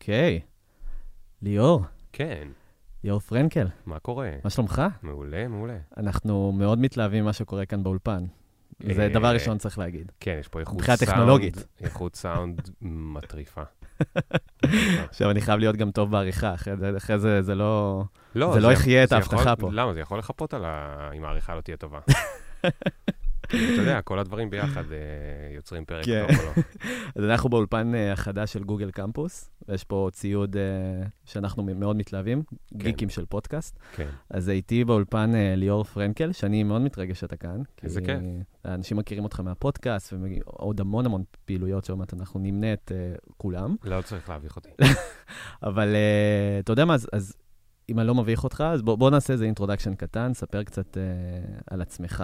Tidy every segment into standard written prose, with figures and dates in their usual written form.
אוקיי. ליאור. כן. ליאור פרנקל. מה קורה? מה שלומך? מעולה, מעולה. אנחנו מאוד מתלהבים ממה שקורה כאן באולפן. זה דבר ראשון צריך להגיד. כן, יש פה איכות מבחינה סאונד. טכנולוגית. איכות סאונד מטריפה. עכשיו, אני חייב להיות גם טוב בעריכה. אחרי זה, זה לא זה יחיה את זה ההבטחה יכול- פה. למה? זה יכול לחפות אם העריכה לא תהיה טובה. אתה יודע, כל הדברים ביחד יוצרים פרק כן. טוב או לא. אז אנחנו באולפן החדש של גוגל קמפוס, ויש פה ציוד שאנחנו מאוד מתלהבים, גיקים של פודקאסט. כן. אז איתי באולפן ליאור פרנקל, שאני מאוד מתרגש שאתה כאן. איזה כיף. האנשים מכירים אותך מהפודקאסט, ועוד המון המון פעילויות שעוד מעט אנחנו נמנה את כולם. לא צריך להביך אותי. אבל אתה יודע מה, אז אם אני לא מביך אותך, אז בוא נעשה איזה אינטרודקשן קטן, ספר קצת על עצמך,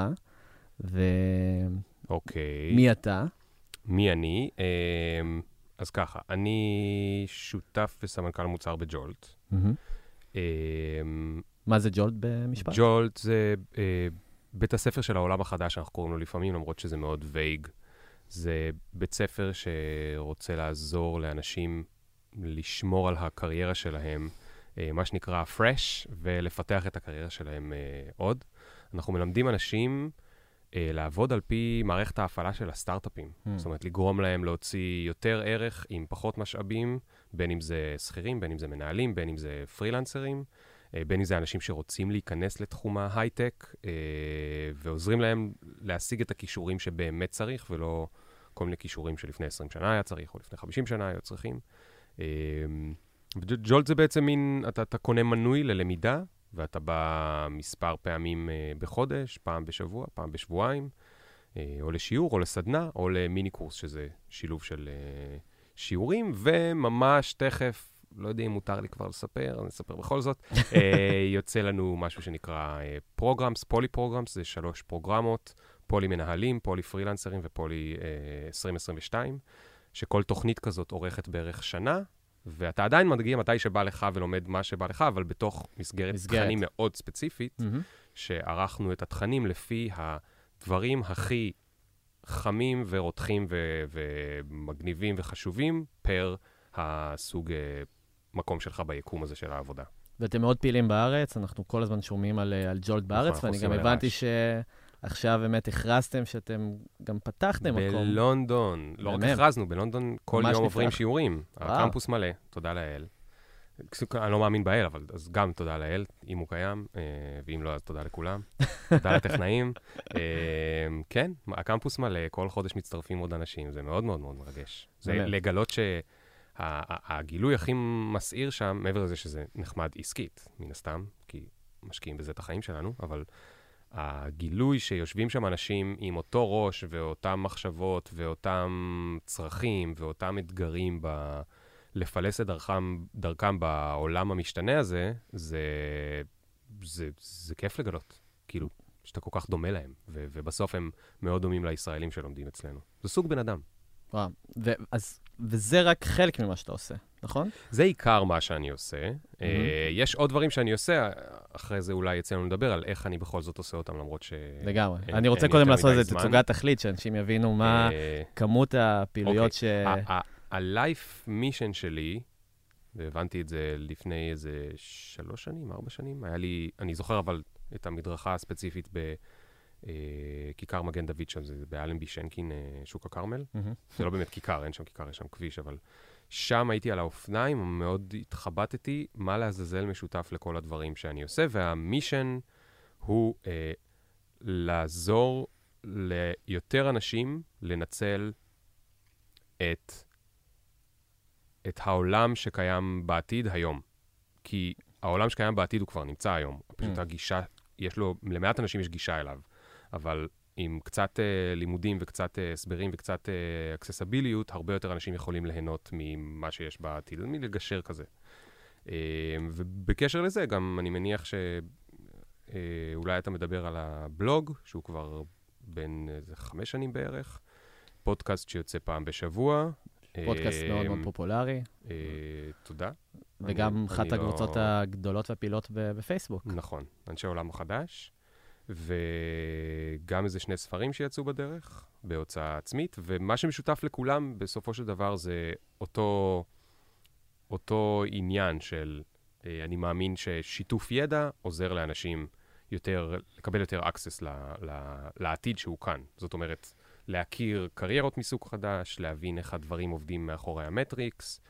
אוקיי. ומי אתה? מי אני? אז ככה, אני שותף וסמנכ"ל מוצר בג'ולט. מה זה ג'ולט במשפט? ג'ולט זה בית הספר של העולם החדש, אנחנו קוראים לו לפעמים, למרות שזה מאוד וייג. זה בית ספר שרוצה לעזור לאנשים לשמור על הקריירה שלהם, מה שנקרא fresh, ולפתח את הקריירה שלהם עוד. אנחנו מלמדים אנשים לעבוד על פי מערכת ההפעלה של הסטארט-אפים. זאת אומרת, לגרום להם להוציא יותר ערך עם פחות משאבים, בין אם זה שכירים, בין אם זה מנהלים, בין אם זה פרילנסרים, בין אם זה אנשים שרוצים להיכנס לתחום ההייטק, ועוזרים להם להשיג את הכישורים שבאמת צריך, ולא כל מיני כישורים שלפני 20 שנה היה צריך, או לפני 50 שנה היו צריכים. ג'ולט זה בעצם מין, אתה קונה מנוי ללמידה, ואתה בא מספר פעמים בחודש, פעם בשבוע, פעם בשבועיים, או לשיעור, או לסדנה, או למיני קורס, שזה שילוב של שיעורים, וממש תכף, לא יודע אם מותר לי כבר לספר, אני אספר בכל זאת, יוצא לנו משהו שנקרא פרוגרמס, פולי פרוגרמס, זה 3 פרוגרמות, פולי מנהלים, פולי פרילנסרים ופולי 2022, שכל תוכנית כזאת עורכת בערך שנה, ואתה עדיין מגיע מתי שבא לך ולומד מה שבא לך, אבל בתוך מסגרת תכנים מאוד ספציפית, שערכנו את התכנים לפי הדברים הכי חמים ורותחים ומגניבים וחשובים, פר הסוג מקום שלך ביקום הזה של העבודה. ואתם מאוד פעילים בארץ, אנחנו כל הזמן שומעים על ג'ולט בארץ, ואני גם הבנתי שעכשיו באמת הכרזתם שאתם גם פתחתם מקום. בלונדון, לא רק הכרזנו, בלונדון כל יום עוברים שיעורים. הקמפוס מלא, תודה לאל. אני לא מאמין באל, אבל אז גם תודה לאל, אם הוא קיים, ואם לא, אז תודה לכולם. תודה לטכנאים. כן, הקמפוס מלא, כל חודש מצטרפים עוד אנשים, זה מאוד מאוד מאוד מרגש. זה לגלות שהגילוי הכי מסעיר שם, מעבר לזה שזה נחמד עסקית, מן הסתם, כי משקיעים בזה את החיים שלנו, אבל הגילוי שיושבים שם אנשים עם אותו ראש ואותם מחשבות ואותם צרכים ואותם אתגרים לפלס את דרכם בעולם המשתנה הזה, זה כיף לגלות. כאילו, שאתה כל כך דומה להם, ובסוף הם מאוד דומים לישראלים שלומדים אצלנו. זה סוג בן אדם. וואו, וזה רק חלק ממה שאתה עושה, נכון? זה עיקר מה שאני עושה. יש עוד דברים שאני עושה, אחרי זה אולי יצא לנו לדבר על איך אני בכל זאת עושה אותם, למרות ש... לגמרי. אני רוצה קודם לעשות איזה תצוגת תכלית, שאנשים יבינו מה כמות הפעילויות ש... ה-life mission שלי, והבנתי את זה לפני איזה 3 שנים, 4 שנים, היה לי, אני זוכר אבל את המדרכה הספציפית בכיכר מגן דוד שם, זה באלנבי שנקין, שוק הכרמל. זה לא באמת כיכר, אין שם כיכר, יש שם כביש, אבל שם הייתי על האופניים, מאוד התחבטתי מה לעזאזל משותף לכל הדברים שאני עושה, והמישן הוא לעזור ליותר אנשים לנצל את העולם שקיים בעתיד היום. כי העולם שקיים בעתיד הוא כבר נמצא היום. פשוט הגישה, למעט אנשים יש גישה אליו. אבל עם קצת לימודים וקצת הסברים וקצת אקססביליות, הרבה יותר אנשים יכולים ליהנות ממה שיש בעתיד. זה מלגשר כזה. ובקשר לזה, גם אני מניח שאולי אתה מדבר על הבלוג, שהוא כבר בין 5 שנים בערך. פודקאסט שיוצא פעם בשבוע. פודקאסט מאוד מאוד פופולרי. תודה. וגם אחת הקבוצות הגדולות והפעילות בפייסבוק. נכון, אנשי עולם החדש. וגם איזה 2 ספרים שיצאו בדרך, בהוצאה עצמית, ומה שמשותף לכולם בסופו של דבר זה אותו אותו עניין של, אני מאמין ששיתוף ידע עוזר לאנשים לקבל יותר access לעתיד שהוא כאן. זאת אומרת, להכיר קריירות מסוג חדש, להבין איך הדברים עובדים מאחורי המטריקס,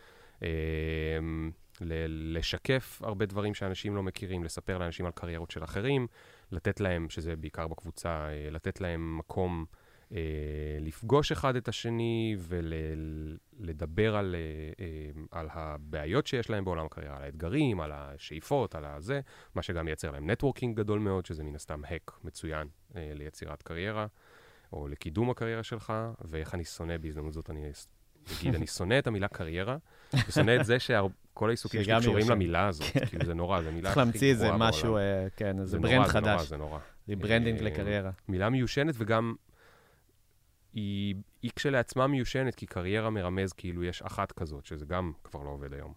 לשקף הרבה דברים שאנשים לא מכירים, לספר לאנשים על קריירות של אחרים, לתת להם, שזה בעיקר בקבוצה, לתת להם מקום לפגוש אחד את השני ולדבר על הבעיות שיש להם בעולם הקריירה, על האתגרים, על השאיפות, על הזה, מה שגם ייצר להם נטוורקינג גדול מאוד, שזה מן הסתם הק מצוין ליצירת קריירה, או לקידום הקריירה שלך, ואיך אני שונא בהזדמנות זאת, אני שונא את המילה קריירה, ושונא את זה שכל העיסוקים שלי קשורים למילה הזאת, כאילו זה נורא, זה מילה צריך להמציא איזה משהו, כן, זה ברנד חדש. זה נורא. זה ברנדינג לקריירה. מילה מיושנת, וגם היא כשלעצמה מיושנת, כי קריירה מרמז כאילו יש אחת כזאת, שזה גם כבר לא עובד היום.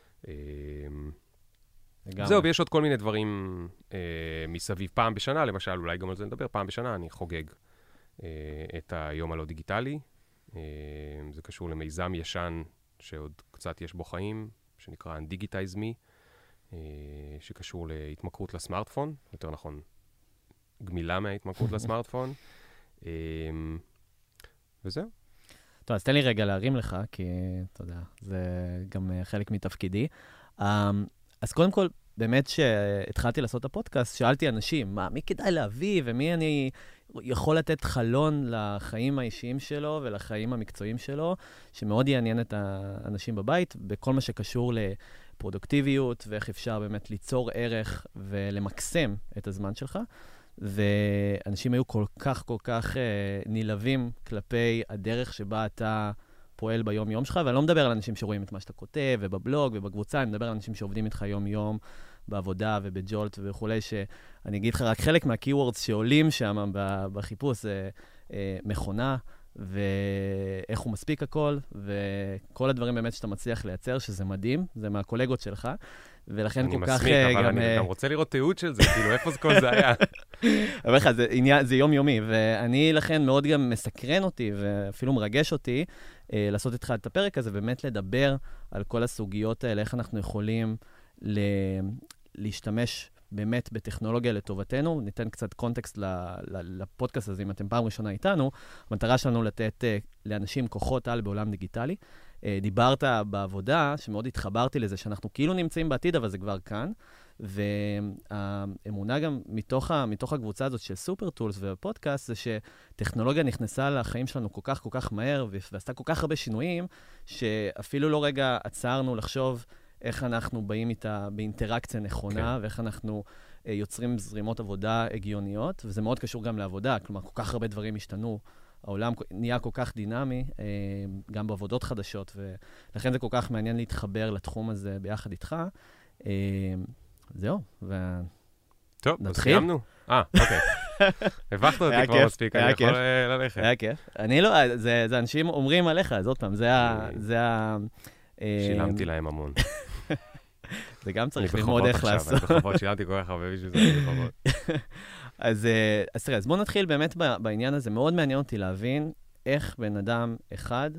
זהו, ויש עוד כל מיני דברים מסביב. פעם בשנה, למשל, אולי גם על זה נדבר, פעם בשנה אני חוגג את היום הלא דיגיטלי. זה קשור למיזם ישן שעוד קצת יש בו חיים, שנקרא Undigitize Me, שקשור להתמכרות לסמארטפון, יותר נכון, גמילה מההתמכרות לסמארטפון. וזהו. טוב, אז תן לי רגע להרים לך, כי, אתה יודע, זה גם חלק מתפקידי. אז קודם כל, באמת שהתחלתי לעשות את הפודקאסט, שאלתי אנשים, מי כדאי להביא, ומי אני יכול לתת חלון לחיים האישיים שלו, ולחיים המקצועיים שלו, שמאוד יעניין את האנשים בבית, בכל מה שקשור לפרודוקטיביות, ואיך אפשר באמת ליצור ערך, ולמקסם את הזמן שלך. ואנשים היו כל כך נילבים כלפי הדרך שבה אתה פועל ביום-יום שלך, ואני לא מדבר על אנשים שרואים את מה שאתה כותב, ובבלוג ובקבוצה, אני מדבר על אנשים שעובדים איתך יום-יום, בעבודה ובג'ולט וכו', שאני אגיד לך רק חלק מהקיוורדס שעולים שם בחיפוש, זה מכונה, ואיך הוא מספיק הכל, וכל הדברים באמת שאתה מצליח לייצר, שזה מדהים, זה מהקולגות שלך, ולכן כל כך... אני מסמיק, אבל אני גם רוצה לראות תיעוד של זה, כאילו איפה כל זה היה. אבל לך, זה יומיומי, ואני לכן מאוד גם מסקרן אותי, ואפילו מרגש אותי, לעשות איתך את הפרק הזה, ובאמת לדבר על כל הסוגיות האלה, איך אנחנו יכולים להשתמש באמת בטכנולוגיה לטובתנו. ניתן קצת קונטקסט לפודקאסט הזה, אם אתם פעם ראשונה איתנו. המטרה שלנו לתת לאנשים כוחות על בעולם דיגיטלי. דיברת בעבודה, שמאוד התחברתי לזה, שאנחנו כאילו נמצאים בעתיד, אבל זה כבר כאן. והאמונה גם מתוך הקבוצה הזאת של סופר טולס והפודקאסט, זה שטכנולוגיה נכנסה לחיים שלנו כל כך מהר, ועשתה כל כך הרבה שינויים, שאפילו לא רגע עצרנו לחשוב איך אנחנו באים איתה באינטראקציה נכונה, ואיך אנחנו יוצרים זרימות עבודה הגיוניות, וזה מאוד קשור גם לעבודה, כלומר, כל כך הרבה דברים השתנו, העולם נהיה כל כך דינמי, גם בעבודות חדשות, ולכן זה כל כך מעניין להתחבר לתחום הזה ביחד איתך. זהו, טוב, אז סיימנו. אוקיי. הבחת אותי כבר מספיק, אני יכול ללכת. היה כיף. אני לא, זה אנשים אומרים עליך, אז עוד פעם, זה שילמתי להם המון. זה גם צריך ללמוד איך לעשות. אני בחובות, שילמתי כל כך הרבה בשביל זה, אני בחובות. אז תראה, אז בוא נתחיל באמת בעניין הזה. מאוד מעניין אותי להבין איך בן אדם אחד,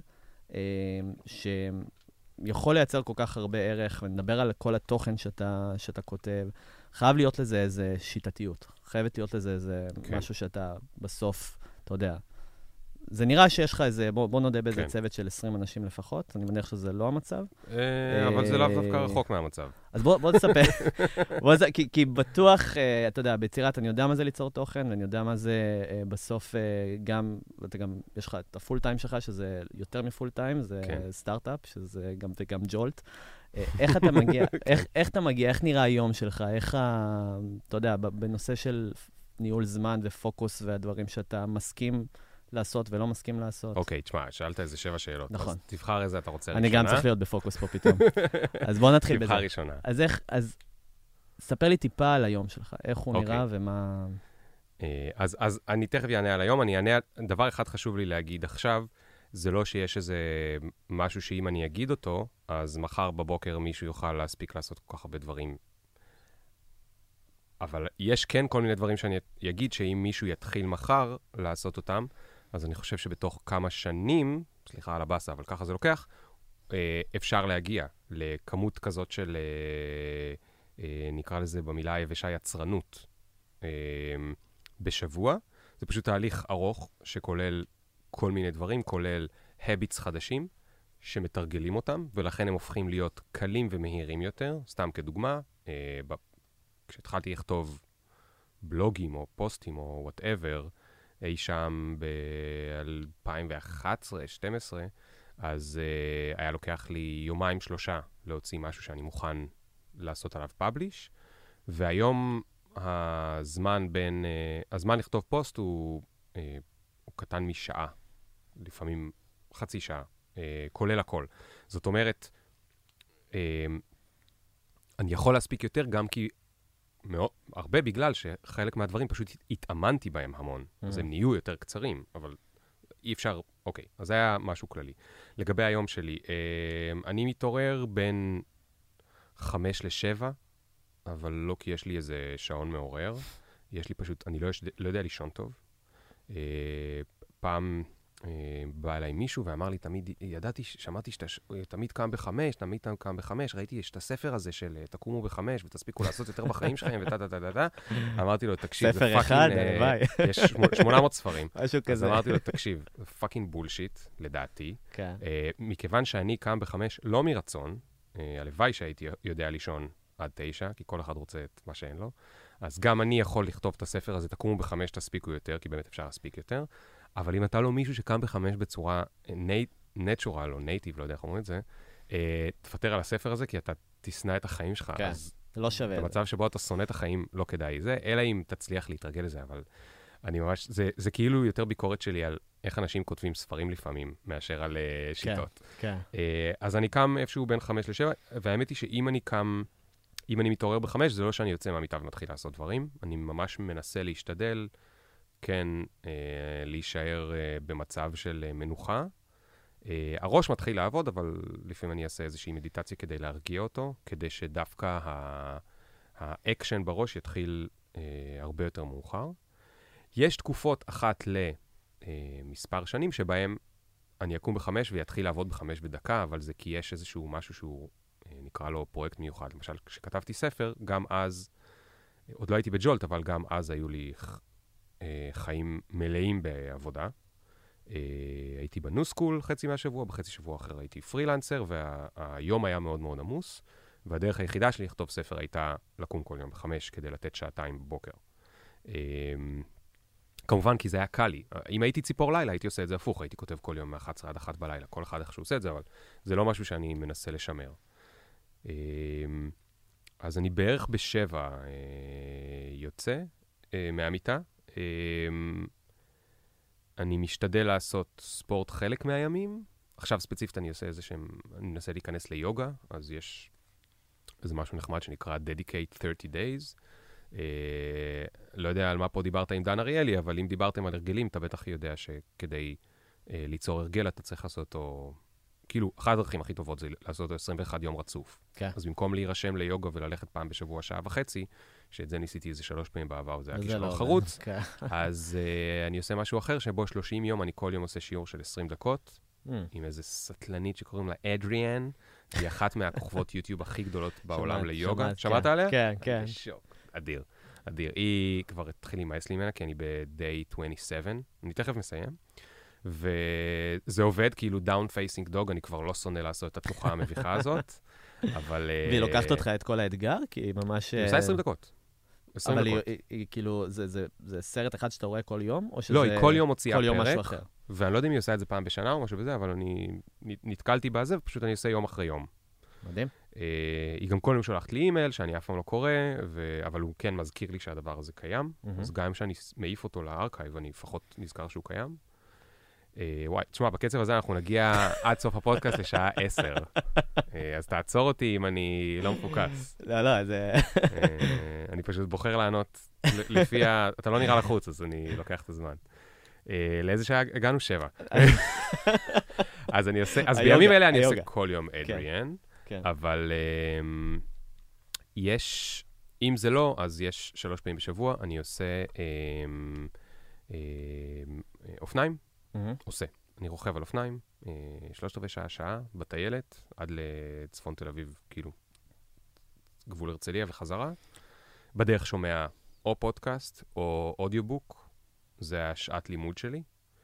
שיכול לייצר כל כך הרבה ערך, ונדבר על כל התוכן שאתה כותב, חייב להיות לזה איזה שיטתיות. חייבת להיות לזה איזה משהו שאתה בסוף, אתה יודע, זה נראה שיש לך איזה, בוא נודה באיזה צוות של 20 אנשים לפחות, אני מניח שזה לא המצב. אבל זה לאו דווקא רחוק מהמצב. אז בוא תספר, כי בטוח, אתה יודע, ביצירת, אני יודע מה זה ליצור תוכן, ואני יודע מה זה בסוף גם, ואתה גם, יש לך את הפול טיים שלך, שזה יותר מפול טיים, זה סטארט-אפ, שזה גם וגם ג'ולט. איך אתה מגיע, איך נראה היום שלך, איך, אתה יודע, בנושא של ניהול זמן ופוקוס והדברים שאתה מסכים לעשות ולא מסכים לעשות. אוקיי, תשמע, שאלת איזה 7 שאלות. נכון. אז תבחר איזה אתה רוצה ראשונה. אני גם צריך להיות בפוקוס פה פתאום. אז בוא נתחיל בזה. תבחר ראשונה. אז ספר לי טיפה על היום שלך, איך הוא נראה ומה... אז אני תכף אענה על היום, אני אענה, דבר אחד חשוב לי להגיד עכשיו, זה לא שיש איזה משהו שאם אני אגיד אותו, אז מחר בבוקר מישהו יוכל להספיק לעשות כל כך הרבה דברים. אבל יש כן כל מיני דברים שאני אגיד שאם מישהו יתחיל מחר לעשות אותם, אז אני חושב שבתוך כמה שנים, סליחה על הבאסה, אבל ככה זה לוקח, אפשר להגיע לכמות כזאת של, נקרא לזה במילה היבשה יצרנות, בשבוע. זה פשוט תהליך ארוך שכולל כל מיני דברים, כולל habits חדשים שמתרגלים אותם, ולכן הם הופכים להיות קלים ומהירים יותר. סתם כדוגמה, כשהתחלתי לכתוב בלוגים או פוסטים או whatever, אי שם ב-2011-2012, אז היה לוקח לי 2-3 להוציא משהו שאני מוכן לעשות עליו פאבליש, והיום הזמן לכתוב פוסט הוא קטן משעה, לפעמים חצי שעה, כולל הכל. זאת אומרת, אני יכול להספיק יותר גם כי הרבה בגלל שחלק מהדברים פשוט התאמנתי בהם המון, אז הם נהיו יותר קצרים, אבל אי אפשר, אוקיי, אז זה היה משהו כללי. לגבי היום שלי, אני מתעורר בין 5-7, אבל לא כי יש לי איזה שעון מעורר, יש לי פשוט, אני לא יודע לישון טוב. פעם בא אליי מישהו ואמר לי, שמעתי שאתה תמיד קם ב5, ראיתי, יש את הספר הזה של תקומו ב5 ותספיקו לעשות יותר בחיים שלכם, אמרתי לו, תקשיב, ספר אחד, ביי. יש 800 ספרים. משהו כזה. אז אמרתי לו, תקשיב, פאקינג בולשיט, לדעתי. מכיוון שאני קם ב5, לא מרצון, הלוואי שהייתי יודע לישון עד 9, כי כל אחד רוצה את מה שאין לו, אז גם אני יכול לכתוב את הספר הזה, תקומו ב5, תספיקו יותר, כי באמת אפשר להספיק יותר. אבל אם אתה לא מישהו שקם ב5 בצורה נטורל או נייטיב, לא יודע איך אומרים את זה, תפטר על הספר הזה, כי אתה תשנא את החיים שלך. כן, לא שווה. במצב שבו אתה שונא את החיים, לא כדאי זה, אלא אם תצליח להתרגל לזה, אבל אני ממש, זה כאילו יותר ביקורת שלי על איך אנשים כותבים ספרים לפעמים, מאשר על שיטות. כן. אז אני קם איפשהו בין 5-7, והאמת היא שאם אני מתעורר ב5, זה לא שאני יוצא מהמיטה ומתחיל לעשות דברים, אני ממש מנסה להשתדל, כן, להישאר במצב של מנוחה. הראש מתחיל לעבוד, אבל לפעמים אני אעשה איזושהי מדיטציה כדי להרגיע אותו, כדי שדווקא האקשן בראש יתחיל הרבה יותר מאוחר. יש תקופות אחת למספר שנים שבהם אני אקום ב5 ויתחיל לעבוד ב5 בדקה, אבל זה כי יש איזשהו משהו שהוא נקרא לו פרויקט מיוחד. למשל, כשכתבתי ספר, גם אז, עוד לא הייתי בג'ולט, אבל גם אז היו לי חיים מלאים בעבודה. הייתי בניו-סקול חצי מהשבוע, בחצי שבוע אחר הייתי פרילנסר, והיום היה מאוד מאוד עמוס, והדרך היחידה שלי לכתוב ספר הייתה לקום כל יום ב5 כדי לתת 2 שעות בבוקר. כמובן, כי זה היה קל לי. אם הייתי ציפור לילה, הייתי עושה את זה הפוך, הייתי כותב כל יום מ-11 עד 1 בלילה, כל אחד איך שהוא עושה את זה, אבל זה לא משהו שאני מנסה לשמר. אז אני בערך ב7 יוצא מהמיטה. אני משתדל לעשות ספורט חלק מהימים. עכשיו ספציפית אני עושה אני מנסה להיכנס ליוגה, אז יש איזה משהו נחמד שנקרא Dedicate 30 Days. לא יודע על מה פה דיברת עם דן אריאלי, אבל אם דיברתם על הרגלים, אתה בטח יודע שכדי ליצור הרגל, אתה צריך לעשות אותו, כאילו, אחת הדרכים הכי טובות זה לעשות אותו 21 יום רצוף. כן. אז במקום להירשם ליוגה וללכת פעם בשבוע, 1.5 שעות, שאת זה ניסיתי איזה 3 פעמים בעבר, זה היה כישלון חרוץ. אז אני עושה משהו אחר, שבו 30 יום, אני כל יום עושה שיעור של 20 דקות, עם איזה סטלנית שקוראים לה אדריאן, היא אחת מהכוכבות יוטיוב הכי גדולות בעולם ליוגה. שמעת עליה? כן, כן. שוק, אדיר. היא כבר התחיל להימאס לי ממנה, כי אני ב-day 27, אני תכף מסיים. וזה עובד, כאילו down facing dog, אני כבר לא שונא לעשות את התנוחה המביכה הזאת, אבל... והיא לוקחת אותך את כל האתגר? כי היא ממש... היא עושה 20 דקות. אבל היא כאילו, זה סרט אחד שאתה רואה כל יום? לא, היא כל יום מוציאה פרק, ואני לא יודע אם היא עושה את זה פעם בשנה או משהו בזה, אבל אני נתקלתי בזה, ופשוט אני עושה יום אחרי יום. מדהים. היא גם כל יום שולחת לי אימייל, שאני אף פעם לא קורא, אבל הוא כן מזכיר לי שהדבר הזה קיים, אז גם כשאני מעיף אותו לארכייב, אני לפחות נזכר שהוא קיים. וואי, תשמע, בקצב הזה אנחנו נגיע עד סוף הפודקאסט לשעה 10. אז תעצור אותי אם אני לא מפוקס. לא, זה... אני פשוט בוחר לענות לפי אתה לא נראה לחוץ, אז אני לוקח את הזמן. לאיזה שעה הגענו? 7. אז אני עושה, אז בימים אלה אני עושה כל יום אדריאן, אבל יש, אם זה לא, אז יש 3 פעמים בשבוע, אני עושה אופניים, עושה. אני רוכב על אופניים, 3/4 שעה, בטיילת, עד לצפון תל אביב, כאילו, גבול הרצליה וחזרה. בדרך שומע או פודקאסט או אודיובוק, זה השעת לימוד שלי.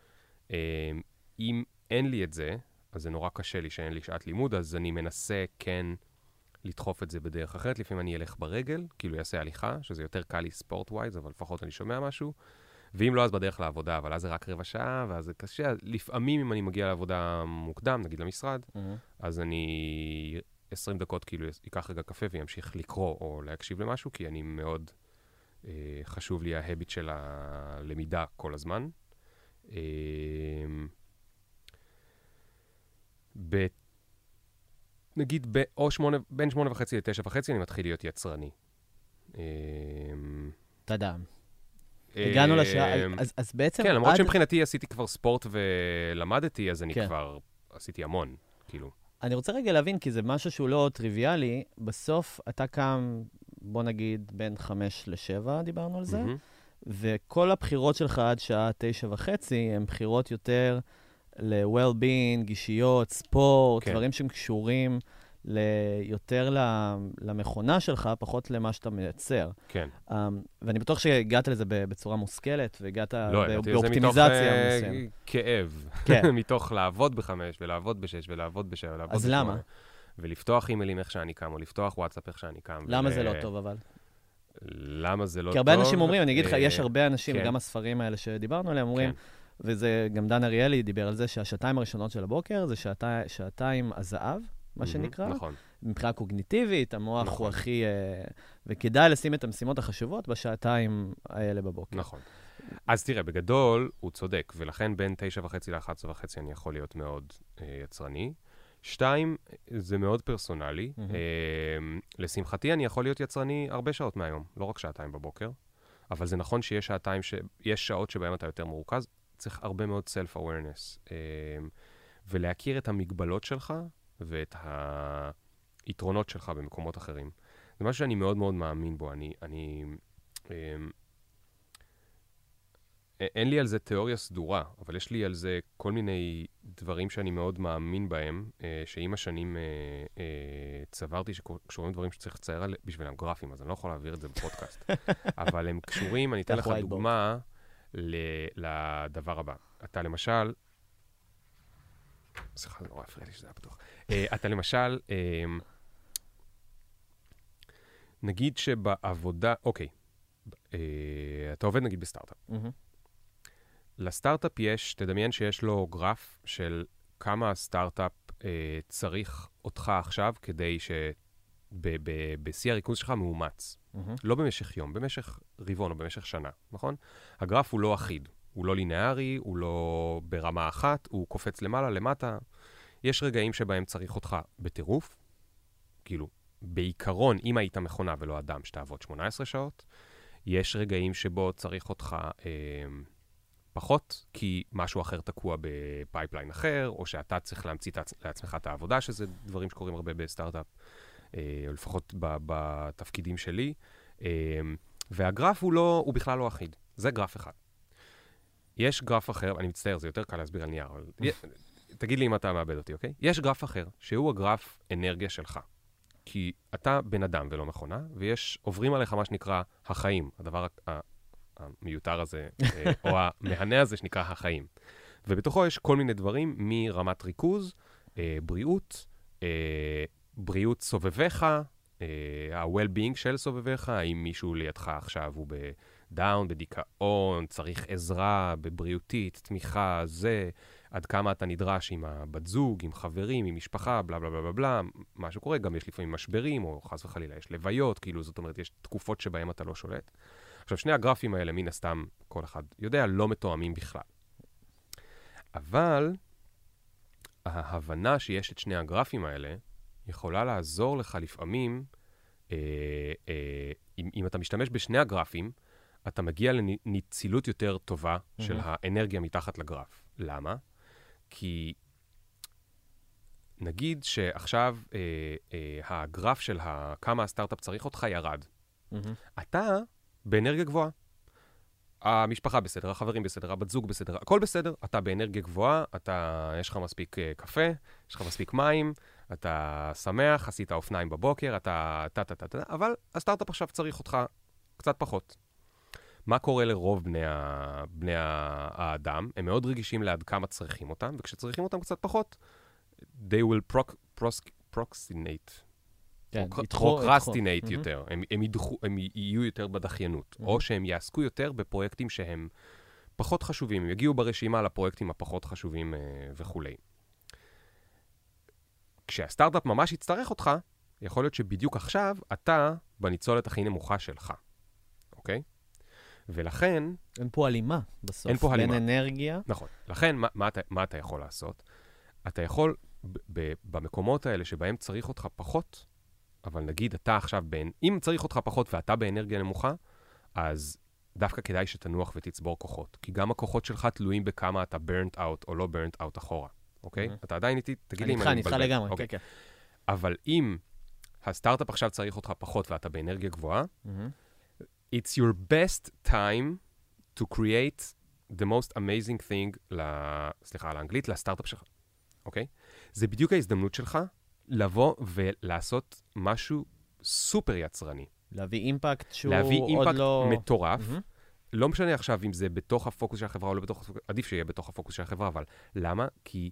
אם אין לי את זה, אז זה נורא קשה לי שאין לי שעת לימוד, אז אני מנסה כן לדחוף את זה בדרך אחרת. לפעמים אני אלך ברגל, כאילו יעשה הליכה, שזה יותר קל לי ספורט-ווייז, אבל לפחות אני שומע משהו. ואם לא, אז בדרך לעבודה, אבל אז זה רק רבע שעה, ואז זה קשה. לפעמים אם אני מגיע לעבודה מוקדם, נגיד למשרד, אז אני 20 דקות כאילו אקח רגע קפה וימשיך לקרוא או להקשיב למשהו, כי אני מאוד חשוב לי ההביט של הלמידה כל הזמן. נגיד בין 8:30 ל-9:30 אני מתחיל להיות יצרני. תודה. הגענו לשעה, אז בעצם... כן, למרות שמבחינתי עשיתי כבר ספורט ולמדתי, אז אני כבר עשיתי המון, כאילו. אני רוצה רגע להבין, כי זה משהו שהוא לא טריוויאלי, בסוף אתה קם, בוא נגיד, בין 5 ל-7, דיברנו על זה, וכל הבחירות שלך עד שעה 9:30, הן בחירות יותר ל-well-being, גישיות, ספורט, דברים שהם קשורים יותר למכונה שלך, פחות למה שאתה מייצר. כן. ואני בטוח שהגעת לזה בצורה מושכלת, והגעת באופטימיזציה מסוימת. מתוך כאב. מתוך לעבוד ב-5, ולעבוד ב-6, ולעבוד ב-7, ולעבוד ב-8. אז למה? ולפתוח אימיילים איך שאני קם, או לפתוח וואטסאפ איך שאני קם. למה זה לא טוב, אבל? למה זה לא טוב? כי הרבה אנשים אומרים, אני אגיד לך, יש הרבה אנשים, גם הספרים האלה שדיברנו עליהם, אומרים, וזה גם דן אריאלי דיבר על זה, שהשעתיים הראשונות של הבוקר זה שעתיים הזהב, מה שנקרא. נכון. מבחינה קוגניטיבית, המוח הוא הכי... וכדאי לשים את המשימות החשובות בשעתיים האלה בבוקר. נכון. אז תראה, בגדול הוא צודק, ולכן בין 9:30 ל-11:30 אני יכול להיות מאוד יצרני. 2, זה מאוד פרסונלי. לשמחתי אני יכול להיות יצרני הרבה שעות מהיום, לא רק שעתיים בבוקר, אבל זה נכון שיש שעות שבהן אתה יותר מרוכז, צריך הרבה מאוד self-awareness, ולהכיר את המגבלות שלך ואת היתרונות שלך במקומות אחרים. זה משהו שאני מאוד מאוד מאמין בו. אין לי על זה תיאוריה סדורה, אבל יש לי על זה כל מיני דברים שאני מאוד מאמין בהם, שעם השנים צברתי שקשורים דברים שצריך לצייר בשבילם גרפים, אז אני לא יכול להעביר את זה בפודקאסט. אבל הם קשורים, אני אתן לך דוגמה לדבר הבא. אתה למשל, סליחה, זה נורא הפריע לי שזה היה פתוח. אתה למשל, נגיד שבעבודה, אוקיי, אתה עובד נגיד בסטארט-אפ. לסטארט-אפ תדמיין שיש לו גרף של כמה הסטארט-אפ צריך אותך עכשיו כדי שבשיא הריכוז שלך מאומץ. לא במשך יום, במשך רבעון או במשך שנה, נכון? הגרף הוא לא אחיד, הוא לא לינארי, הוא לא ברמה אחת, הוא קופץ למעלה, למטה. יש רגעים שבהם צריך אותך בטירוף, כאילו, בעיקרון, אם היית מכונה ולא אדם, שתעבוד 18 שעות, יש רגעים שבו צריך אותך פחות, כי משהו אחר תקוע בפייפליין אחר, או שאתה צריך להמציא לעצמך את העבודה, שזה דברים שקורים הרבה בסטארט-אפ, או לפחות בתפקידים שלי. והגרף הוא בכלל לא אחיד. זה גרף אחד. יש גרף אחר, אני מצטער, זה יותר קל להסביר על נייר, אבל תגיד לי אם אתה מאבד אותי, אוקיי? יש גרף אחר, שהוא הגרף אנרגיה שלך. כי אתה בן אדם ולא מכונה, עוברים עליך מה שנקרא החיים, הדבר המיותר הזה, או המהנה הזה שנקרא החיים. ובתוכו יש כל מיני דברים מרמת ריכוז, בריאות, בריאות סובביך, ה-well-being של סובביך, האם מישהו לידך עכשיו הוא בדאון, בדיכאון, צריך עזרה, בבריאותית, תמיכה, זה, עד כמה אתה נדרש עם הבת זוג, עם חברים, עם משפחה, בלה בלה בלה בלה, מה שקורה, גם יש לפעמים משברים, או חס וחלילה, יש לוויות, כאילו זאת אומרת, יש תקופות שבהן אתה לא שולט. עכשיו, שני הגרפים האלה, מן הסתם, כל אחד יודע, לא מתואמים בכלל. אבל ההבנה שיש את שני הגרפים האלה, יכולה לעזור לך לפעמים, אם אתה משתמש בשני הגרפים, אתה מגיע לניצילות יותר טובה של האנרגיה מתחת לגרף. למה? כי נגיד שעכשיו הגרף של כמה הסטארט-אפ צריך אותך ירד. אתה באנרגיה גבוהה. המשפחה בסדר, החברים בסדר, הבת זוג בסדר, הכל בסדר, אתה באנרגיה גבוהה, יש לך מספיק קפה, יש לך מספיק מים, אתה שמח, עשית אופניים בבוקר, אבל הסטארט-אפ עכשיו צריך אותך קצת פחות. מה קורה לרוב בני האדם? הם מאוד רגישים לעד כמה צריכים אותם, וכשצריכים אותם קצת פחות, they will procrastinate. procrastinate יותר. הם יהיו יותר בדחיינות, או שהם יעסקו יותר בפרויקטים שהם פחות חשובים, הם יגיעו ברשימה לפרויקטים הפחות חשובים וכו'. כשהסטארט-אפ ממש יצטרך אותך, יכול להיות שבדיוק עכשיו אתה בניצולת הכי נמוכה שלך. אוקיי? ולכן... אין פה הלימה בסוף. אין פה הלימה. בין אנרגיה. נכון. לכן, מה אתה יכול לעשות? אתה יכול, במקומות האלה שבהם צריך אותך פחות, אבל נגיד אתה עכשיו אם צריך אותך פחות ואתה באנרגיה נמוכה, אז דווקא כדאי שתנוח ותצבור כוחות. כי גם הכוחות שלך תלויים בכמה אתה burnt out או לא burnt out אחורה. אוקיי? אתה עדיין איתי, תגיד לי אם אני מתבלבל. אני איתך לגמרי, כן. אבל אם הסטארט-אפ עכשיו צריך אותך פחות ואתה באנרגיה גבוהה, it's your best time to create the most amazing thing, לאנגלית, לסטארט-אפ שלך. אוקיי? זה בדיוק ההזדמנות שלך לבוא ולעשות משהו סופר יצרני. להביא אימפקט שהוא להביא עוד אימפקט לא... מטורף. לא משנה עכשיו אם זה בתוך הפוקוס של החברה או לא בתוך... עדיף שיהיה בתוך הפוקוס של החברה, אבל למה? כי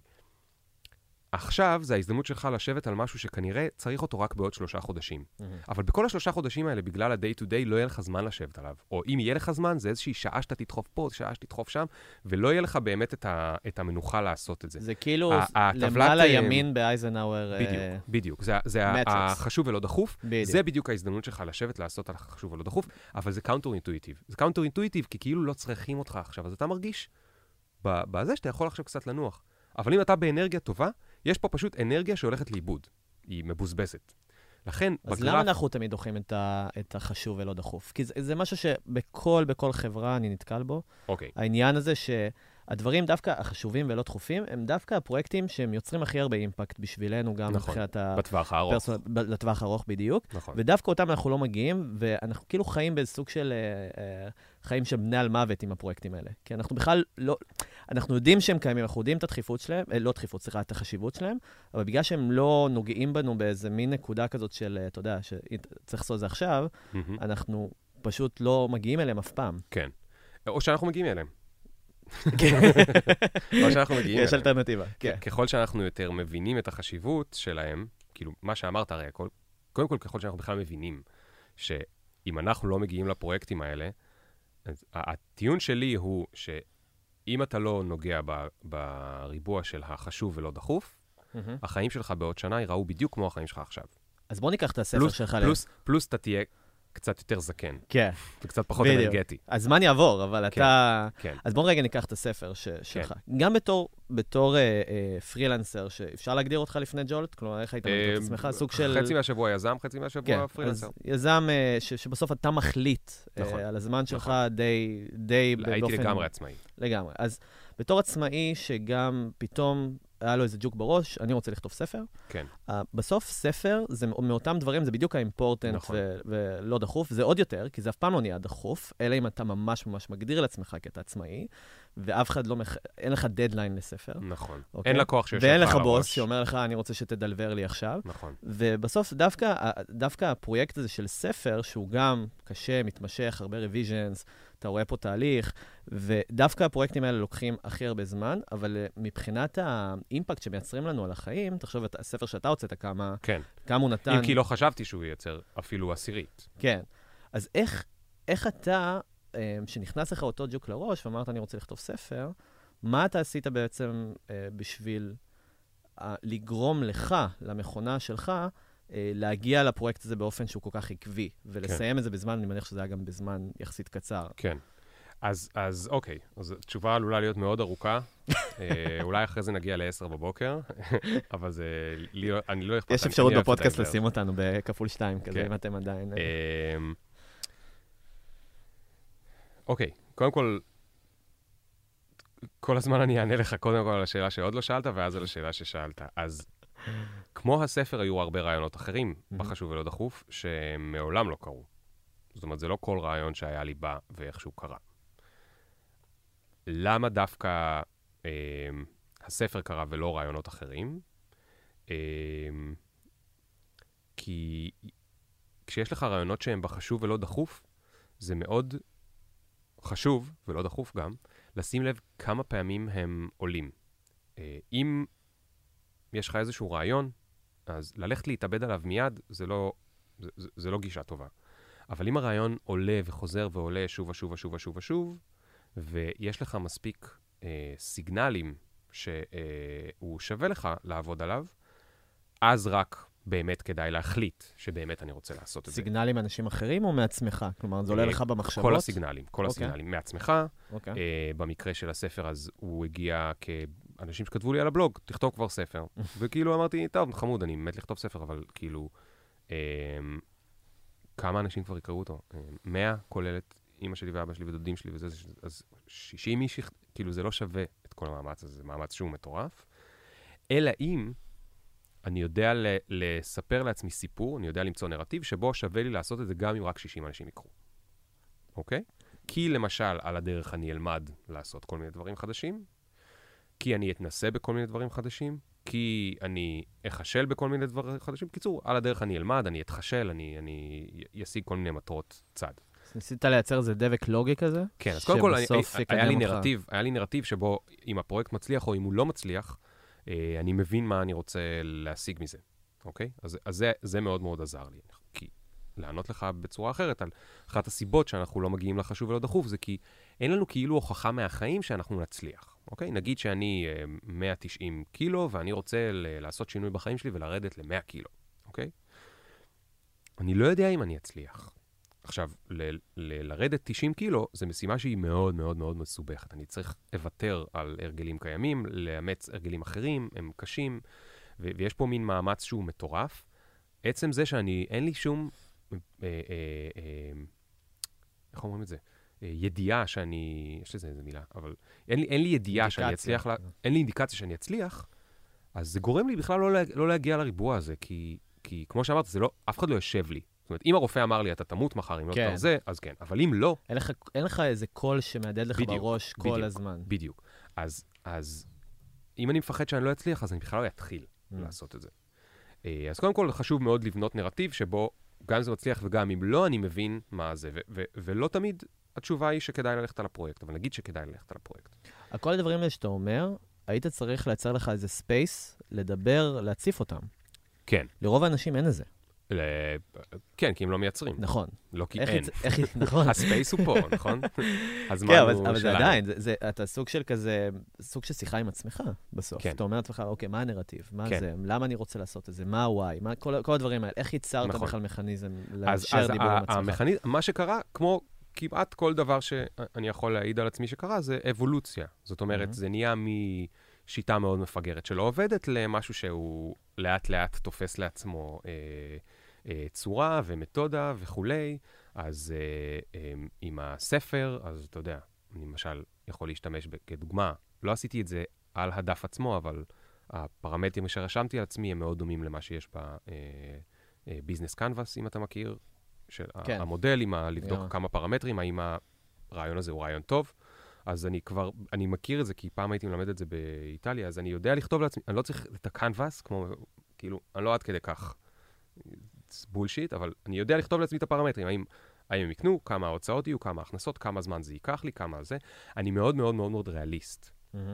עכשיו זה ההזדמנות שלך לשבת על משהו שכנראה צריך אותו רק בעוד 3 חודשים. אבל בכל ה3 חודשים האלה, בגלל ה-day to day, לא יהיה לך זמן לשבת עליו. או אם יהיה לך זמן, זה איזושהי שעה שאתה תדחוף פה, שעה שתדחוף שם, ולא יהיה לך באמת את המנוחה לעשות את זה. זה כאילו למעלה ימין באייזנהאואר... בדיוק. זה החשוב ולא דחוף. זה בדיוק ההזדמנות שלך לשבת לעשות על החשוב ולא דחוף, אבל זה קאונטר אינטואיטיב. זה קאונטר אינטואיטיב כי כאילו לא צריכים אותך עכשיו, אז אתה מרגיש בזה שאתה יכול עכשיו קצת לנוח. אבל אם אתה באנרגיה טובה, יש פה פשוט אנרגיה שהולכת לאיבוד. היא מבוזבזת. לכן, אז למה אנחנו תמיד דוחים את החשוב ולא דחוף? כי זה משהו בכל חברה אני נתקל בו. אוקיי. העניין הזה שהדברים דווקא החשובים ולא דחופים, הם דווקא הפרויקטים שהם יוצרים הכי הרבה אימפקט בשבילנו, גם מבחינת בטווח הארוך. לטווח הארוך בדיוק. נכון. ודווקא אותם אנחנו לא מגיעים, ואנחנו כאילו חיים באיזה סוג של חיים של בני על מוות עם הפרויקטים האלה. כי אנחנו בכלל לא... אנחנו יודעים שהם קיימים, אנחנו יודעים את הדחיפות שלהם, לא דחיפות, סליחה, את החשיבות שלהם, אבל בגלל שהם לא נוגעים בנו באיזה מין נקודה כזאת של, אתה יודע, שצריך לעשות זה עכשיו, אנחנו פשוט לא מגיעים אליהם אף פעם. כן. או שאנחנו מגיעים אליהם. או שאנחנו מגיעים אליהם. יש אלטרנטיבה. ככל שאנחנו יותר מבינים את החשיבות שלהם, כאילו, מה שאמרת הרי, קודם כל, ככל שאנחנו בכלל מבינים שאם אנחנו לא מגיעים לפרויקטים האלה, הטיעון שלי הוא שאם אתה לא נוגע בריבוע של החשוב ולא דחוף, החיים שלך בעוד שנה ייראו בדיוק כמו החיים שלך עכשיו. אז בוא ניקח את הספר שלך. פלוס אתה תהיה קצת יותר זקן. כן. וקצת פחות אנרגטי. הזמן יעבור, אבל אתה... כן. אז בוא רגע ניקח את הספר שלך. גם בתור פרילנסר, שאפשר להגדיר אותך לפני ג'ולט? כלומר, איך היית מגדיר את עצמך? סוג של... חצי מהשבוע יזם, חצי מהשבוע פרילנסר. יזם שבסוף אתה מחליט על הזמן שלך די... הייתי לגמרי עצמאי. לגמרי. אז בתור עצמאי שגם פתאום היה לו איזה ג'וק בראש, אני רוצה לכתוב ספר. כן. בסוף ספר, זה מאותם דברים, זה בדיוק האימפורטנט ולא דחוף. זה עוד יותר, כי זה אף פעם לא נהיה דחוף, אלא אם אתה ממש ממש מגדיר לעצמך כתה עצמאי, ואף אחד לא, אין לך דדליין לספר. נכון. אין לקוח שיש לך ואין לך בוס שאומר לך, אני רוצה שתדלבר לי עכשיו. נכון. ובסוף, דווקא הפרויקט הזה של ספר, שהוא גם קשה, מתמשך, הרבה revisions, אתה רואה פה תהליך, ודווקא הפרויקטים האלה לוקחים הכי הרבה זמן, אבל מבחינת האימפקט שמייצרים לנו על החיים, תחשוב את הספר שאתה הוצאת כמה הוא נתן. אם כי לא חשבתי שהוא ייצר אפילו עשירית. כן. אז איך אתה, שנכנס לך אותו ג'וק לראש, ואמרת, אני רוצה לכתוב ספר, מה אתה עשית בעצם בשביל לגרום לך, למכונה שלך, להגיע לפרויקט הזה באופן שהוא כל כך עקבי, ולסיים את זה בזמן, אני מניח שזה היה גם בזמן יחסית קצר. כן. אז אוקיי, אז התשובה עלולה להיות מאוד ארוכה. אולי אחרי זה נגיע ל-10 בבוקר, אבל זה, אני לא אכפת. יש אפשרות בפודקאסט לשים אותנו בכפול 2, כזה אם אתם עדיין... אוקיי, קודם כל הזמן אני אענה לך קודם כל על השאלה שעוד לא שאלת, ואז על השאלה ששאלת. אז כמו הספר, היו הרבה רעיונות אחרים, בחשוב ולא דחוף, שמעולם לא קרו. זאת אומרת, זה לא כל רעיון שהיה לי בא ואיכשהו קרה. למה דווקא הספר קרה ולא רעיונות אחרים? כי כשיש לך רעיונות שהם בחשוב ולא דחוף, זה מאוד חשוב, ולא דחוף גם, לשים לב כמה פעמים הם עולים. אם יש לך איזשהו רעיון, אז ללכת להתאבד עליו מיד, זה לא גישה טובה. אבל אם הרעיון עולה וחוזר ועולה שוב ושוב ושוב ושוב ושוב, ויש לך מספיק סיגנלים שהוא שווה לך לעבוד עליו, אז רק באמת כדאי להחליט שבאמת אני רוצה לעשות את זה. סיגנלים מאנשים אחרים או מעצמך? כלומר, זה עולה לך במחשבות? כל הסיגנלים, כל הסיגנלים מעצמך. במקרה של הספר, אז הוא הגיע כאנשים שכתבו לי על הבלוג, תכתוב כבר ספר. וכאילו אמרתי, טוב, חמוד, אני מת לכתוב ספר, אבל כאילו, כמה אנשים כבר יקראו אותו? 100, כוללת אמא שלי ואבא שלי ודודים שלי וזה, אז 60 איש, כאילו זה לא שווה את כל המאמץ הזה, זה מאמץ שהוא מטורף. אלא אם אני יודע לספר לעצמי סיפור, אני יודע למצוא נרטיב, שבו שווה לי לעשות את זה גם אם רק 60 אנשים יקרו. אוקיי? כי למשל, על הדרך אני אלמד לעשות כל מיני דברים חדשים, כי אני אתנסה בכל מיני דברים חדשים, כי אני אחשל בכל מיני דברים חדשים. בקיצור, על הדרך אני אלמד, אני אתחשל, אני אשיג כל מיני מטרות צד. ניסית לייצר איזה דבק לוגי כזה? כן, אז קודם כל, היה לי נרטיב שבו אם הפרויקט מצליח או אם הוא לא מצליח, אני מבין מה אני רוצה להשיג מזה, אוקיי? אז זה מאוד מאוד עזר לי. כי לענות לך בצורה אחרת על אחת הסיבות שאנחנו לא מגיעים לחשוב ולא דחוף, זה כי אין לנו כאילו הוכחה מהחיים שאנחנו נצליח, אוקיי? נגיד שאני 190 קילו ואני רוצה לעשות שינוי בחיים שלי ולרדת ל-100 קילו, אוקיי? אני לא יודע אם אני אצליח. עכשיו, לרדת 90 קילו, זו משימה שהיא מאוד מאוד מאוד מסובכת. אני צריך לוותר על הרגלים קיימים, לאמץ הרגלים אחרים, הם קשים, ויש פה מין מאמץ שהוא מטורף. עצם זה אין לי שום, איך אומרים את זה? ידיעה שאני, יש לזה איזה מילה, אבל אין לי ידיעה שאני אצליח, אין לי אינדיקציה שאני אצליח, אז זה גורם לי בכלל לא להגיע לריבוע הזה, כי כמו שאמרת, אף אחד לא יושב לי. זאת אומרת, אם הרופא אמר לי, אתה תמות מחר, אם לא תעשה זה, אז כן. אבל אם לא... אין לך איזה קול שמעדד לך בראש כל הזמן. בדיוק. אז אם אני מפחד שאני לא אצליח, אז אני בכלל לא אתחיל לעשות את זה. אז קודם כל, חשוב מאוד לבנות נרטיב שבו גם זה מצליח וגם אם לא, אני מבין מה זה. ולא תמיד התשובה היא שכדאי ללכת על הפרויקט, אבל נגיד שכדאי ללכת על הפרויקט. על כל הדברים האלה שאתה אומר, היית צריך לייצר לך איזה ספייס, לדבר, להציף אותם. כן. לרוב האנשים אין איזה. כן, כי הם לא מייצרים. נכון. לא כי אין. נכון. הספייס הוא פה, נכון? כן, אבל זה עדיין, אתה סוג של כזה, סוג של שיחה עם עצמך בסוף. אתה אומר לעצמך, אוקיי, מה הנרטיב? מה זה? למה אני רוצה לעשות את זה? מה הוואי? כל הדברים האלה. איך ייצרת בכלל מכניזם לאשר דיבור עם עצמך? מה שקרה, כמו כמעט כל דבר שאני יכול להעיד על עצמי שקרה, זה אבולוציה. זאת אומרת, זה נהיה משיטה מאוד מפגרת שלא עובדת למשהו שהוא לאט לאט תופס לעצמו צורה ומתודה וכולי. אז עם הספר, אז אתה יודע, אני למשל יכול להשתמש כדוגמה. לא עשיתי את זה על הדף עצמו, אבל הפרמטרים שרשמתי על עצמי הם מאוד דומים למה שיש בביזנס קנבאס, אם אתה מכיר, של המודל, עם לבדוק כמה פרמטרים, האם הרעיון הזה הוא רעיון טוב. אז אני מכיר את זה, כי פעם הייתי מלמד את זה באיטליה, אז אני יודע לכתוב לעצמי, אני לא צריך את הקנבאס, כמו, כאילו, אני לא עד כדי כך בולשיט, אבל אני יודע לכתוב לעצמי את הפרמטרים, האם הם יקנו, כמה ההוצאות יהיו, כמה הכנסות, כמה זמן זה ייקח לי, כמה זה. אני מאוד מאוד מאוד מאוד ריאליסט.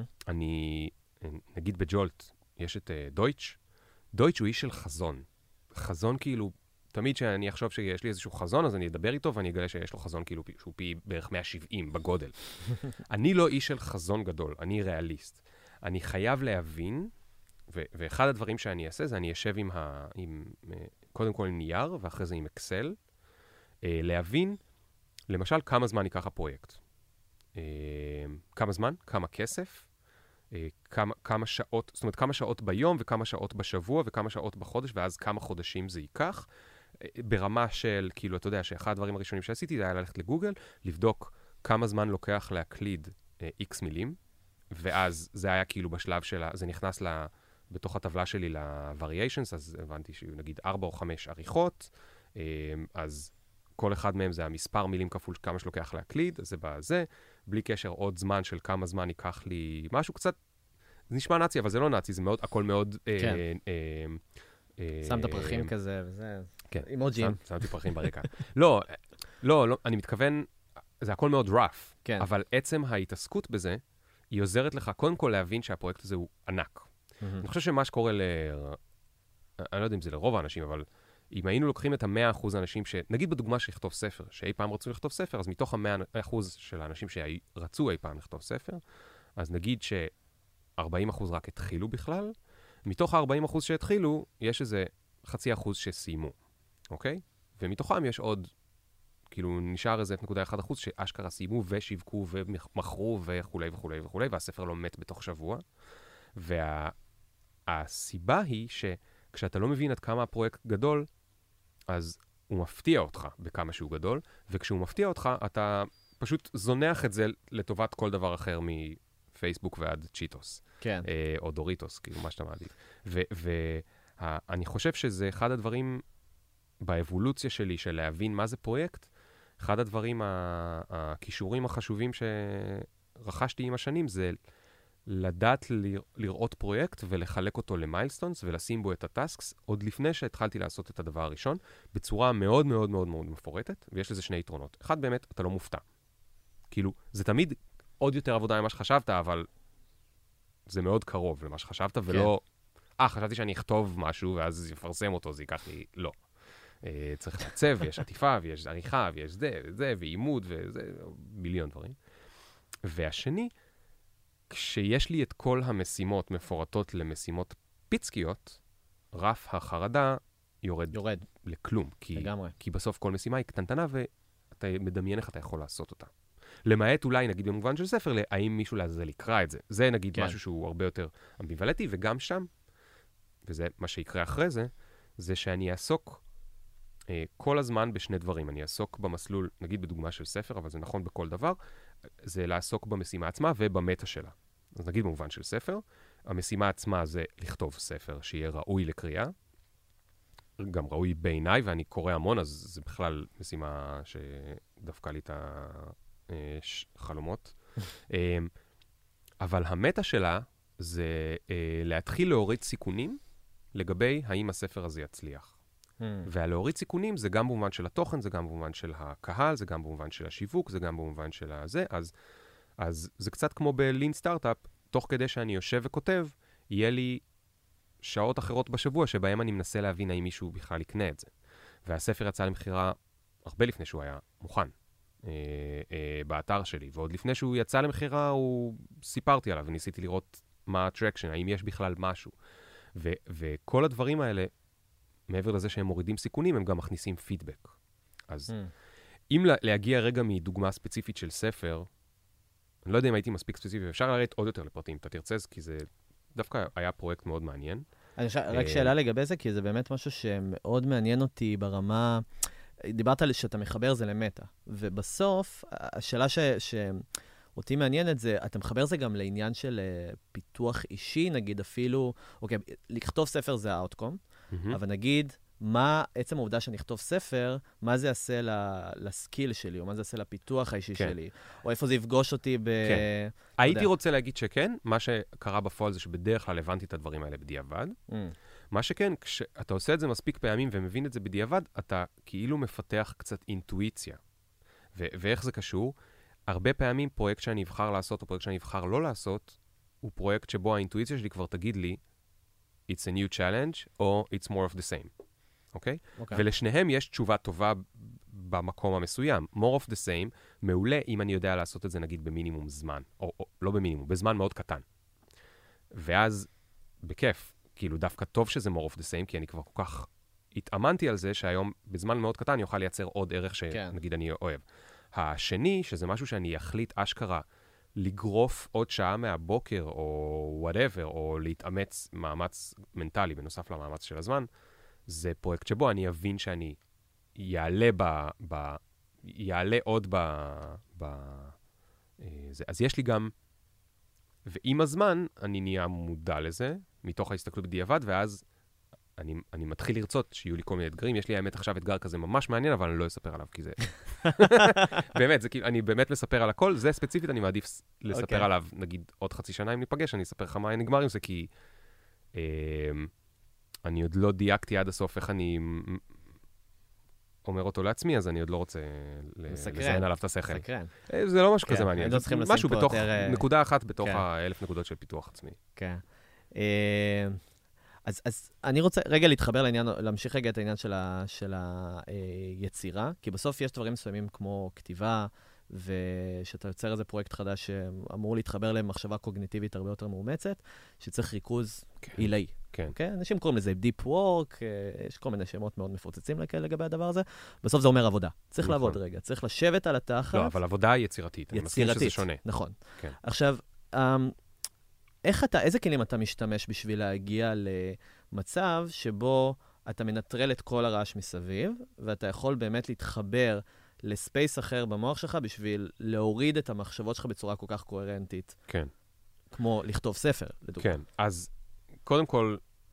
נגיד בג'ולט, יש את דויטש. דויטש הוא איש של חזון. חזון כאילו, תמיד שאני אחשוב שיש לי איזשהו חזון, אז אני אדבר איתו ואני אגלה שיש לו חזון כאילו שהוא פי בערך 170 בגודל. אני לא איש של חזון גדול, אני ריאליסט. אני חייב להבין, ואחד הדברים שאני אעשה זה אני אשב קודם כל עם נייר, ואחרי זה עם אקסל, להבין, למשל, כמה זמן ייקח הפרויקט. כמה זמן, כמה כסף, כמה שעות, זאת אומרת, כמה שעות ביום וכמה שעות בשבוע וכמה שעות בחודש, ואז כמה חודשים זה ייקח. ברמה של, כאילו, אתה יודע, שאחד הדברים הראשונים שעשיתי זה היה ללכת לגוגל, לבדוק כמה זמן לוקח להקליד X מילים, ואז זה היה כאילו בשלב שלה, זה נכנס בתוך הטבלה שלי ל-variations, אז הבנתי שנגיד 4 או 5 עריכות, אז כל אחד מהם זה המספר מילים כפול כמה שלוקח להקליד, אז זה בזה, בלי קשר עוד זמן של כמה זמן ייקח לי, משהו קצת, זה נשמע נאצי, אבל זה לא נאצי, זה מאוד, הכל מאוד... כן. שמת פרחים כזה, וזה... כן. אימוג'ים. שמתי פרחים ברקע. לא, אני מתכוון, זה הכל מאוד rough, כן. אבל עצם ההתעסקות בזה, היא עוזרת לך קודם כל להבין שהפרויקט הזה הוא ענק. אני חושב שמה שקורה אני לא יודע אם זה לרוב האנשים, אבל אם היינו לוקחים את 100% האנשים נגיד בדוגמה של לכתוב ספר, שאי פעם רצו לכתוב ספר, אז מתוך 100% של האנשים שרצו אי פעם לכתוב ספר, אז נגיד 40% רק התחילו בכלל, מתוך ה-40% שהתחילו, יש איזה 0.5% שסיימו, אוקיי? ומתוכם יש עוד, כאילו נשאר איזה 0.1% שאשכרה סיימו ושיווקו ומכרו וכו' וכו' וכו', והספר לא מת בתוך שבוע. והסיבה היא שכשאתה לא מבין עד כמה הפרויקט גדול, אז הוא מפתיע אותך בכמה שהוא גדול, וכשהוא מפתיע אותך, אתה פשוט זונח את זה לטובת כל דבר אחר מפייסבוק ועד צ'יטוס. כן. או דוריטוס, כאילו, מה שאתה מעדיף. ואני חושב שזה אחד הדברים באבולוציה שלי, של להבין מה זה פרויקט, אחד הדברים, הכישורים החשובים שרכשתי עם השנים, זה לדעת לראות פרויקט ולחלק אותו למיילסטונס ולשים בו את הטאסקס, עוד לפני שהתחלתי לעשות את הדבר הראשון, בצורה מאוד מאוד מאוד מאוד מפורטת, ויש לזה שני יתרונות. אחד, באמת, אתה לא מופתע. כאילו, זה תמיד עוד יותר עבודה ממה שחשבת, אבל זה מאוד קרוב למה שחשבת, ולא, חשבתי שאני אכתוב משהו, ואז יפרסם אותו, זה ייקח לי, לא. צריך לעצב, ויש עטיפה, ויש עריכה, ויש זה, ועימוד, וזה, מיליון דברים. והשני, כשיש לי את כל המשימות מפורטות למשימות פיצקיות, רף החרדה יורד לכלום. כי בסוף כל משימה היא קטנטנה, ואתה מדמיין איך אתה יכול לעשות אותה. למעט אולי, נגיד במובן של ספר, האם מישהו לעזל יקרא את זה. זה נגיד משהו שהוא הרבה יותר אמביוולנטי, וגם שם, וזה מה שיקרה אחרי זה, זה שאני אעסוק כל הזמן בשני דברים. אני אעסוק במסלול, נגיד בדוגמה של ספר, אבל זה נכון בכל דבר, זה לעסוק במשימה עצמה ובמטה שלה. אז נגיד במובן של ספר, המשימה עצמה זה לכתוב ספר שיהיה ראוי לקריאה, גם ראוי בעיניי, ואני קורא המון, אז זה בכלל משימה שדווקא לי את החלומות. אבל המטה שלה זה להתחיל להוריד סיכונים לגבי האם הספר הזה יצליח. והלהוריד סיכונים זה גם במובן של התוכן, זה גם במובן של הקהל, זה גם במובן של השיווק, זה גם במובן של הזה. אז זה קצת כמו בלין סטארט-אפ, תוך כדי שאני יושב וכותב, יהיה לי שעות אחרות בשבוע שבהם אני מנסה להבין האם מישהו בכלל יקנה את זה. והספר יצא למחירה הרבה לפני שהוא היה מוכן באתר שלי, ועוד לפני שהוא יצא למחירה, סיפרתי עליו וניסיתי לראות מה הטרקשן, האם יש בכלל משהו. וכל הדברים האלה, מעבר לזה שהם מורידים סיכונים, הם גם מכניסים פידבק. אז אם להגיע רגע מדוגמה ספציפית של ספר, אני לא יודע אם הייתי מספיק ספציפי, אפשר לראות עוד יותר לפרטים, אתה תרצה, כי זה דווקא היה פרויקט מאוד מעניין. רק שאלה לגבי זה, כי זה באמת משהו שמאוד מעניין אותי ברמה, דיברת על שאתה מחבר זה למטה, ובסוף, השאלה שאותי מעניינת זה, אתה מחבר זה גם לעניין של פיתוח אישי, נגיד אפילו, אוקיי, לכתוב ספר זה האוטקום, אבל נגיד, מה עצם העובדה שאני אכתוב ספר, מה זה יעשה לסקיל שלי, או מה זה יעשה לפיתוח האישי שלי, או איפה זה יפגוש אותי הייתי רוצה להגיד שכן, מה שקרה בפועל זה שבדרך כלל הבנתי את הדברים האלה בדיעבד. מה שכן, כשאתה עושה את זה מספיק פעמים ומבין את זה בדיעבד, אתה כאילו מפתח קצת אינטואיציה. ואיך זה קשור? הרבה פעמים פרויקט שאני אבחר לעשות, או פרויקט שאני אבחר לא לעשות, הוא פרויקט שבו האינטואיציה שלי כבר תגיד לי, it's a new challenge, או it's more of the same. אוקיי? ולשניהם יש תשובה טובה במקום המסוים. more of the same, מעולה אם אני יודע לעשות את זה נגיד במינימום זמן, או לא במינימום, בזמן מאוד קטן. ואז, בכיף, כאילו דווקא טוב שזה more of the same, כי אני כבר כל כך התאמנתי על זה, שהיום בזמן מאוד קטן אני אוכל לייצר עוד ערך שנגיד אני אוהב. השני, שזה משהו שאני אחליט אשכרה, לגרוף עוד שעה מהבוקר, או whatever, או להתאמץ מאמץ מנטלי, בנוסף למאמץ של הזמן, זה פרויקט שבו אני אבין שאני יעלה עוד זה. אז יש לי גם, ועם הזמן אני נהיה מודע לזה, מתוך ההסתכלות בדיעבד, ואז אני מתחיל לרצות שיהיו לי כל מיני אתגרים. יש לי האמת עכשיו אתגר כזה ממש מעניין, אבל אני לא אספר עליו, כי זה... באמת, זה כאילו, אני באמת מספר על הכל. זה ספציפית, אני מעדיף לספר עליו, נגיד, עוד חצי שנה אם ניפגש, אני אספר לך מה נגמר עם זה, כי אני עוד לא דייקתי עד הסוף איך אני אומר אותו לעצמי, אז אני עוד לא רוצה לזיין עליו את השכל. זה לא משהו כזה מעניין. משהו בתוך נקודה אחת, בתוך 1,000 נקודות של פיתוח עצמי. כן. אז אני רוצה רגע להתחבר לעניין, להמשיך רגע את העניין של היצירה, כי בסוף יש דברים מסוימים כמו כתיבה, ושאתה יוצר איזה פרויקט חדש שאמור להתחבר למחשבה קוגניטיבית הרבה יותר מאומצת, שצריך ריכוז עילאי. כן. אנשים קוראים לזה Deep Work, יש כל מיני שמות מאוד מפוצצים לגבי הדבר הזה. בסוף זה אומר עבודה. צריך לעבוד רגע, צריך לשבת על התחת. לא, אבל עבודה היא יצירתית. אני מסכים שזה שונה. נכון. עכשיו, איזה כלים אתה משתמש בשביל להגיע למצב שבו אתה מנטרל את כל הרעש מסביב, ואתה יכול באמת להתחבר לספייס אחר במוח שלך בשביל להוריד את המחשבות שלך בצורה כל כך קוהרנטית. כן. כמו לכתוב ספר, לדוגמה. כן, אז קודם כל,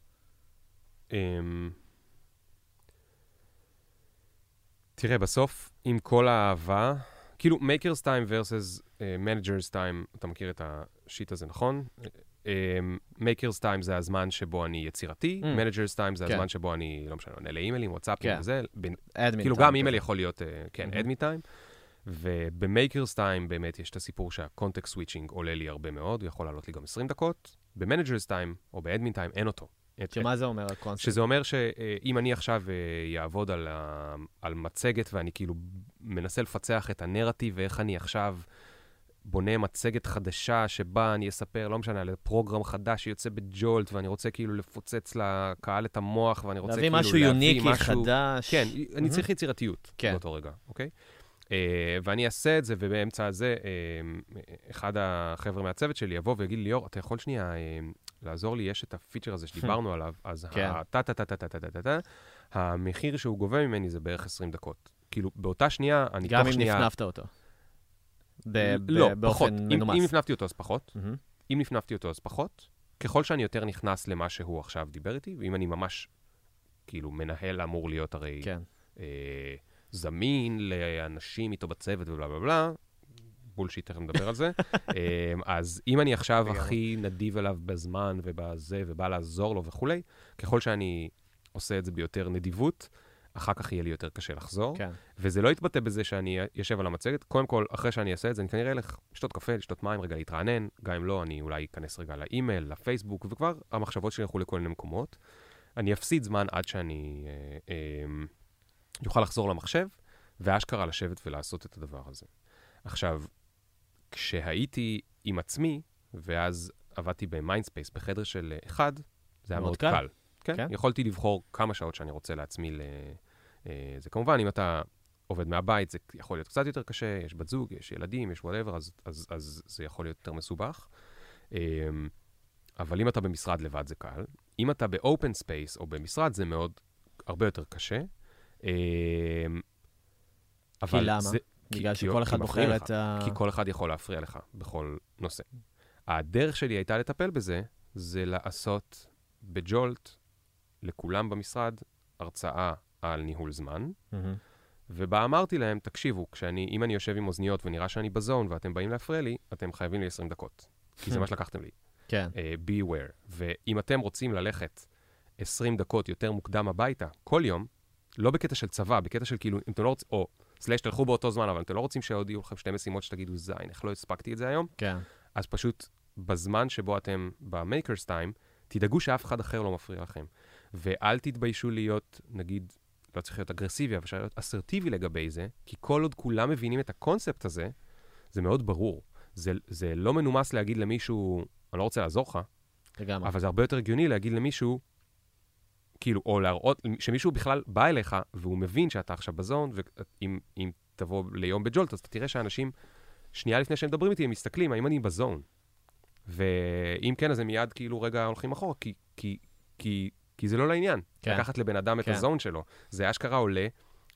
תראה, בסוף, עם כל האהבה, כאילו, Maker's Time versus Manager's Time, אתה מכיר את השיט הזה, נכון? Maker's Time זה הזמן שבו אני יצירתי, Manager's Time זה הזמן שבו אני, לא משנה, עונה לאימיילים, וואטסאפים וזה, כאילו גם אימייל יכול להיות, כן, Admin Time, וב-Maker's Time באמת יש את הסיפור שה-Context Switching עולה לי הרבה מאוד, הוא יכול לעלות לי גם 20 דקות, ב-Manager's Time או ב-Admin Time אין אותו. שמה זה אומר הקונספט? שזה אומר שאם אני עכשיו יעבוד על מצגת ואני כאילו מנסה לפצח את הנרטיב ואיך אני עכשיו בונה מצגת חדשה שבה אני אספר, לא משנה, על פרוגרם חדש שיוצא בג'ולט ואני רוצה כאילו לפוצץ לקהל את המוח ואני רוצה כאילו להביא משהו יוניקי, חדש. כן, אני צריך יצירתיות באותו רגע, אוקיי? ואני אעשה את זה, ובאמצע הזה, אחד החבר'ה מהצוות שלי יבוא ויגיד לי, ליאור, אתה יכול שנייה לעזור לי, יש את הפיצ'ר הזה שדיברנו עליו, אז המחיר שהוא גובה ממני זה בערך 20 דקות. כאילו, באותה שנייה, אני תוך שנייה... גם אם נפנפת אותו. לא, פחות. אם נפנפתי אותו, אז פחות. אם נפנפתי אותו, אז פחות. ככל שאני יותר נכנס למה שהוא עכשיו דיבר איתי, ואם אני ממש, כאילו, מנהל אמור להיות הרי... זמין לאנשים איתו בצוות ובלה בלה בלה, בולשיט, תכף נדבר על זה. אז אם אני עכשיו הכי נדיב אליו בזמן ובזה, ובא לעזור לו וכולי, ככל שאני עושה את זה ביותר נדיבות, אחר כך יהיה לי יותר קשה לחזור. וזה לא יתבטא בזה שאני יושב על המצגת. קודם כל, אחרי שאני אעשה את זה, אני כנראה אלך לשתות קפה, לשתות מים, רגע להתרענן. גם אם לא, אני אולי אכנס רגע לאימייל, לפייסבוק, וכבר המחשבות שלי ילכו לכל מיני מקומות. אני אפסיד זמן עד שאני יוכל לחזור למחשב, ואשכרה לשבת ולעשות את הדבר הזה. עכשיו, כשהייתי עם עצמי, ואז עבדתי במיינדספייס בחדר של אחד, זה היה מאוד קל. כן? יכולתי לבחור כמה שעות שאני רוצה לעצמי זה כמובן, אם אתה עובד מהבית, זה יכול להיות קצת יותר קשה, יש בת זוג, יש ילדים, יש whatever, אז זה יכול להיות יותר מסובך. אבל אם אתה במשרד לבד זה קל. אם אתה באופן ספייס או במשרד, זה מאוד, הרבה יותר קשה. כי למה? בגלל שכל אחד בוחר את כי כל אחד יכול להפריע לך בכל נושא. הדרך שלי הייתה לטפל בזה, זה לעשות בג'ולט לכולם במשרד הרצאה על ניהול זמן, ובה אמרתי להם, תקשיבו, אם אני יושב עם אוזניות ונראה שאני בזון ואתם באים להפריע לי, אתם חייבים לי 20 דקות, כי זה מה שלקחתם לי. כן. Be aware. ואם אתם רוצים ללכת 20 דקות יותר מוקדם הביתה, כל יום, לא בקטע של צבא, בקטע של כאילו, אם אתם לא רוצים, או סלש, תלכו באותו זמן, אבל אתם לא רוצים שהודיעו לכם שתי משימות שתגידו, זין, איך לא הספקתי את זה היום? כן. אז פשוט, בזמן שבו אתם ב-Maker's Time, תדאגו שאף אחד אחר לא מפריע לכם. ואל תתביישו להיות, נגיד, לא צריך להיות אגרסיבי, אבל להיות אסרטיבי לגבי זה, כי כל עוד כולם מבינים את הקונספט הזה, זה מאוד ברור. זה לא מנומס להגיד למישהו, אני לא רוצה לעזור לך, אבל זה הרבה יותר הגיוני להגיד למישהו, כאילו, או להראות, שמישהו בכלל בא אליך, והוא מבין שאתה עכשיו בזון, ואם תבוא ליום בג'ולט, אז אתה תראה שאנשים, שנייה לפני שהם מדברים איתי, הם מסתכלים, האם אני בזון? ואם כן, אז הם מיד כאילו רגע הולכים אחורה, כי זה לא לעניין. כן. לקחת לבן אדם את הזון שלו. זה אשכרה עולה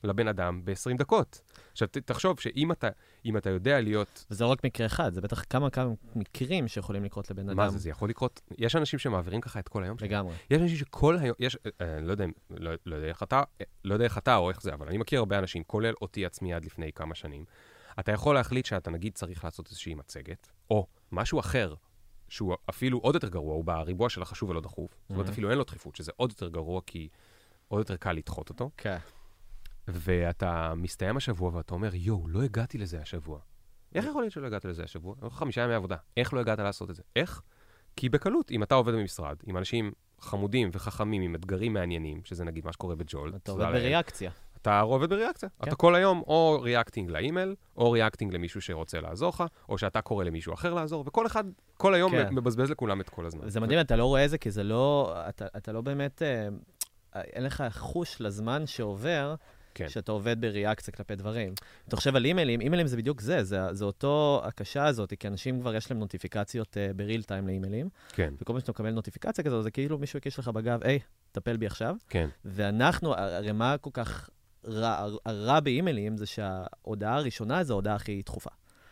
לבן אדם ב-20 דקות. עכשיו, תחשוב שאם אתה יודע להיות... וזה לא רק מקרה אחד, זה בטח כמה מקרים שיכולים לקרות לבן אדם. מה זה? זה יכול לקרות... יש אנשים שמעבירים ככה את כל היום. לגמרי. יש אנשים שכל היום... לא יודע איך אתה או איך זה, אבל אני מכיר הרבה אנשים, כולל אותי עצמי עד לפני כמה שנים. אתה יכול להחליט שאתה נגיד צריך לעשות איזושהי מצגת, או משהו אחר, שהוא אפילו עוד יותר גרוע, הוא בריבוע של החשוב ולא דחוף. זאת אומרת, אפילו אין לו דחיפות, שזה עוד יותר גרוע, כי עוד יותר קל לדחות אותו. כן. ואתה מסתיים השבוע, ואתה אומר, לא הגעתי לזה השבוע. איך יכול להיות שלא הגעת לזה השבוע? 5 ימי עבודה. איך לא הגעת לעשות את זה? איך? כי בקלות, אם אתה עובד במשרד, עם אנשים חמודים וחכמים, עם אתגרים מעניינים, שזה נגיד מה שקורה בג'ולט. אתה עובד בריאקציה. אתה עובד בריאקציה. אתה כל היום או ריאקטינג לאימייל, או ריאקטינג למישהו שרוצה לעזור לך, או שאתה קורא למישהו אחר לעזור, וכל אחד, כל היום מבזבז לכולם את כל הזמן. זה מדהים, אתה לא רואה זה, כי זה לא, אתה לא באמת, אין לך חוש לזמן שעובר, שאתה עובד בריאקציה כלפי דברים. אתה חושב על אימיילים, אימיילים זה בדיוק זה אותו הקשה הזאת, כי אנשים כבר יש להם נוטיפיקציות בריל טיים לאימיילים, וכל פעם שאתה מקבל נוטיפיקציה כזו, זה כאילו מישהו הקיש לך בגב, טפל בי עכשיו. ואנחנו, הרי מה כל כך הרע באימיילים, זה שההודעה הראשונה זה ההודעה הכי דחופה.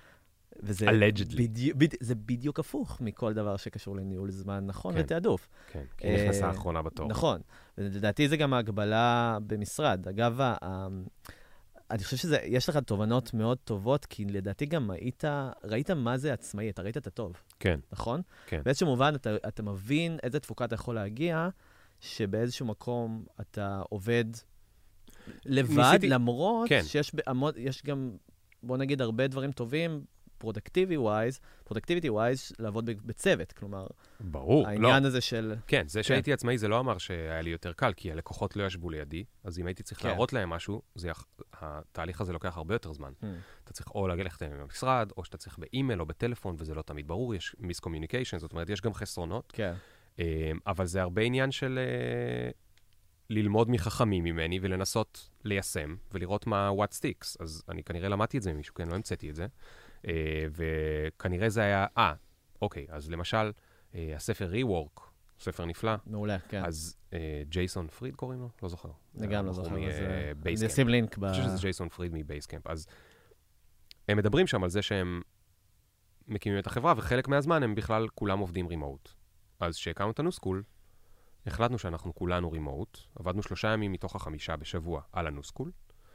זה בדיוק הפוך מכל דבר שקשור לניהול זמן נכון ותעדוף. כן, כי היא נכנסה האחרונה בתור. נכון. ולדעתי זה גם ההגבלה במשרד. אגב, אני חושב שיש לך תובנות מאוד טובות, כי לדעתי גם ראית מה זה עצמאי, אתה ראית את הטוב. כן. נכון? כן. באיזשהו מובן אתה מבין איזה תפוקה אתה יכול להגיע, שבאיזשהו מקום אתה עובד לבד, למרות שיש גם, בוא נגיד, הרבה דברים טובים, productivity wise, לעבוד בצוות, כלומר, ברור, העניין הזה של... כן, זה שהייתי עצמאי זה לא אמר שהיה לי יותר קל, כי הלקוחות לא ישבו לידי, אז אם הייתי צריך להראות להם משהו, התהליך הזה לוקח הרבה יותר זמן. אתה צריך או ללכת להם במשרד, או שאתה צריך באימייל או בטלפון, וזה לא תמיד ברור, יש miscommunication, זאת אומרת, יש גם חסרונות, אבל זה הרבה עניין של ללמוד מחכמים ממני ולנסות ליישם ולראות מה what sticks. אז אני כנראה למדתי את זה ממישהו, כן, לא המצאתי את זה. וכנראה זה היה, אוקיי, אז למשל, הספר Rework, ספר נפלא. מעולה, כן. אז ג'ייסון פריד קוראים לו? לא זוכר. אני גם לא זוכר. אני אשים לינק אני חושב שזה ג'ייסון פריד מבייסקאמפ. אז הם מדברים שם על זה שהם מקימים את החברה, וחלק מהזמן הם בכלל כולם עובדים רימוט. אז שהקמנו את הנוסקול, החלטנו שאנחנו כולנו רימוט, עבדנו 3 ימים מתוך 5 בשבוע על הנוסקול,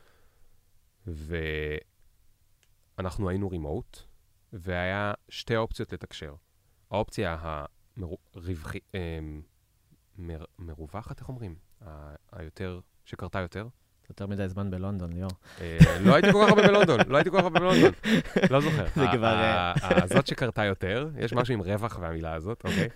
אנחנו היינו רימוט, והיה 2 אופציות לתקשר. האופציה מרווחת, איך אומרים? היותר, שקרתה יותר. יותר מדי זמן בלונדון, ליאור. לא הייתי כל כך הרבה בלונדון. לא זוכר. זה כבר... הזאת שקרתה יותר, יש משהו עם רווח והמילה הזאת, אוקיי?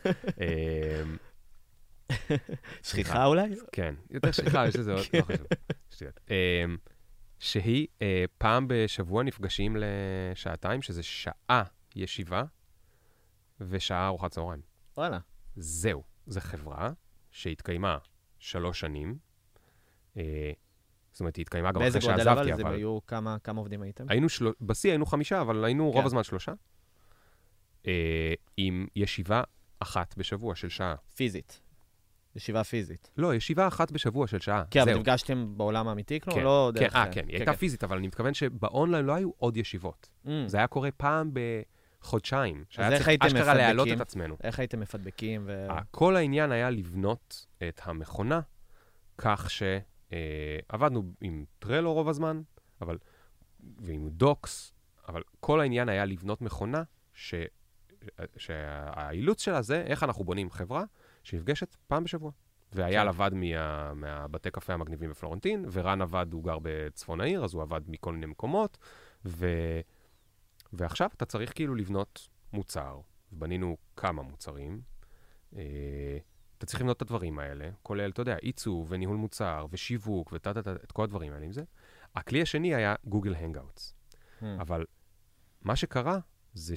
שכיחה אולי? כן, יותר שכיחה, יש לזה עוד, לא חשוב. שטויות. שהיא פעם בשבוע נפגשים לשעתיים, שזה שעה ישיבה ושעה ארוחת צהריים. וואלה. זהו. זו חברה שהתקיימה 3 שנים. זאת אומרת, היא התקיימה גם אחרי שעזבתי, אבל... באיזה גודל היו כמה עובדים הייתם? בשיא היינו 5, אבל היינו רוב הזמן 3. עם ישיבה 1 בשבוע של שעה. פיזית. ישיבה פיזית. לא, ישיבה 1 בשבוע של שעה. כן, אבל נפגשתם בעולם האמיתי, כלומר, לא דרך... כן, היא הייתה פיזית, אבל אני מתכוון שבאונליין לא היו עוד ישיבות. זה היה קורה פעם בחודשיים, שהיה צריך אשכרה להעלות את עצמנו. איך הייתם מפדבקים? כל העניין היה לבנות את המכונה, כך שעבדנו עם טרלו רוב הזמן, ועם דוקס, אבל כל העניין היה לבנות מכונה שהאילוץ שלה זה איך אנחנו בונים חברה שנפגשת פעם בשבוע. ואייל עבד מהבתי קפה המגניבים בפלורנטין, ורן עבד, הוא גר בצפון העיר, אז הוא עבד מכל מיני מקומות, ועכשיו אתה צריך כאילו לבנות מוצר, ובנינו כמה מוצרים, אתה צריך לבנות את הדברים האלה, כולל, אתה יודע, עיצוב וניהול מוצר ושיווק את כל הדברים האלה עם זה. הכלי השני היה גוגל הנגאוטס. אבל מה שקרה זה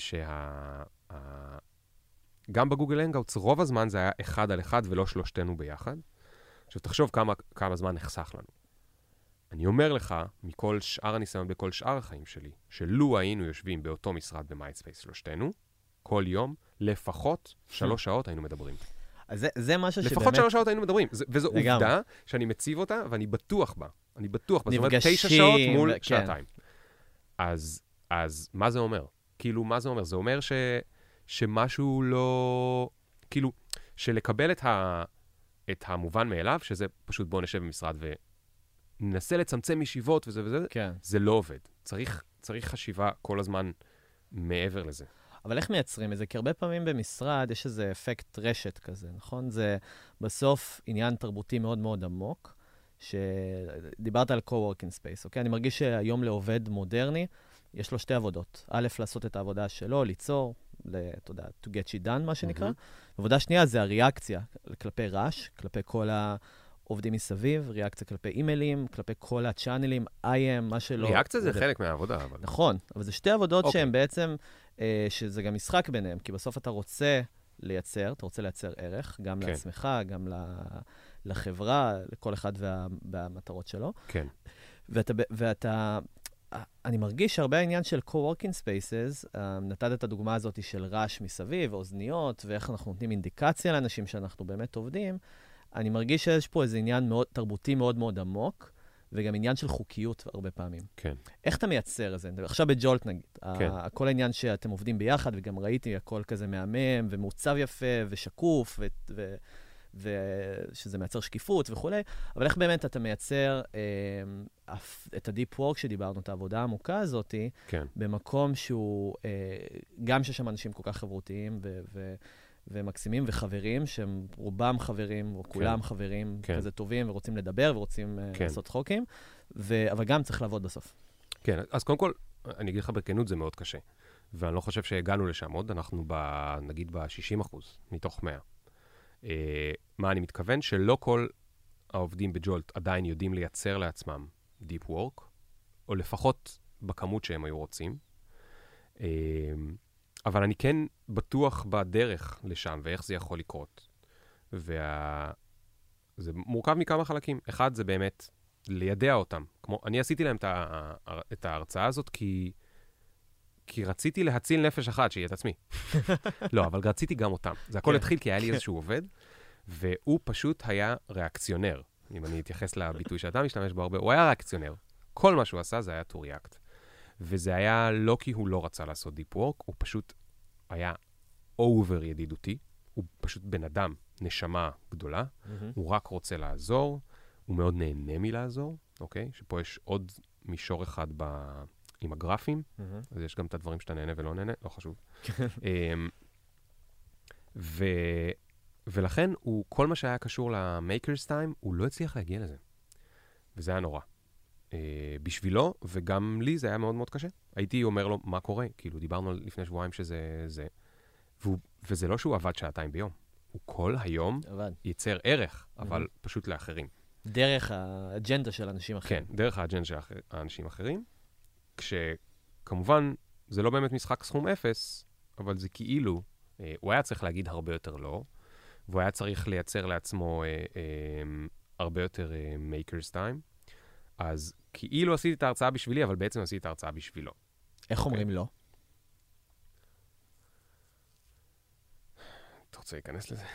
גם בגוגל הנגאוטס רוב הזמן זה היה 1 על 1 ולא 3 ביחד. עכשיו תחשוב כמה זמן נחסך לנו. אני אומר לך, מכל שאר הניסיון בכל שאר החיים שלי, שלו היינו יושבים באותו משרד במייטספייס 3, כל יום, לפחות 3 שעות היינו מדברים. אז זה משהו שבאמת... לפחות 3 שעות היינו מדברים, וזו עובדה שאני מציב אותה ואני בטוח בה. אני בטוח, זאת אומרת 9 שעות מול שעתיים. אז מה זה אומר? כאילו, מה זה אומר? זה אומר שמשהו לא... כאילו, שלקבל את המובן מאליו, שזה פשוט בוא נשב במשרד וננסה לצמצם ישיבות וזה וזה, כן. זה לא עובד. צריך חשיבה כל הזמן מעבר לזה. אבל איך מייצרים את זה? כי הרבה פעמים במשרד יש איזה אפקט רשת כזה, נכון? זה בסוף עניין תרבותי מאוד מאוד עמוק, שדיברת על co-working space, אוקיי? אני מרגיש שהיום לעובד מודרני, יש לו 2 עבודות. א', לעשות את העבודה שלו, ליצור, אתה יודע, to get she done, מה שנקרא. עבודה שנייה זה הריאקציה כלפי רעש, כלפי כל העובדים מסביב, ריאקציה כלפי אימיילים, כלפי כל הצ'אנלים, IM, מה שלא... ריאקציה זה חלק מהעבודה, אבל... נכון, אבל זה 2 עבודות שהן בעצם, שזה גם משחק ביניהם, כי בסוף אתה רוצה לייצר, אתה רוצה לייצר ערך, גם לעצמך, גם לחברה, לכל אחד והמטרות שלו. כן. אני מרגיש שהרבה העניין של co-working spaces, נתת את הדוגמה הזאת של רעש מסביב, אוזניות, ואיך אנחנו נותנים אינדיקציה לאנשים שאנחנו באמת עובדים, אני מרגיש שיש פה איזה עניין מאוד, תרבותי מאוד מאוד עמוק, וגם עניין של חוקיות הרבה פעמים. כן. איך אתה מייצר את זה? עכשיו בג'ולט נגיד, כן. כל העניין שאתם עובדים ביחד, וגם ראיתי הכל כזה מהמם, ומעוצב יפה, ושקוף, ושזה מייצר שקיפות וכו', אבל איך באמת אתה מייצר את הדיפ וורק שדיברנו, את העבודה העמוקה הזאת, כן. במקום שהוא, גם ששם אנשים כל כך חברותיים ומקסימים וחברים, שהם רובם חברים, או כולם חברים כזה טובים, ורוצים לדבר ורוצים לעשות צחוקים, אבל גם צריך לעבוד בסוף. כן, אז קודם כל, אני אגיד לך בכנות, זה מאוד קשה. ואני לא חושב שהגענו לשם עוד, אנחנו נגיד ב-60% מתוך 100. מה אני מתכוון? שלא כל העובדים בג'ולט עדיין יודעים לייצר לעצמם Deep Work, או לפחות בכמות שהם היו רוצים. אבל אני כן בטוח בדרך לשם, ואיך זה יכול לקרות. זה מורכב מכמה חלקים. אחד, זה באמת לידע אותם. אני עשיתי להם את ההרצאה הזאת, כי רציתי להציל נפש אחת, שיהיה את עצמי. לא, אבל רציתי גם אותם. זה הכל התחיל כי היה לי איזשהו עובד, והוא פשוט היה ריאקציונר. אם אני אתייחס לביטוי שאתה משתמש בו הרבה, הוא היה ריאקציונר. כל מה שהוא עשה זה היה to react. וזה היה לא כי הוא לא רצה לעשות Deep Work, הוא פשוט היה אובר ידידותי. הוא פשוט בן אדם, נשמה גדולה. הוא רק רוצה לעזור. הוא מאוד נהנה מלעזור, אוקיי? שפה יש עוד מישור אחד עם הגרפים, אז יש גם את הדברים שאתה נהנה ולא נהנה, לא חשוב. ולכן, כל מה שהיה קשור ל-Maker's Time, הוא לא הצליח להגיע לזה. וזה היה נורא. בשבילו, וגם לי זה היה מאוד מאוד קשה. הייתי אומר לו, מה קורה? כאילו, דיברנו לפני שבועיים שזה זה. וזה לא שהוא עבד 2 שעתיים ביום. הוא כל היום ייצר ערך, אבל פשוט לאחרים. דרך האג'נדה של אנשים אחרים. כן, דרך האג'נדה של האנשים אחרים. כשכמובן, זה לא באמת משחק סכום 0, אבל זה כאילו, הוא היה צריך להגיד הרבה יותר לא, והוא היה צריך לייצר לעצמו הרבה יותר Maker's Time. אז כאילו עשיתי את ההרצאה בשבילי, אבל בעצם עשיתי את ההרצאה בשבילו. איך אומרים לא? אתה רוצה להיכנס לזה?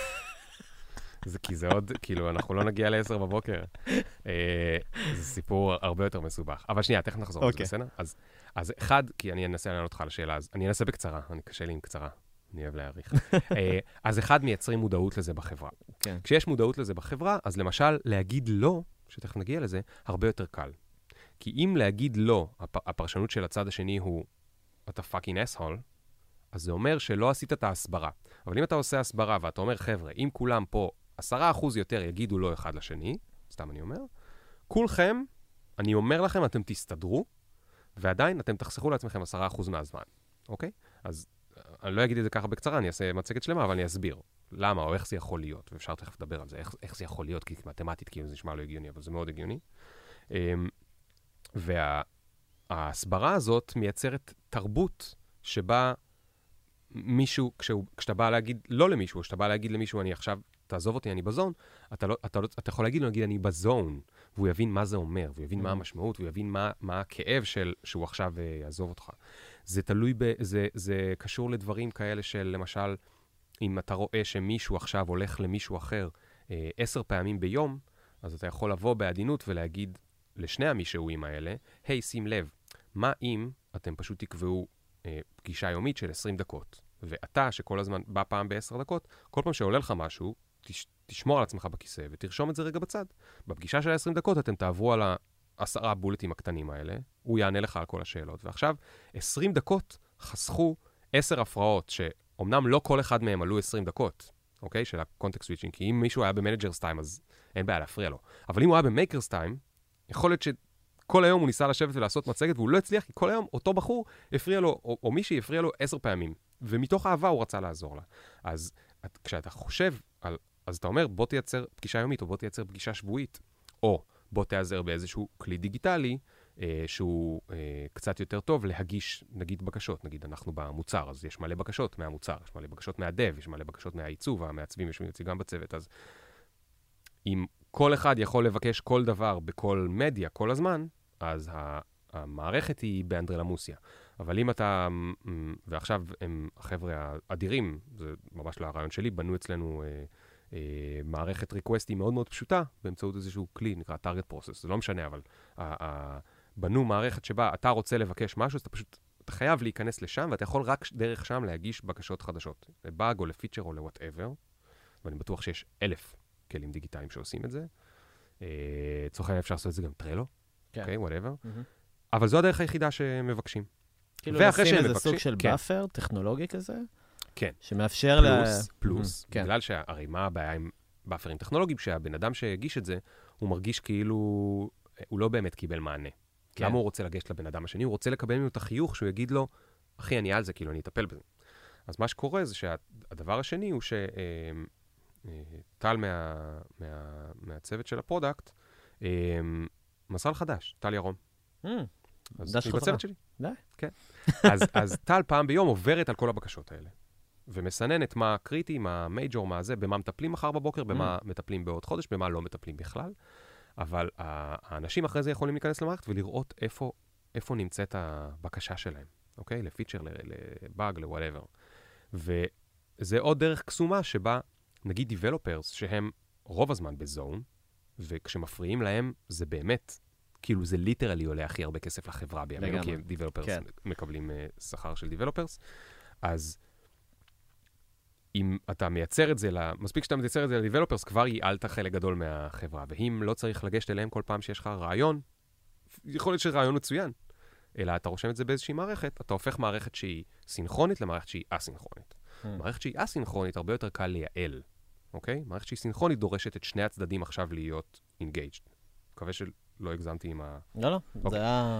כי זה עוד, כאילו, אנחנו לא נגיע ל-10 בבוקר. זה סיפור הרבה יותר מסובך. אבל שנייה, תכף נחזור לזה, בסדר? אז אחד, כי אני אנסה לענות אותך על השאלה, אז אני אנסה בקצרה, קשה לי עם קצרה, אני אוהב להעריך. אז אחד, מייצרים מודעות לזה בחברה. כשיש מודעות לזה בחברה, אז למשל, להגיד לא, שתכף נגיע לזה, הרבה יותר קל. כי אם להגיד לא, הפרשנות של הצד השני הוא, אתה פאקינג אסהול, אז זה אומר שלא עשית את ההסברה. אבל אם אתה עושה הסברה ואתה אומר, חבר'ה, אם כולם פה 10% יותר יגידו לא אחד לשני, סתם אני אומר, כולכם, אני אומר לכם, אתם תסתדרו, ועדיין אתם תחסכו לעצמכם 10% מהזמן, אוקיי? אז אני לא אגיד את זה ככה בקצרה, אני אעשה מצגת שלמה, אבל אני אסביר למה או איך זה יכול להיות, ואפשר תכף לדבר על זה, איך זה יכול להיות, כי מתמטית כאילו זה נשמע לא הגיוני, אבל זה מאוד הגיוני. וההסברה הזאת מייצרת תרבות שבה מישהו, כשאתה בא להגיד לא למישהו, או כשאתה בא להגיד למישהו, אני עכשיו, תעזוב אותי, אני בזון, אתה יכול להגיד לו, נגיד, אני בזון, והוא יבין מה זה אומר, והוא יבין מה המשמעות, והוא יבין מה הכאב שהוא עכשיו יעזוב אותך. זה תלוי, זה קשור לדברים כאלה של, למשל, אם אתה רואה שמישהו עכשיו הולך למישהו אחר 10 פעמים ביום, אז אתה יכול לבוא בעדינות ולהגיד, לשני המישהויים האלה, היי, שים לב, מה אם אתם פשוט תקבעו פגישה יומית של 20 דקות, ואתה, שכל הזמן בא פעם ב10 דקות, כל פעם שעולה לך משהו, תשמור על עצמך בכיסא ותרשום את זה רגע בצד. בפגישה של 20 דקות אתם תעברו על 10 הבולטים הקטנים האלה, הוא יענה לך על כל השאלות, ועכשיו 20 דקות חסכו 10 הפרעות, שאומנם לא כל אחד מהם עלו 20 דקות, אוקיי? של הקונטקסט סוויצ'ינג, כי אם מישהו היה במנג'רס טיים, אז אין בעיה להפריע לו. אבל אם הוא היה במייקרס טיים, יכול להיות שכל היום הוא ניסה לשבת ולעשות מצגת, והוא לא הצליח, כי כל היום אותו בחור הפריע לו, או מישהי הפריע לו 10 פעמים, ומתוך אהבה הוא רצה לעזור לה. אז כשאתה חושב אז אתה אומר, בוא תייצר פגישה יומית, או בוא תייצר פגישה שבועית, או בוא תעזר באיזשהו כלי דיגיטלי, שהוא קצת יותר טוב להגיש, נגיד, בקשות. נגיד, אנחנו במוצר, אז יש מלא בקשות מהמוצר, יש מלא בקשות מהדב, יש מלא בקשות מהעיצוב, המעצבים יושבים גם בצוות. אז אם כל אחד יכול לבקש כל דבר בכל מדיה כל הזמן, אז המערכת היא באנדרלמוסיה. אבל אם אתה, ועכשיו הם החבר'ה האדירים, זה ממש לא הרעיון שלי, בנו אצלנו מערכת ריקווסטים מאוד מאוד פשוטה, באמצעות איזשהו כלי, נקרא target process, זה לא משנה, אבל בנו מערכת שבה אתה רוצה לבקש משהו, אז אתה חייב להיכנס לשם, ואתה יכול רק דרך שם להגיש בקשות חדשות, לבאג או לפיצ'ר או ל-whatever, ואני בטוח שיש 1,000 כלים דיגיטליים שעושים את זה. צורך אפשר לעשות את זה גם טרלו, אוקיי, whatever. אבל זו הדרך היחידה שמבקשים. כאילו לשים איזה סוג של באפר טכנולוגי כזה? כן. שמאפשר פלוס. בגלל שהרי מה הבעיה עם באפרים טכנולוגיים, שהבן אדם שהגיש את זה, הוא מרגיש כאילו הוא לא באמת קיבל מענה. למה הוא רוצה לגשת לבן אדם השני? הוא רוצה לקבל ממנו את החיוך שהוא יגיד לו, אחי, אני על זה, כאילו, אני אטפל בזה. אז מה שקורה זה שהדבר השני הוא טל מהצוות של הפרודקט, מסל חדש, טל ירון. אז היא בצוות שלי. די. כן. אז טל פעם ביום עוברת על כל הבקשות האלה. ומסננת מה קריטי, מה מייג'ור, מה זה, במה מטפלים מחר בבוקר, במה מטפלים בעוד חודש, במה לא מטפלים בכלל. אבל האנשים אחרי זה יכולים להיכנס למערכת ולראות איפה נמצאת הבקשה שלהם. אוקיי? לפיצ'ר, לבאג, ל-whatever. וזה עוד דרך קסומה שבה, נגיד developers, שהם רוב הזמן בזון, וכשמפריעים להם, זה באמת, כאילו זה ליטרלי עולה הכי הרבה כסף לחברה בימינו, כי developers מקבלים שכר של developers. אז אם אתה מייצר את זה, מספיק שאתה מייצר את זה ל-developers, כבר ייעלת חלק גדול מהחברה. ואם לא צריך לגשת אליהם כל פעם שיש לך רעיון, יכול להיות שרעיון מצוין, אלא אתה רושם את זה באיזושהי מערכת, אתה הופך מערכת שהיא סינכרונית למערכת שהיא אסינכרונית. מערכת שהיא אסינכרונית הרבה יותר קל לייעל, אוקיי? מערכת שהיא סינכרונית דורשת את שני הצדדים עכשיו להיות engaged. מקווה שלא הגזמתי עם ה... לא, זה היה...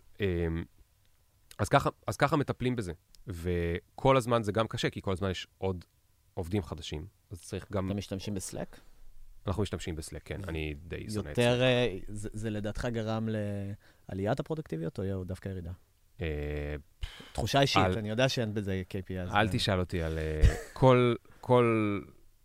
אז ככה מטפלים בזה. וכל הזמן זה גם קשה, כי כל הזמן יש עוד עובדים חדשים. אז צריך גם... אתם משתמשים בסלק? אנחנו משתמשים בסלק, כן. אני די שונא את זה. יותר, זה לדעתך גרם לעליית הפרודקטיביות, או דווקא ירידה? תחושה אישית, אני יודע שאין בזה KPI. אל תשאל אותי על כל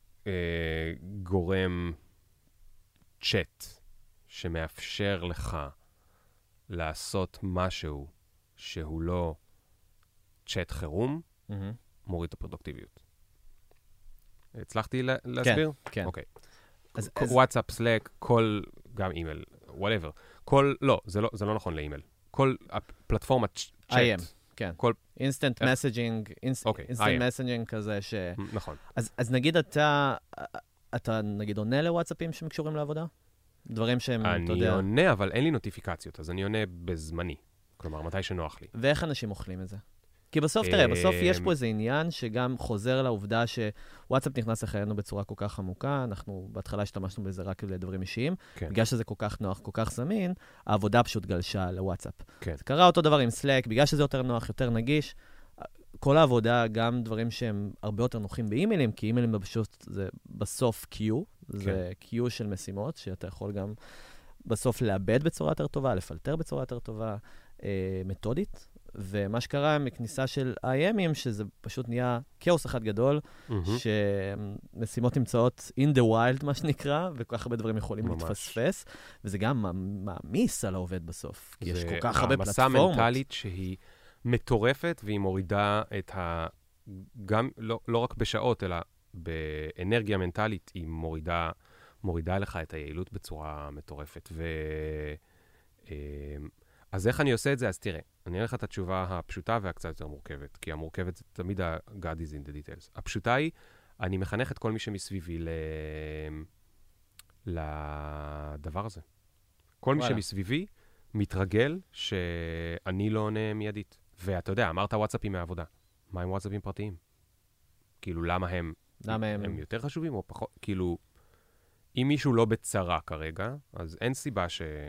גורם צ'אט שמאפשר לך לעשות משהו שהוא לא צ'אט חירום, מוריד את הפרודוקטיביות. הצלחתי להסביר? כן. אוקיי. וואטסאפ, סלק, גם אימייל, whatever. לא, זה לא נכון לאימייל. כל הפלטפורמת צ'אט. IM, כן. אינסטנט מסג'ינג, אינסטנט מסג'ינג כזה ש... נכון. אז נגיד אתה נגיד עונה לוואטסאפים שקשורים לעבודה? דברים שהם, אתה יודע... אני עונה, אבל אין לי נוטיפיקציות, אז אני עונה בזמני. כלומר, מתי שנוח לי. ואיך אנשים אוכלים את זה? כי בסוף, תראה, בסוף יש פה איזה עניין שגם חוזר לעובדה שוואטסאפ נכנס לחיינו בצורה כל כך עמוקה, אנחנו בהתחלה השתמשנו בזה רק לדברים אישיים, בגלל שזה כל כך נוח, כל כך זמין, העבודה פשוט גלשה לוואטסאפ. זה קרה אותו דבר עם סלק, בגלל שזה יותר נוח, יותר נגיש, כל העבודה, גם דברים שהם הרבה יותר נוחים באימיילים, כי אימיילים פשוט זה בסוף קיו, זה קיו של משימות, שאתה יכול גם בסוף לאבד בצורה יותר טובה, לפלטר בצורה יותר טובה, מתודית. ומה שקרה מכניסה של IM'ים, שזה פשוט נהיה כאוס אחד גדול, שמשימות נמצאות in the wild, מה שנקרא, וכל כך הרבה דברים יכולים להתפספס, וזה גם מעמיס על העובד בסוף, כי יש כל כך הרבה פלטפורמות. המסע מנטלית שהיא מטורפת, והיא מורידה את גם לא רק בשעות, אלא באנרגיה מנטלית, היא מורידה לך את היעילות בצורה מטורפת. אז איך אני עושה את זה? אז תראה, אני אראה לך את התשובה הפשוטה והקצת יותר מורכבת, כי המורכבת זה תמיד God is in the details. הפשוטה היא, אני מחנך את כל מי שמסביבי לדבר הזה. כל מי שמסביבי מתרגל שאני לא עונה מיידית. ואתה יודע, אמרת וואטסאפים מהעבודה. מה עם וואטסאפים פרטיים? כאילו, למה הם יותר חשובים או פחות? כאילו, אם מישהו לא בצרה כרגע, אז אין סיבה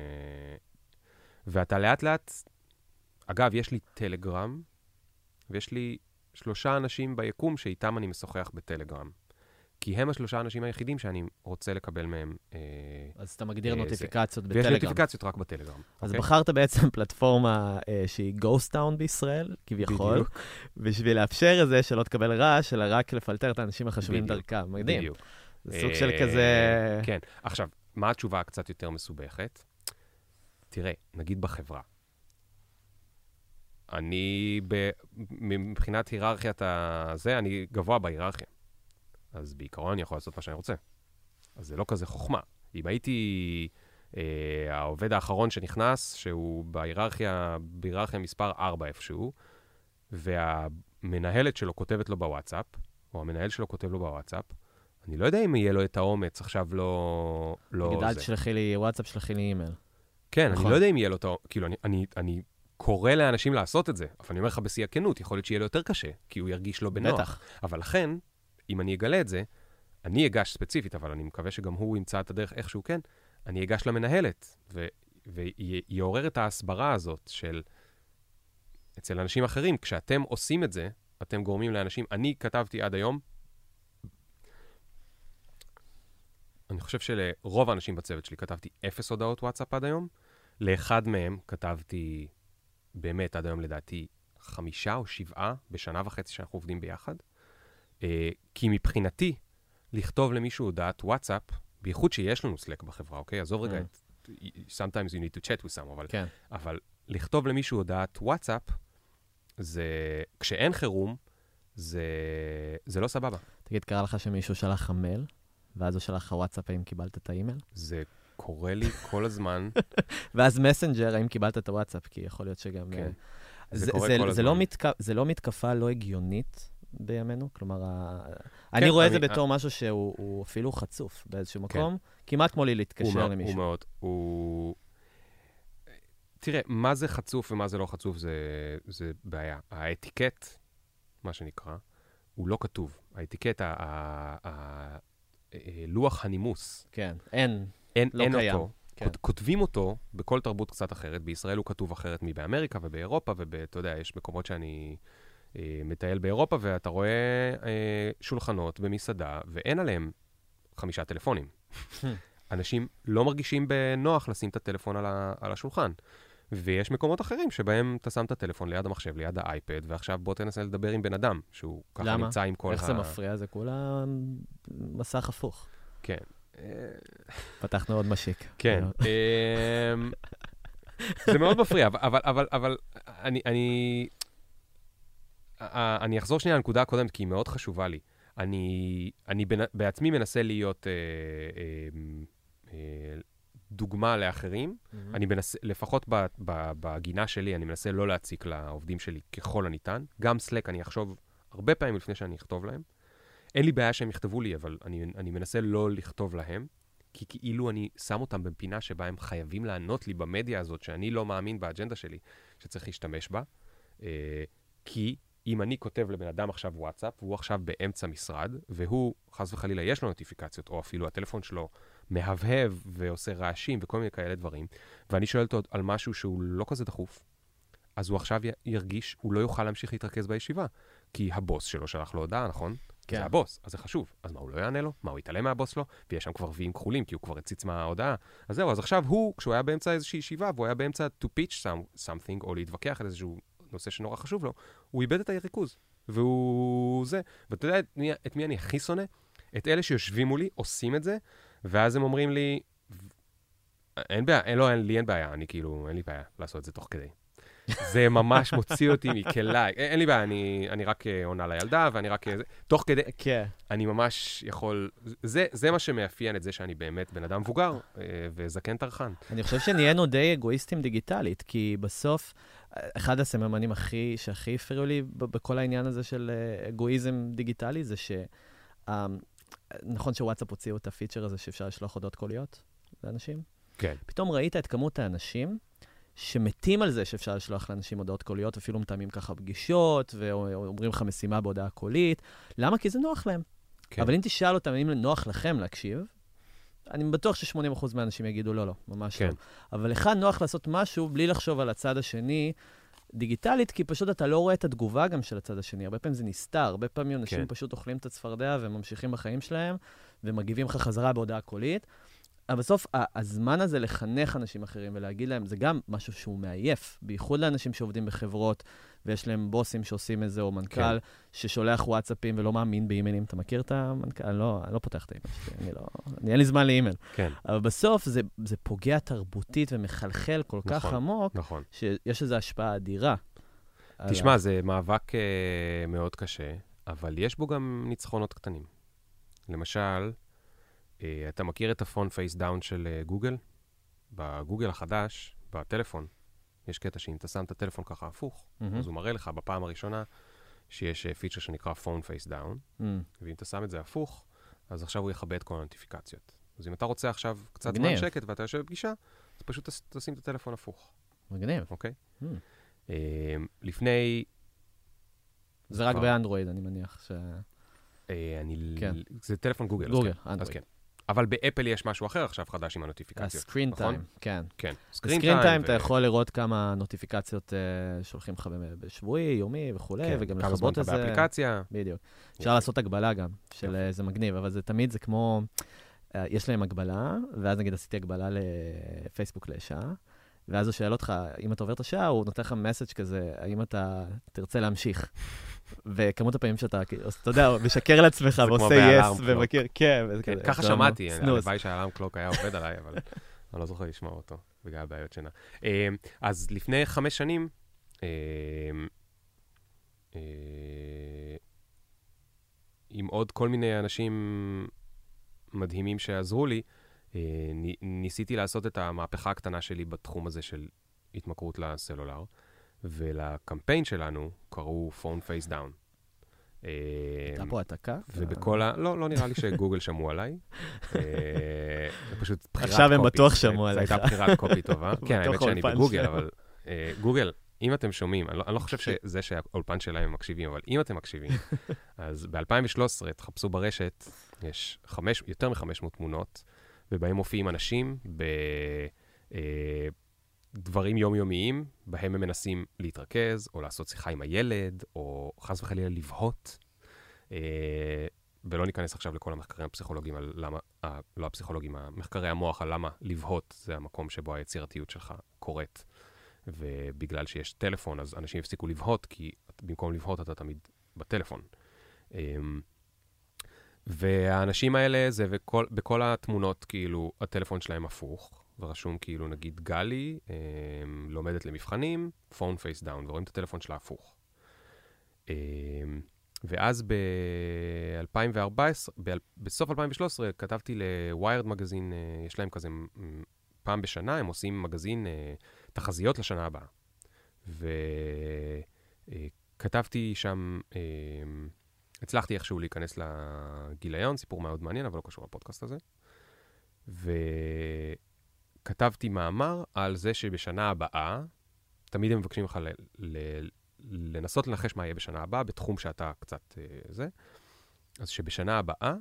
ואתה לאט לאט, אגב, יש לי טלגרם, ויש לי 3 אנשים ביקום שאיתם אני משוחח בטלגרם. כי הם 3 אנשים היחידים שאני רוצה לקבל מהם... אז אתה מגדיר נוטיפיקציות בטלגרם. ויש נוטיפיקציות רק בטלגרם. אז בחרת בעצם פלטפורמה שהיא גוסט-טאון בישראל, כביכול, בשביל לאפשר את זה שלא תקבל רעש, אלא רק לפלטר את האנשים החשובים דרכם. מדהים. בדיוק. זה סוג של כזה... כן. עכשיו, מה התשובה הקצת יותר מסובכת? תראה, נגיד בחברה. אני, מבחינת היררכיית הזה, אני גבוה בהיררכיה. אז בעיקרון אני יכול לעשות מה שאני רוצה. אז זה לא כזה חוכמה. אם הייתי העובד האחרון שנכנס, שהוא בהיררכיה מספר 4 איפשהו, והמנהלת שלו כותבת לו בוואטסאפ, או המנהל שלו כותב לו בוואטסאפ, אני לא יודע אם יהיה לו את האומץ, עכשיו לא תגיד, שלחי לי וואטסאפ, שלחי לי אימייל. כן, אני לא יודע אם יהיה לו את האומץ, כאילו, אני קורא לאנשים לעשות את זה, אבל אני אומר לך בשיא הכנות, יכול להיות שיהיה לו יותר קשה, כי הוא ירגיש לו בנוח. בטח. אבל לכן, אם אני אגלה את זה, אני אגש ספציפית, אבל אני מקווה שגם הוא ימצא את הדרך איכשהו כן, אני אגש למנהלת, ויעורר את ההסברה הזאת של אצל אנשים אחרים, כשאתם עושים את זה, אתם גורמים לאנשים, אני כתבתי עד היום, אני חושב שלרוב האנשים בצוות שלי כתבתי 0 הודעות וואטסאפ עד היום, לאחד מהם כתבתי באמת עד היום לדעתי 5 או 7 בשנה וחצי שאנחנו עובדים ביחד, כי מבחינתי, לכתוב למישהו הודעת וואטסאפ, בייחוד שיש לנו סלק בחברה, אוקיי? עזוב רגע את... Sometimes you need to chat with some, אבל לכתוב למישהו הודעת וואטסאפ, זה... כשאין חירום, זה לא סבבה. תגיד, קרא לך שמישהו שלח לך מייל, ואז הוא שלח לך וואטסאפ האם קיבלת את האימייל? זה קורה לי כל הזמן. ואז מסנג'ר, האם קיבלת את הוואטסאפ, כי יכול להיות שגם... כן. זה קורה כל הזמן. זה לא מתקפה לא הגיונית בימינו? כלומר, אני רואה את זה בתור משהו שהוא אפילו חצוף באיזשהו מקום, כמעט כמו לי להתקשר למישהו. הוא מאוד, תראה, מה זה חצוף ומה זה לא חצוף זה בעיה. האטיקט, מה שנקרא, הוא לא כתוב. האטיקט, לוח הנימוס. כן, אין אותו. כותבים אותו בכל תרבות קצת אחרת. בישראל הוא כתוב אחרת מבאמריקה ובאירופה, ואתה יודע, יש מקומות שאני מטייל באירופה, ואתה רואה שולחנות במסעדה, ואין עליהם 5 טלפונים. אנשים לא מרגישים בנוח לשים את הטלפון על השולחן. ויש מקומות אחרים שבהם אתה שם את הטלפון ליד המחשב, ליד האייפד, ועכשיו בוא תנסה לדבר עם בן אדם, שהוא ככה נמצא עם כל איך זה מפריע? זה כולה מסך הפוך. כן. פתחנו עוד משיק. כן. זה מאוד מפריע, אבל אני אחזור שנייה לנקודה הקודמת, כי היא מאוד חשובה לי. אני בעצמי מנסה להיות דוגמה לאחרים. אני מנסה, לפחות בגינה שלי, אני מנסה לא להציק לעובדים שלי ככל הניתן. גם סלק, אני אחשוב הרבה פעמים לפני שאני אכתוב להם. אין לי בעיה שהם יכתבו לי, אבל אני מנסה לא לכתוב להם, כי כאילו אני שם אותם בפינה שבה הם חייבים לענות לי במדיה הזאת, שאני לא מאמין באג'נדה שלי, שצריך להשתמש בה. כי אם אני כותב לבן אדם עכשיו וואטסאפ, והוא עכשיו באמצע משרד, והוא, חס וחלילה, יש לו נוטיפיקציות, או אפילו הטלפון שלו מהבהב ועושה רעשים וכל מיני כאלה דברים, ואני שואל אותו על משהו שהוא לא כזה דחוף, אז הוא עכשיו ירגיש, הוא לא יוכל להמשיך להתרכז בישיבה, כי הבוס שלו שלח לו הודעה, נכון? כן. זה הבוס, אז זה חשוב. אז מה, הוא לא יענה לו? מה, הוא יתעלם מהבוס לו? ויש שם כבר ויים כחולים, כי הוא כבר הציץ מההודעה. אז זהו, אז עכשיו הוא, כשהוא היה באמצע איזושהי ישיבה, והוא היה באמצע to pitch something, או להתווכח על איזשהו נושא שנורא חשוב לו, הוא איבד את הריכוז. והוא זה. ואתה יודע את מי אני הכי שונא? את אלה שיושבים מולי, עושים את זה, ואז הם אומרים לי, אין בעיה, לי אין בעיה, אני כאילו, אין לי בעיה לעשות את זה תוך כדי. זה ממש מוציא אותי מכלי. אין לי בעיה, אני רק עונה לילדה, ואני רק... תוך כדי... כן. אני ממש יכול... זה מה שמאפיין את זה שאני באמת בן אדם מבוגר, וזקן טרחן. אני חושב שנהיינו די אגואיסטים דיגיטלית, כי בסוף, אחד הסממנים שהכי הפריעו לי בכל העניין הזה של אגואיזם דיגיטלי, זה נכון שוואטסאפ הוציאו את הפיצ'ר הזה שאפשר לשלוח הודעות קוליות לאנשים? כן. פתאום ראית את כמות האנשים שמתים על זה שאפשר לשלוח לאנשים הודעות קוליות, אפילו מתאמים ככה פגישות, ואומרים לך משימה בהודעה קולית. למה? כי זה נוח להם. כן. אבל אם תשאל אותם, אם נוח לכם להקשיב, אני בטוח ש80% מהאנשים יגידו לא, ממש כן. לא. אבל לך נוח לעשות משהו בלי לחשוב על הצד השני, דיגיטלית, כי פשוט אתה לא רואה את התגובה גם של הצד השני. הרבה פעמים זה נסתר, הרבה פעמים אנשים כן. פשוט אוכלים את הצפרדע וממשיכים בחיים שלהם, ומגיבים לך חזרה בהודעה קולית. אבל בסוף, הזמן הזה לחנך אנשים אחרים ולהגיד להם, זה גם משהו שהוא מעייף, בייחוד לאנשים שעובדים בחברות, ויש להם בוסים שעושים איזה, או מנכ"ל, כן. ששולח וואטסאפים ולא מאמין באימיילים. אתה מכיר את המנכ"ל? אני לא פותח את האימייל שלי, אין לי זמן לאימייל. כן. אבל בסוף, זה פוגע תרבותית ומחלחל כל כך עמוק, נכון. שיש איזו השפעה אדירה. תשמע, זה מאבק מאוד קשה, אבל יש בו גם ניצחונות קטנים. למשל, אתה מכיר את הפון פייס דאון של גוגל? בגוגל החדש, בטלפון, יש קטע שאם אתה שם את הטלפון ככה הפוך, אז הוא מראה לך בפעם הראשונה שיש פיצ'ר שנקרא פון פייס דאון, ואם אתה שם את זה הפוך, אז עכשיו הוא יכבה את כל הנוטיפיקציות. אז אם אתה רוצה עכשיו קצת זמן שקט ואתה יושב בפגישה, אז פשוט תשים את הטלפון הפוך. מגניב. אוקיי? לפני... זה רק באנדרואיד, אני מניח ש... זה טלפון גוגל. גוגל, אנדרואיד. אבל באפל יש משהו אחר עכשיו חדש עם הנוטיפיקציות. הסקרין טיים, כן. כן. סקרין טיים אתה יכול לראות כמה נוטיפיקציות שולחים לך בשבועי, יומי וכו', וגם לחבות את זה. כמה זמן אתה באפליקציה. בדיוק. אפשר לעשות הגבלה גם, של זה מגניב, אבל זה תמיד, זה כמו, יש להם הגבלה, ואז נגיד עשיתי הגבלה לפייסבוק לשעה, ואז הוא שואל אותך, אם אתה עובר את השעה, הוא נותן לך מסאג' כזה, האם אתה תרצה להמשיך. וכמות הפעמים שאתה, אתה יודע, משקר לעצמך ועושה יס, ומכיר, כן. ככה שמעתי, הלוואי שהאלארם קלוק היה עובד עליי, אבל אני לא זוכר לשמוע אותו, בגלל הבעיות שינה. אז לפני 5 שנים, עם עוד כל מיני אנשים מדהימים שעזרו לי, ניסיתי לעשות את המהפכה הקטנה שלי בתחום הזה של התמכרות לסלולר, ולקמפיין שלנו קראו Phone Face Down. הייתה פה העתקה? ובכל לא נראה לי שגוגל שמעו עליי. זה פשוט בחירת קופי. עכשיו הם בטוח שמעו עליך. זו הייתה בחירת קופי טובה. כן, האמת שאני בגוגל, אבל גוגל, אם אתם שומעים, אני לא חושב שזה שהאולפן שלהם הם מקשיבים, אבל אם אתם מקשיבים, אז ב-2013 תחפשו ברשת, יש יותר מ-500 תמונות, ובהם מופיעים אנשים דברים יומיומיים, בהם הם מנסים להתרכז, או לעשות שיחה עם הילד, או חס וחלילה לבהות. ולא ניכנס עכשיו לכל המחקרים הפסיכולוגיים על למה, לא הפסיכולוגיים, המחקרי המוח על למה לבהות זה המקום שבו היצירתיות שלך קורית. ובגלל שיש טלפון, אז אנשים יפסיקו לבהות, כי במקום לבהות אתה תמיד בטלפון. והאנשים האלה, זה בכל התמונות, כאילו, הטלפון שלהם הפוך. ורשום כאילו, נגיד, גלי, לומדת למבחנים, phone face down, ורואים את הטלפון שלה הפוך. ואז ב-2014, בסוף 2013, כתבתי לוויירד מגזין, יש להם כזה פעם בשנה, הם עושים מגזין תחזיות לשנה הבאה. וכתבתי שם, הצלחתי איכשהו להיכנס לגיליון, סיפור מאוד מעניין, אבל לא קשור לפודקאסט הזה. כתבתי מאמר על זה שבשנה הבאה, תמיד הם מבקשים לך לנסות לנחש מה יהיה בשנה הבאה, בתחום שאתה קצת זה. אז שבשנה הבאה,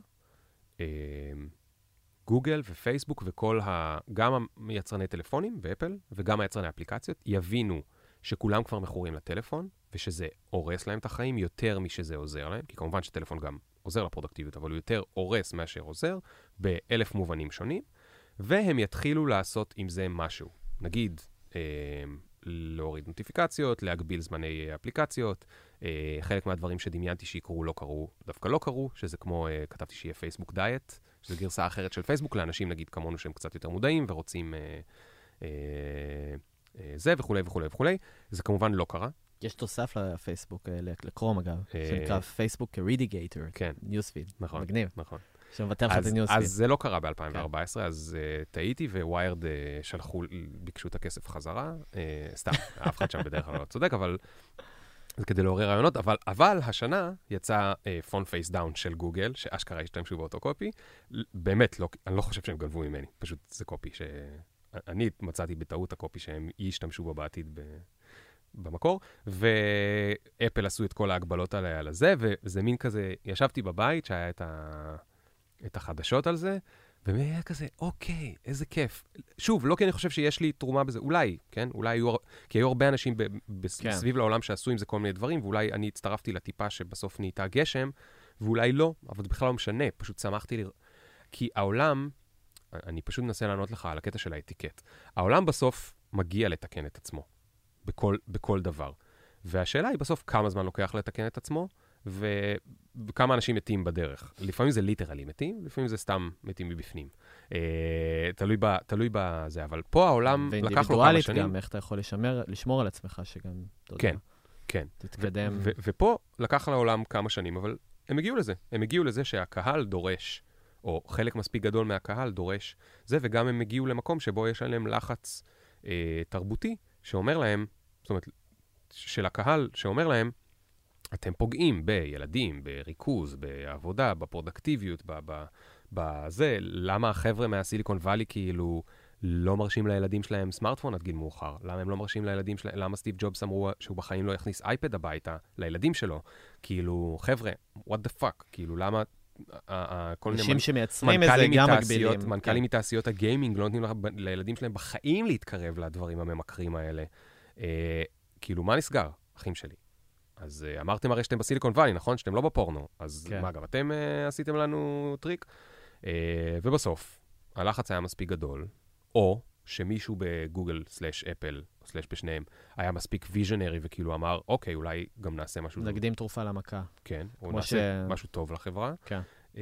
גוגל ופייסבוק וכל גם היצרני טלפונים ואפל, וגם היצרני אפליקציות, יבינו שכולם כבר מכורים לטלפון, ושזה הורס להם את החיים יותר משזה עוזר להם, כי כמובן שטלפון גם עוזר לפרודקטיביות, אבל הוא יותר הורס מאשר עוזר, ב1000 מובנים שונים. והם יתחילו לעשות עם זה משהו. נגיד, להוריד נוטיפיקציות, להגביל זמני אפליקציות, חלק מהדברים שדמיינתי שיקרו לא קרו, דווקא לא קרו, שזה כמו, כתבתי שיהיה פייסבוק דיאט, שזו גרסה אחרת של פייסבוק, לאנשים נגיד כמונו שהם קצת יותר מודעים ורוצים זה וכו' וכו' וכו'. זה כמובן לא קרה. יש תוסף לפייסבוק, לקרום אגב, שנקרא פייסבוק כ-Redigator, כן. ניוספיד. נכון. מגניב. נכון. שמבטח לך את הניוספיד. אז זה לא קרה ב-2014, אז טעיתי, וויירד ביקשו את הכסף חזרה. סתם, אף אחד שם בדרך כלל לא צודק, אבל זה כדי לעורר רעיונות. אבל השנה יצא פון פייס דאון של גוגל, שאשכרה השתמשו באותו קופי. באמת, אני לא חושב שהם גנבו ממני, פשוט זה קופי שאני מצאתי בטעות הקופי שהם ישתמשו בו בעתיד במקור, ואפל עשו את כל ההגבלות עליה על זה, וזה מין כזה, ישבתי בבית שהיה את החדשות על זה, והיה כזה, אוקיי, איזה כיף. שוב, לא כי אני חושב שיש לי תרומה בזה, אולי, כן? אולי כי היו הרבה אנשים סביב לעולם שעשו עם זה כל מיני דברים, ואולי אני הצטרפתי לטיפה שבסוף נהייתה גשם, ואולי לא, אבל זה בכלל לא משנה, פשוט שמחתי לי. כי העולם, אני פשוט מנסה לענות לך על הקטע של האטיקט. העולם בסוף מגיע לתקן את עצמו, בכל דבר. והשאלה היא בסוף כמה זמן לוקח לתקן את עצמו, וכמה אנשים מתים בדרך. לפעמים זה ליטרלי מתים, לפעמים זה סתם מתים מבפנים. תלוי בזה, אבל פה העולם לקח לו כמה שנים. ואינדיבידואלית גם, איך אתה יכול לשמור על עצמך, שגם, כן, כן. תתקדם. ופה לקח לעולם כמה שנים, אבל הם הגיעו לזה. הם הגיעו לזה שהקהל דורש, או חלק מספיק גדול מהקהל דורש זה, וגם הם הגיעו למקום שבו יש עליהם לחץ תרבותי, שאומר להם, זאת אומרת, של הקהל, שאומר להם, אתם פוגעים בילדים, בריכוז, בעבודה, בפרודקטיביות, בזה. למה החבר'ה מהסיליקון ואלי כאילו לא מרשים לילדים שלהם סמארטפון עד גיל מאוחר? למה הם לא מרשים לילדים שלהם? למה סטיב ג'ובס אמרו שהוא בחיים לא יכניס אייפד הביתה לילדים שלו? כאילו, חבר'ה, what the fuck? כאילו, למה אנשים שמייצרים את זה גם מגבילים. מנכ"לים מתעשיות הגיימינג לא נותנים לילדים שלהם בחיים להתקרב לדברים הממכרים האלה. כאילו, מה נסגר, אחים שלי? אז אמרתם הרי שאתם בסיליקון ואלי, נכון? שאתם לא בפורנו. אז מה, גם אתם עשיתם לנו טריק? ובסוף, הלחץ היה מספיק גדול, או שמישהו בגוגל /אפל, / בשניהם, היה מספיק ויז'נרי וכאילו אמר, אוקיי, אולי גם נעשה משהו... נקדים תרופה למכה. כן, או נעשה משהו טוב לחברה. כן.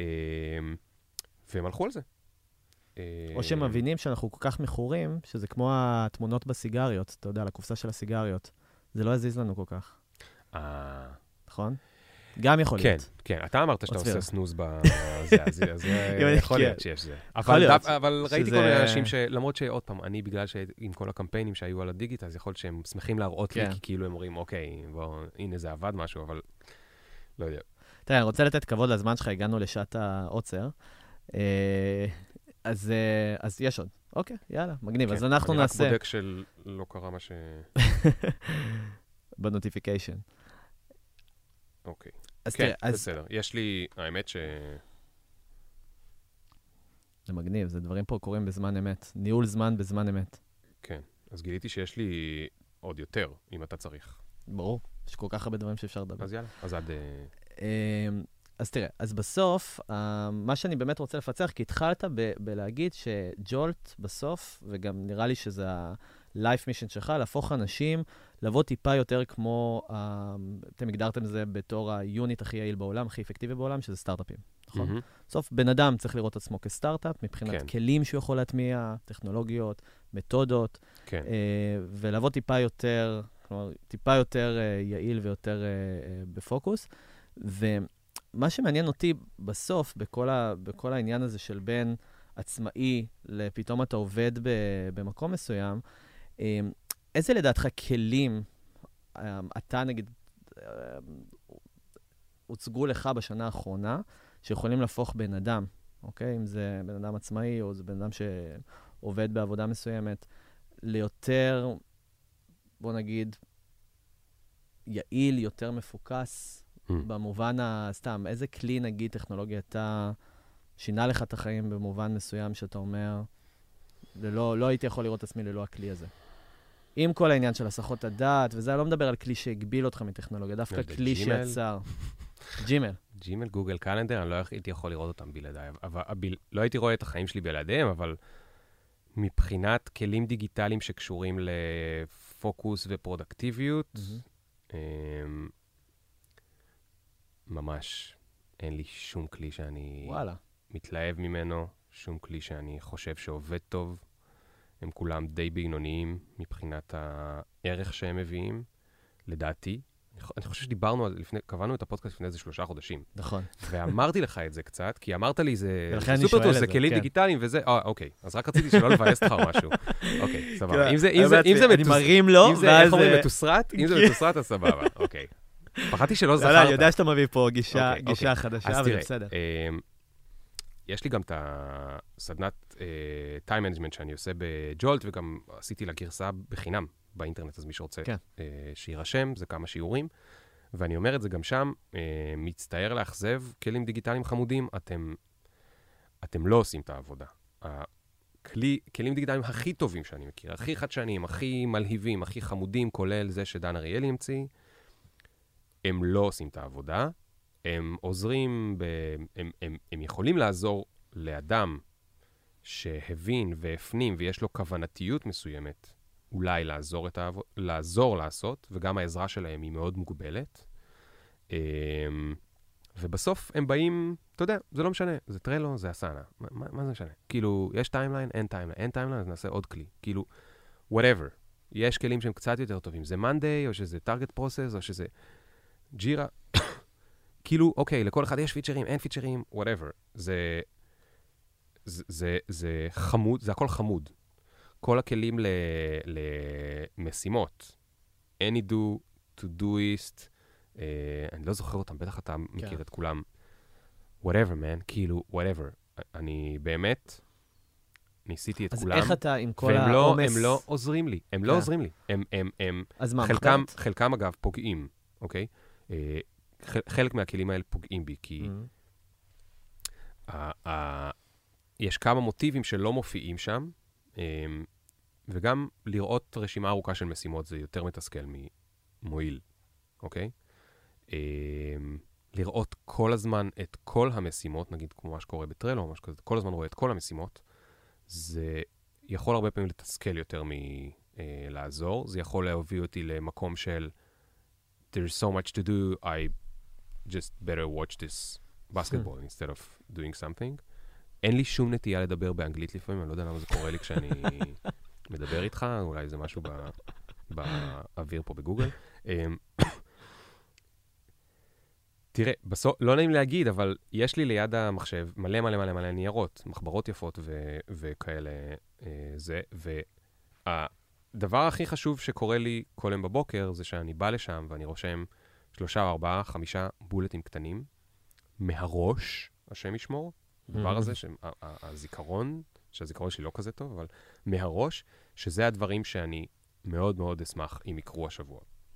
והם הלכו על זה. או שהם מבינים שאנחנו כל כך מכורים, שזה כמו התמונות בסיגריות, אתה יודע, לקופסה של הסיגריות. זה לא יזיז לנו כל כך. נכון? גם יכול להיות. כן, אתה אמרת שאתה עושה סנוז בזה, אז יכול להיות שיש זה. אבל ראיתי כל מיני אנשים שלמרות שעוד פעם, אני בגלל שעם כל הקמפיינים שהיו על הדיגיטל, אז יכול להיות שהם שמחים להראות לי, כי כאילו הם אומרים, אוקיי, בוא, הנה זה עבד משהו, אבל לא יודע. תראה, אני רוצה לתת כבוד לזמן שלך, הגענו לשעת העוצר. אז יש עוד. אוקיי, יאללה, מגניב. אז אנחנו נעשה... אני רק בודק שלא קרה מה ש... בנוטיפיקיישן. אוקיי. כן, בסדר. יש לי, האמת זה מגניב, זה דברים פה קורים בזמן אמת. ניהול זמן בזמן אמת. כן, אז גיליתי שיש לי עוד יותר, אם אתה צריך. ברור, יש כל כך הרבה דברים שאפשר לדבר. אז יאללה, אז עד... אז תראה, אז בסוף, מה שאני באמת רוצה לפצח, כי התחלת בלהגיד שג'ולט בסוף, וגם נראה לי שזה ה-life mission שלך, להפוך אנשים, לבוא טיפה יותר כמו, אתם הגדרתם זה בתור היוניט הכי יעיל בעולם, הכי אפקטיבי בעולם, שזה סטארט-אפים, נכון? בסוף, בן אדם צריך לראות עצמו כסטארט-אפ, מבחינת כלים שהוא יכול להטמיע, טכנולוגיות, מתודות, ולבוא טיפה יותר, כלומר, טיפה יותר יעיל ויותר בפוקוס, מה שמעניין אותי בסוף, בכל העניין הזה של בין עצמאי לפתאום אתה עובד במקום מסוים, איזה לדעתך כלים אתה נגיד הוצגו לך בשנה האחרונה, שיכולים להפוך בן אדם, אוקיי? אם זה בן אדם עצמאי או זה בן אדם שעובד בעבודה מסוימת, ליותר, בוא נגיד, יעיל, יותר מפוקס, במובן סתם, איזה כלי, נגיד, טכנולוגיה אתה שינה לך את החיים במובן מסוים שאתה אומר, לא הייתי יכול לראות את עצמי ללא הכלי הזה. עם כל העניין של הסחות הדעת, וזה לא מדבר על כלי שהגביל אותך מטכנולוגיה, דווקא כלי שיצר. ג'ימל. ג'ימל, גוגל קלנדר, אני לא הייתי יכול לראות אותם בלעדיי. לא הייתי רואה את החיים שלי בלעדיהם, אבל מבחינת כלים דיגיטליים שקשורים לפוקוס ופרודקטיביות, ממש אין לי שום כלי שאני מתלהב ממנו, שום כלי שאני חושב שעובד טוב. הם כולם די בינוניים מבחינת הערך שהם מביאים, לדעתי. אני חושב שדיברנו, קבענו את הפודקאסט לפני איזה 3 חודשים. נכון. ואמרתי לך את זה קצת, כי אמרת לי, זה סופר טוב, זה כלים דיגיטליים וזה, אוקיי. אז רק רציתי שלא לבאס לך או משהו. אוקיי, סבבה. אם זה מתוסרט, אז סבבה. אוקיי. פחדתי שלא זכרת. אני יודע שאתה מביא פה גישה חדשה, אבל בסדר. יש לי גם את הסדנת time management שאני עושה בג'ולט, וגם עשיתי לה גרסה בחינם באינטרנט, אז מי שרוצה שירשם, זה כמה שיעורים. ואני אומר את זה גם שם, מצטער לאכזב, כלים דיגיטליים חמודים, אתם לא עושים את העבודה. כלים דיגיטליים הכי טובים שאני מכיר, הכי חדשניים, הכי מלהיבים, הכי חמודים, כולל זה שדן אריאלי המציא, הם לא עושים את העבודה. הם עוזרים, הם יכולים לעזור לאדם שהבין והפנים ויש לו כוונתיות מסוימת, אולי לעזור לעשות, וגם העזרה שלהם היא מאוד מוגבלת. ובסוף הם באים, אתה יודע, זה לא משנה, זה טרלו, זה אסנה. מה זה משנה? כאילו, יש טיימליין, אין טיימליין, אז נעשה עוד כלי. כאילו, whatever. יש כלים שהם קצת יותר טובים. זה Monday, או שזה Target Process, או שזה ג'ירה. כאילו, אוקיי, לכל אחד יש פיצ'רים, אין פיצ'רים, whatever. זה חמוד, זה הכל חמוד. כל הכלים למשימות. Anydo, Todoist, אני לא זוכר אותם, בטח אתה מכיר את כולם. whatever, man, כאילו, whatever. אני באמת ניסיתי את כולם. אז איך אתה עם כל העומס? והם לא עוזרים לי. הם לא עוזרים לי. אז מה, חלקם אגב פוגעים, אוקיי? חלק מהכלים האלה פוגעים בי, כי יש כמה מוטיבים שלא מופיעים שם, וגם לראות רשימה ארוכה של משימות זה יותר מתסכל ממועיל, אוקיי? לראות כל הזמן את כל המשימות, נגיד כמו מה שקורה בטרלו, או משהו כזה, כל הזמן רואה את כל המשימות, זה יכול הרבה פעמים לתסכל יותר מלעזור, זה יכול להביא אותי למקום של there's so much to do, I just better watch this basketball instead of doing something. אין לי שום נטייה לדבר באנגלית לפעמים, אני לא יודע למה זה קורה לי כשאני מדבר איתך, אולי זה משהו באוויר פה בגוגל. תראה, לא נעים להגיד, אבל יש לי ליד המחשב מלא מלא מלא מלא ניירות, מחברות יפות וכאלה זה, והדבר הכי חשוב שקורה לי כל יום בבוקר, זה שאני בא לשם ואני רושם 3, 4, 5 בולטים קטנים, מהראש, השם ישמור, הדבר הזה, הזיכרון, שהזיכרון שלי לא כזה טוב, אבל מהראש, שזה הדברים שאני מאוד מאוד אשמח אם יקרו השבוע.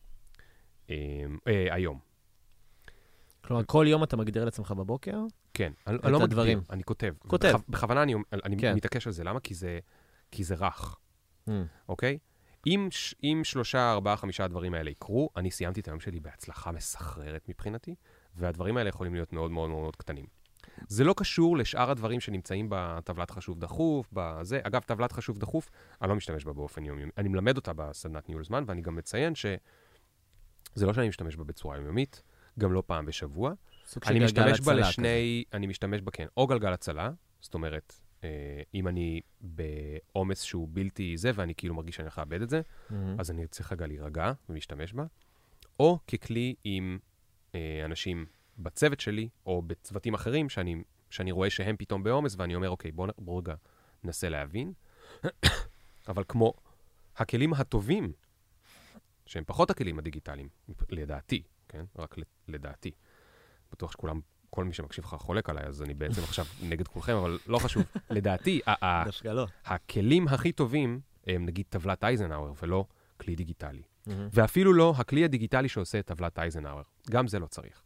היום. כלומר, כל יום אתה מגדיר לעצמך בבוקר? כן. אני לא מגדיר, אני כותב. כותב. בכוונה אני מתעקש על זה. למה? כי זה רך. אוקיי? אם 3, 4, 5 הדברים האלה יקרו, אני סיימתי את היום שלי בהצלחה מסחררת מבחינתי, והדברים האלה יכולים להיות מאוד מאוד מאוד קטנים. זה לא קשור לשאר הדברים שנמצאים בטבלת חשוב דחוף, בזה. אגב, טבלת חשוב דחוף, אני לא משתמש בה באופן יומיומי. אני מלמד אותה בסדנת ניהול זמן, ואני גם מציין שזה לא שאני משתמש בה בצורה יומיומית, גם לא פעם בשבוע. אני משתמש בה אני משתמש בה, כן, או גלגל הצלה, זאת אומרת, אם אני בעומס שהוא בלתי זה, ואני כאילו מרגיש שאני הולך לאבד את זה, אז אני צריך רגע להירגע ומשתמש בה, או ככלי עם אנשים בצוות שלי, או בצוותים אחרים, שאני רואה שהם פתאום בעומס, ואני אומר, אוקיי, בוא רגע ננסה להבין. אבל כמו הכלים הטובים, שהם פחות הכלים הדיגיטליים, לדעתי, כן? רק לדעתי. בטוח שכולם, כל מי שמקשיב לך חולק עליי, אז אני בעצם עכשיו נגד כולכם, אבל לא חשוב. לדעתי, הכלים הכי טובים הם נגיד טבלת אייזנהאואר, ולא כלי דיגיטלי. ואפילו לא הכלי הדיגיטלי שעושה את טבלת אייזנהאואר. גם זה לא צריך.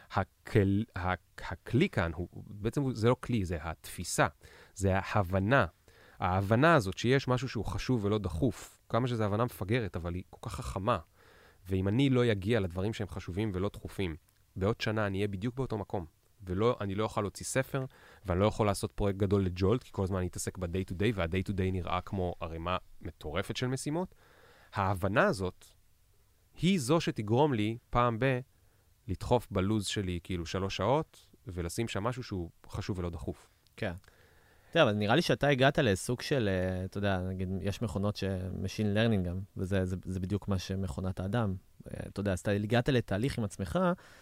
הכלי כאן, בעצם זה לא כלי, זה התפיסה, זה ההבנה. ההבנה הזאת שיש משהו שהוא חשוב ולא דחוף, כמה שזו הבנה מפגרת, אבל היא כל כך חכמה. ואם אני לא יגיע לדברים שהם חשובים ולא דחופים, בעוד שנה אני אהיה בדיוק באותו מקום. ואני לא אוכל להוציא ספר, ואני לא יכול לעשות פרויקט גדול לג'ולט, כי כל הזמן אני אתעסק ב-day to day, וה-day to day נראה כמו ערימה מטורפת של משימות. ההבנה הזאת, היא זו שתגרום לי פעם לדחוף בלוז שלי כאילו 3 שעות, ולשים שם משהו שהוא חשוב ולא דחוף. כן. אבל נראה לי שאתה הגעת לסוג של, אתה יודע, נגיד, יש מכונות שמשין לרנינג גם, וזה בדיוק מה שמכונת האדם. אתה יודע, אז אתה הגעת לתהליך עם עצמך,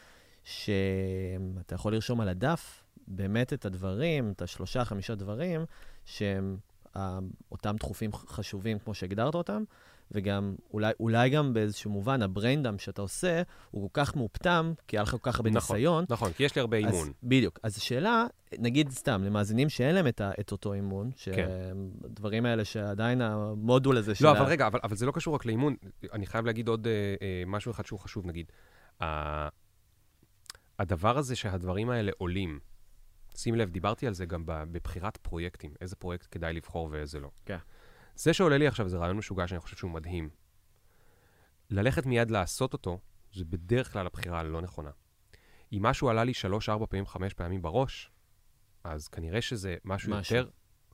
שאתה יכול לרשום על הדף באמת את הדברים, את 3-5 דברים, שהם אותם דחופים חשובים כמו שהגדרת אותם, וגם, אולי גם באיזשהו מובן, הבריינדאם שאתה עושה, הוא כל כך מאופתם, כי היה לך כל כך הרבה ניסיון. נכון, כי יש לי הרבה אימון. בדיוק. אז השאלה, נגיד סתם, למאזינים שאין להם את אותו אימון, שהדברים האלה שעדיין המודול הזה לא, אבל רגע, אבל זה לא קשור רק לאימון. אני חייב להגיד עוד משהו אחד שהוא חשוב, נגיד. הדבר הזה שהדברים האלה עולים, שים לב, דיברתי על זה גם בבחירת פרויקטים, איזה פרויקט כדאי לבחור ואיזה לא. כן. זה שעולה לי עכשיו זה רעיון משוגע שאני חושב שהוא מדהים. ללכת מיד לעשות אותו, זה בדרך כלל הבחירה הלא נכונה. אם משהו עלה לי 3-4 פעמים, 5 פעמים בראש, אז כנראה שזה משהו יותר...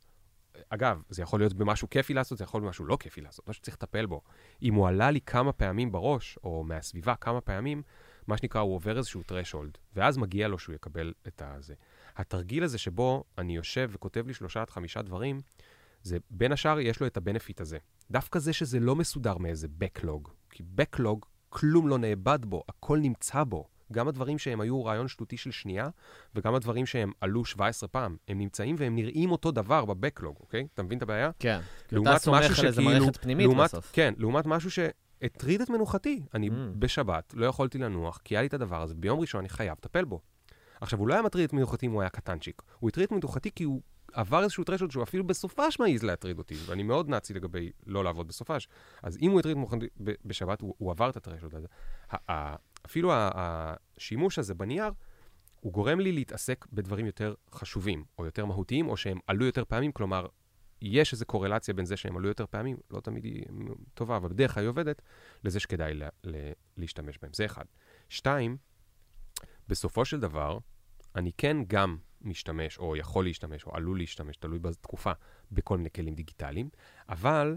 אגב, זה יכול להיות במשהו כיפי לעשות, זה יכול להיות במשהו לא כיפי לעשות, משהו שצריך לטפל בו. אם הוא עלה לי כמה פעמים בראש, או מהסביבה כמה פעמים, מה שנקרא, הוא עובר איזשהו threshold, ואז מגיע לו שהוא יקבל את הזה. התרגיל הזה שבו אני יושב וכותב לי 3-5 דברים, זה בין השאר יש לו את הבנפיט הזה. דווקא זה שזה לא מסודר מאיזה backlog, כי backlog כלום לא נאבד בו, הכל נמצא בו. גם הדברים שהם היו רעיון שטותי של שנייה, וגם הדברים שהם עלו 17 פעם, הם נמצאים והם נראים אותו דבר בבקלוג, אוקיי? אתה מבין את הבעיה? כן. אתה סומך על איזה מערכת פנימית בסוף. כן, לעומת משהו שהטריד את מנוחתי. אני בשבת לא יכולתי לנוח, כי היה לי את הדבר הזה, ביום ראשון אני חייב לטפל בו. עכשיו, הוא לא היה מטריד את מנוחתי אם הוא היה קטנצ'יק. הוא הטריד את מנוחתי כי הוא עבר איזשהו טרשולד שהוא אפילו בסופש מעיז להטריד אותי, ואני מאוד נאצי לגבי לא לעבוד בסופש. אז אם הוא הטריד את מנוחתי בשבת, הוא עבר את הטרשולד הזה. אפילו השימוש הזה בנייר, הוא גורם לי להתעסק בדברים יותר חשובים, או יותר מהותיים, או שהם עלו יותר פעמים, כלומר, יש איזו קורלציה בין זה שהם עלו יותר פעמים, לא תמיד היא טובה, אבל בדרך כלל היא עובדת, לזה שכדאי להשתמש בהם. זה אחד. 2, בסופו של דבר, אני כן גם משתמש, או יכול להשתמש, או עלול להשתמש, תלוי בתקופה, בכל מיני כלים דיגיטליים, אבל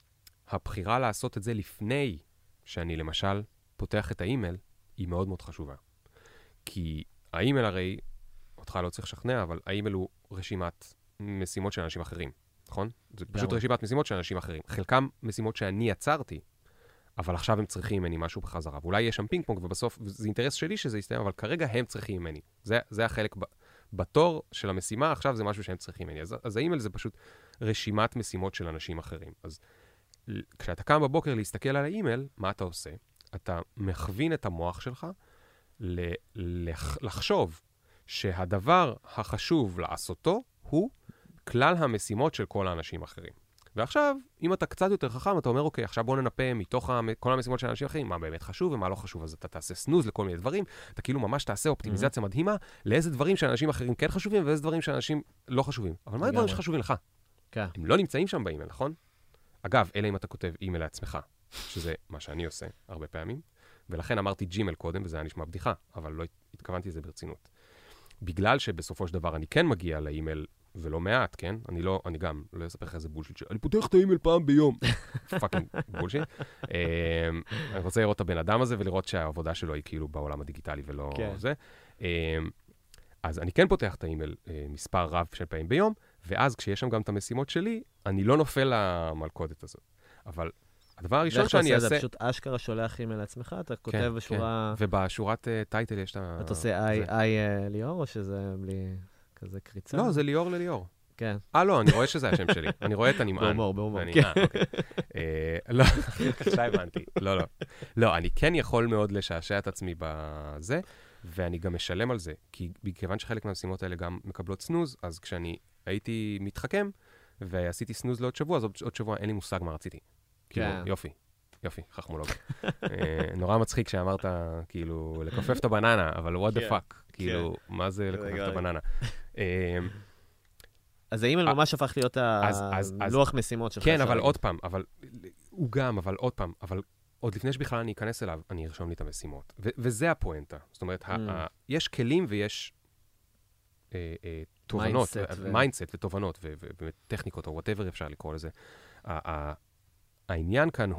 הבחירה לעשות את זה לפני שאני למשל פותח את האימייל, היא מאוד מאוד חשובה. כי האימייל הרי, אותך לא צריך לשכנע, אבל האימייל הוא רשימת משימות של אנשים אחרים, נכון? זה פשוט רשימת משימות של אנשים אחרים. חלקם משימות שאני יצרתי, אבל עכשיו הם צריכים ממני משהו בחזרה. ואולי יש שם פינג פונג, ובסוף זה אינטרס שלי שזה יסתיים, אבל כרגע הם צריכים ממני. זה החלק בתור של המשימה, עכשיו זה משהו שהם צריכים ממני. אז האימייל זה פשוט רשימת משימות של אנשים אחרים. אז כשאתה קם בבוקר להסתכל על האימייל, מה אתה עושה? אתה מכווין את המוח שלך לחשוב שהדבר החשוב לעשותו הוא כלל המשימות של כל האנשים האחרים. ועכשיו, אם אתה קצת יותר חכם, אתה אומר, אוקיי, עכשיו בוא ננפה מתוך כל המשימות של האנשים אחרים, מה באמת חשוב ומה לא חשוב, אז אתה תעשה סנוז לכל מיני דברים, אתה כאילו ממש תעשה אופטימיזציה מדהימה, לאיזה דברים שאנשים אחרים כן חשובים, ואיזה דברים שאנשים לא חשובים. אבל מה הדברים שחשובים לך? הם לא נמצאים שם באימייל, נכון? אגב, אלא אם אתה כותב אימייל לעצמך, שזה מה שאני עושה הרבה פעמים, ולכן אמרתי ג'ימייל קודם, וזה היה נשמע בדיחה, אבל לא התכוונתי לזה ברצינות. בגלל שבסופו של דבר אני כן מגיע לאימייל, ולא מעט, כן? אני גם לא אספר לך איזה בולשיט, אני פותח את האימייל פעם ביום. פאקינג בולשיט. אני רוצה לראות את הבן אדם הזה, ולראות שהעבודה שלו היא כאילו בעולם הדיגיטלי ולא זה. אז אני כן פותח את האימייל מספר רב של פעמים ביום, ואז כשיש שם גם את המשימות שלי, אני לא נופל למלכודת הזאת. אבל הדבר הראשון שאני אעשה... זה פשוט אשכרה שולח אימייל לעצמך, אתה כותב בשורה... ובשורת טייטל יש את ה... אתה עושה איי ליאור, או שזה בלי כזה קריצה? לא, זה ליאור לליאור. כן. לא, אני רואה שזה השם שלי. אני רואה את הנמען. בהומור. לא, עכשיו הבנתי. לא, אני כן יכול מאוד לשעשע את עצמי בזה, ואני גם משלם על זה, כי מכיוון שחלק מהמשימות האלה גם מקבלות סנוז, אז כשאני הייתי מתחכם, ועשיתי סנוז לעוד שבוע, אז עוד שבוע אין לי מושג מה רציתי. כאילו, יופי, חכמולוג. נורא מצחיק שאמרת, כאילו, לקופף את הבננה, אבל what the fuck, כאילו, מה זה לקופף את הבננה? אז האימייל ממש הפך להיות הלוח משימות שלך. כן, אבל עוד פעם, אבל עוד לפני שבכלל אני אכנס אליו, אני ארשום לי את המשימות. וזה הפואנטה. זאת אומרת, יש כלים ויש תובנות, מיינדסט ותובנות, וטכניקות, או whatever אפשר לקרוא לזה. העניין כאן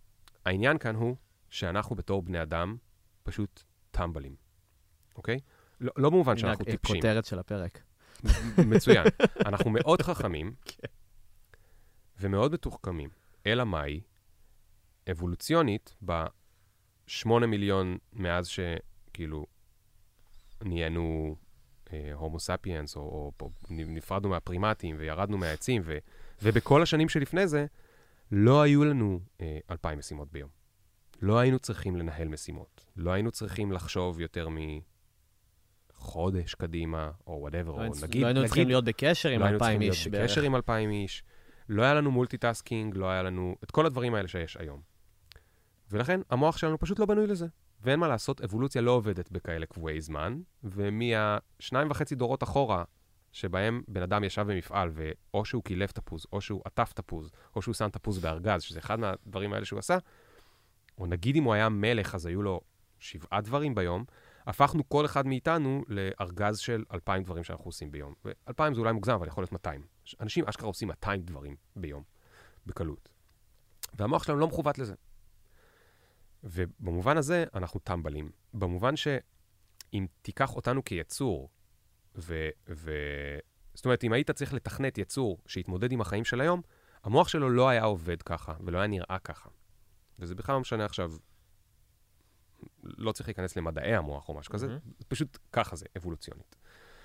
הוא שאנחנו בתור בני אדם פשוט טמבלים, אוקיי? לא במובן שאנחנו טיפשים. כותרת של הפרק. מצוין. אנחנו מאוד חכמים, ומאוד מתוחכמים. אלא מהי? אבולוציונית, ב8 מיליון מאז שכאילו נהיינו הומו ספיאנס, או נפרדנו מהפרימטים וירדנו מהעצים, ובכל השנים שלפני זה, לא היו לנו 2,000 משימות ביום. לא היינו צריכים לנהל משימות. לא היינו צריכים לחשוב יותר מחודש קדימה, או whatever, או נגיד... לא היינו צריכים להיות בקשר עם 2,000 איש. לא היינו צריכים להיות בקשר עם 2,000 איש. לא היה לנו מולטיטאסקינג, לא היה לנו... את כל הדברים האלה שיש היום. ולכן, המוח שלנו פשוט לא בנוי לזה. ואין מה לעשות, אבולוציה לא עובדת בכאלה קבועי זמן, ומה2.5 דורות אחורה, שבהם בן אדם ישב במפעל, ואו שהוא קילף תפוז, או שהוא עטף תפוז, או שהוא שם תפוז בארגז, שזה אחד מהדברים האלה שהוא עשה, או נגיד אם הוא היה מלך, אז היו לו 7 דברים ביום, הפכנו כל אחד מאיתנו לארגז של 2,000 דברים שאנחנו עושים ביום. ו2,000 זה אולי מוגזם, אבל יכול להיות 200. אנשים אשכרה עושים 200 דברים ביום, בקלות. והמוח שלנו לא מכוות לזה. ובמובן הזה אנחנו טמבלים. במובן שאם תיקח אותנו כיצור, זאת אומרת, אם היית צריך לתכנת יצור שיתמודד עם החיים של היום, המוח שלו לא היה עובד ככה, ולא היה נראה ככה. וזה בכלל לא משנה עכשיו, לא צריך להיכנס למדעי המוח או משהו כזה, פשוט ככה זה, אבולוציונית.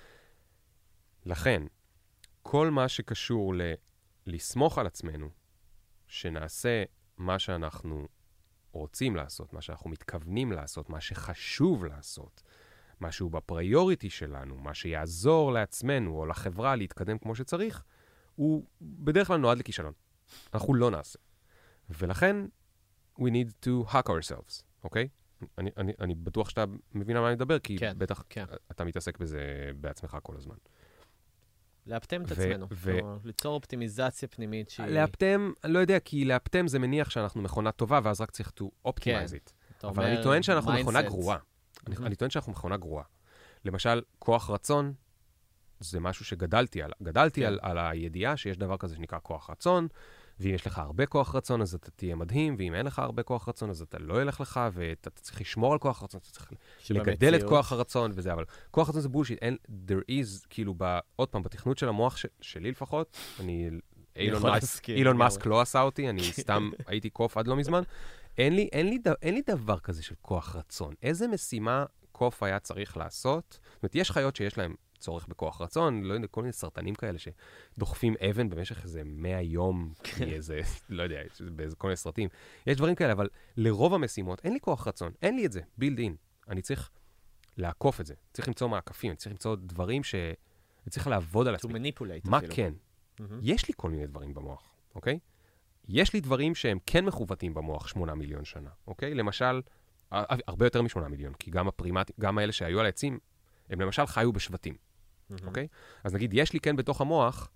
לכן, כל מה שקשור לסמוך על עצמנו, שנעשה מה שאנחנו רוצים לעשות, מה שאנחנו מתכוונים לעשות, מה שחשוב לעשות, משהו בפריוריטי שלנו, מה שיעזור לעצמנו או לחברה להתקדם כמו שצריך, הוא בדרך כלל נועד לכישלון. אנחנו לא נעשה. ולכן, we need to hack ourselves, אוקיי? אני בטוח שאתה מבין על מה אני מדבר, כי בטח אתה מתעסק בזה בעצמך כל הזמן. לאפטם את עצמנו, ליצור אופטימיזציה פנימית שהיא... לאפטם, אני לא יודע, כי לאפטם זה מניח שאנחנו מכונה טובה, ואז רק צריך to optimize it. אבל אני טוען שאנחנו מכונה גרועה. אני טוען שאנחנו מכונה גרועה. למשל, כוח רצון, זה משהו שגדלתי על. גדלתי על הידיעה שיש דבר כזה שנקרא כוח רצון, ואם יש לך הרבה כוח רצון, אז אתה תהיה מדהים, ואם אין לך הרבה כוח רצון, אז אתה לא ילך לך, ואתה צריך לשמור על כוח רצון, אתה צריך לגדל את כוח הרצון וזה, אבל כוח רצון זה בולשיט. there is, כאילו, עוד פעם, בתכנות של המוח שלי לפחות, אילון מאסק לא עשה אותי, אני סתם הייתי קוף עד לא מזמן, אין לי דבר כזה של כוח רצון. איזה משימה קוף היה צריך לעשות? זאת אומרת, יש חיות שיש להם צורך בכוח רצון, לא יודע, כל מיני סרטנים כאלה שדוחפים אבן במשך איזה 100 יום, מאיזה, לא יודע, באיזה כל מיני סרטים. יש דברים כאלה, אבל לרוב המשימות אין לי כוח רצון, אין לי את זה, build in. אני צריך לעקוף את זה, צריך למצוא מעקפים, אני צריך למצוא דברים אני צריך לעבוד על עצמי. מה כן? יש לי כל מיני דברים במוח, אוקיי? יש לי דברים שהם כן מכוותים במוח 8 מיליון שנה, אוקיי? למשל, הרבה יותר מ8 מיליון, כי גם האלה שהיו על העצים, הם למשל חיו בשבטים, אוקיי? אז נגיד, יש לי כן בתוך המוח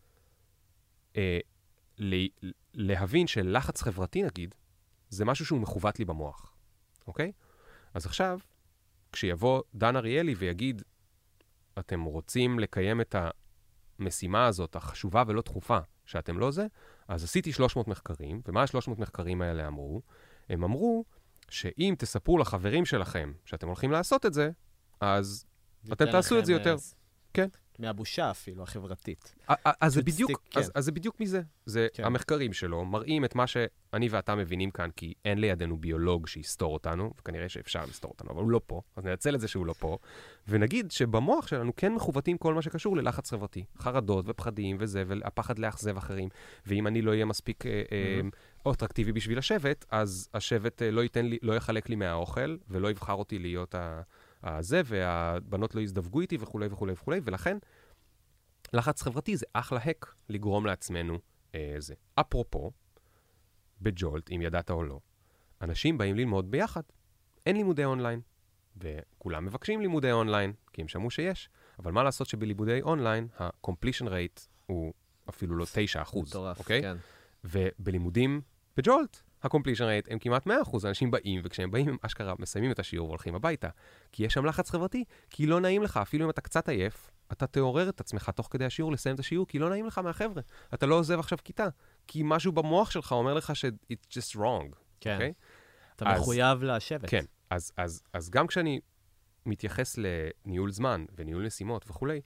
להבין שלחץ חברתי, נגיד, זה משהו שהוא מכוות לי במוח, אוקיי? אז עכשיו, כשיבוא דן אריאלי ויגיד, אתם רוצים לקיים את המשימה הזאת, החשובה ולא דחופה, שאתם לא זה, אז עשיתי 300 מחקרים, ומה ה-300 מחקרים האלה אמרו? הם אמרו שאם תספרו לחברים שלכם שאתם הולכים לעשות את זה, אז אתם תעשו את זה יותר. כן. מהבושה אפילו, החברתית. אז זה בדיוק מזה. זה המחקרים שלו, מראים את מה שאני ואתה מבינים כאן, כי אין לידינו ביולוג שיסתור אותנו, וכנראה שאפשר לסתור אותנו, אבל הוא לא פה, אז ננצל את זה שהוא לא פה, ונגיד שבמוח שלנו כן מכוותים כל מה שקשור ללחץ חברתי, חרדות ופחדים וזה, והפחד לאכזב אחרים, ואם אני לא אהיה מספיק אטרקטיבי בשביל השבט, אז השבט לא יחלק לי מהאוכל, ולא יבחר אותי להיות הזה, והבנות לא יזדווגו איתי וכו' וכו' וכו', ולכן לחץ חברתי זה אחלה הק לגרום לעצמנו זה. אפרופו, בג'ולט, אם ידעת או לא, אנשים באים ללמוד ביחד. אין לימודי אונליין, וכולם מבקשים לימודי אונליין, כי הם שמעו שיש, אבל מה לעשות שבלימודי אונליין, ה-completion rate הוא אפילו לא 9%, אוקיי? כן. ובלימודים בג'ולט, ה-completion rate הם כמעט 100%, אנשים באים, וכשהם באים הם אשכרה מסיימים את השיעור והולכים הביתה. כי יש שם לחץ חברתי, כי לא נעים לך, אפילו אם אתה קצת עייף, אתה תעורר את עצמך תוך כדי השיעור לסיים את השיעור, כי לא נעים לך מהחבר'ה. אתה לא עוזב עכשיו כיתה, כי משהו במוח שלך אומר לך ש-it's just wrong. כן. Okay? אתה מחויב לשבת. כן. אז גם כשאני מתייחס לניהול זמן וניהול נשימות וכולי,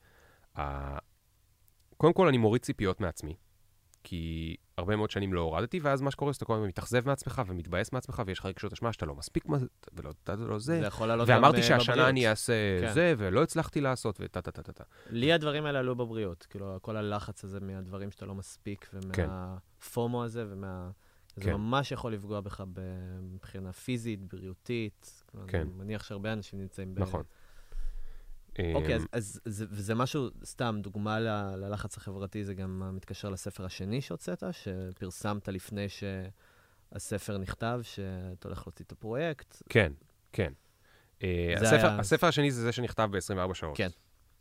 קודם כל אני מוריד ציפיות מעצמי, כי הרבה מאוד שנים לא הורדתי, ואז מה שקורה, שאתה כל הזמן מתאכזב מעצמך ומתבאס מעצמך, ויש לך רגשות אשמה שאתה לא מספיק, ולא זה. ואמרתי שהשנה אני אעשה זה, ולא הצלחתי לעשות, וטה. לי הדברים האלה עלו בבריאות, כאילו, כל הלחץ הזה מהדברים שאתה לא מספיק, ומהפומו הזה, זה ממש יכול לפגוע בך מבחינה פיזית, בריאותית. אני מניח שהרבה אנשים נמצאים נכון. אוקיי, אז זה משהו, סתם, דוגמה ללחץ החברתי, זה גם מתקשר לספר השני שהוצאת, שפרסמת לפני שהספר נכתב, שאתה הולך להוציא את הפרויקט. כן, כן. הספר השני זה שנכתב ב-24 שעות. כן.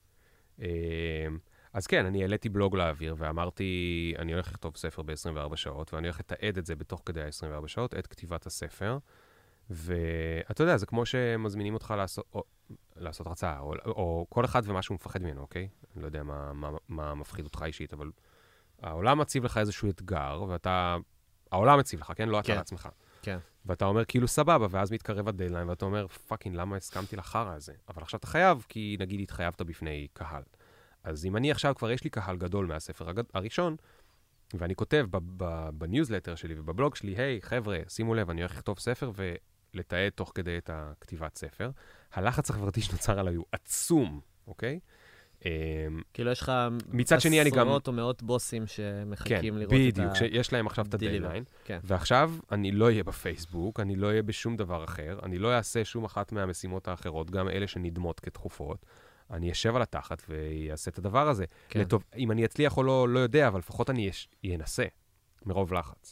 אז כן, אני העליתי בלוג לאוויר, ואמרתי, אני הולך לכתוב ספר ב-24 שעות, ואני הולך לתעד את זה בתוך כדי ה-24 שעות, את כתיבת הספר. ואתה יודע, זה כמו שמזמינים אותך לעשות הרצאה, או כל אחד ומה שהוא מפחד ממנו, אוקיי? אני לא יודע מה מפחיד אותך אישית, אבל העולם מציב לך איזשהו אתגר, העולם מציב לך, כן? לא אתה לעצמך. כן. ואתה אומר, כאילו, סבבה, ואז מתקרב הדדליין, ואתה אומר, פאקינג, למה הסכמתי לחרא הזה? אבל עכשיו אתה חייב, כי נגיד התחייבת בפני קהל. אז אם אני עכשיו כבר יש לי קהל גדול מהספר הראשון, ואני כותב בניוזלטר שלי ובבלוג שלי, היי, חבר'ה, שימו לב, אני הולך לכתוב ספר ולתעד תוך כדי את הכתיבת ספר. הלחץ החברתי שנוצר עליי הוא עצום, אוקיי? כאילו יש לך עשרות או מאות בוסים שמחכים לראות את בדיוק, שיש להם עכשיו את הדדליין. ועכשיו אני לא אהיה בפייסבוק, אני לא אהיה בשום דבר אחר, אני לא אעשה שום אחת מהמשימות האחרות, גם אלה שנדמות כדחופות. אני אשב על התחת ויעשה את הדבר הזה. לטוב, אם אני אצליח או לא, לא יודע, אבל לפחות אני אנסה מרוב לחץ.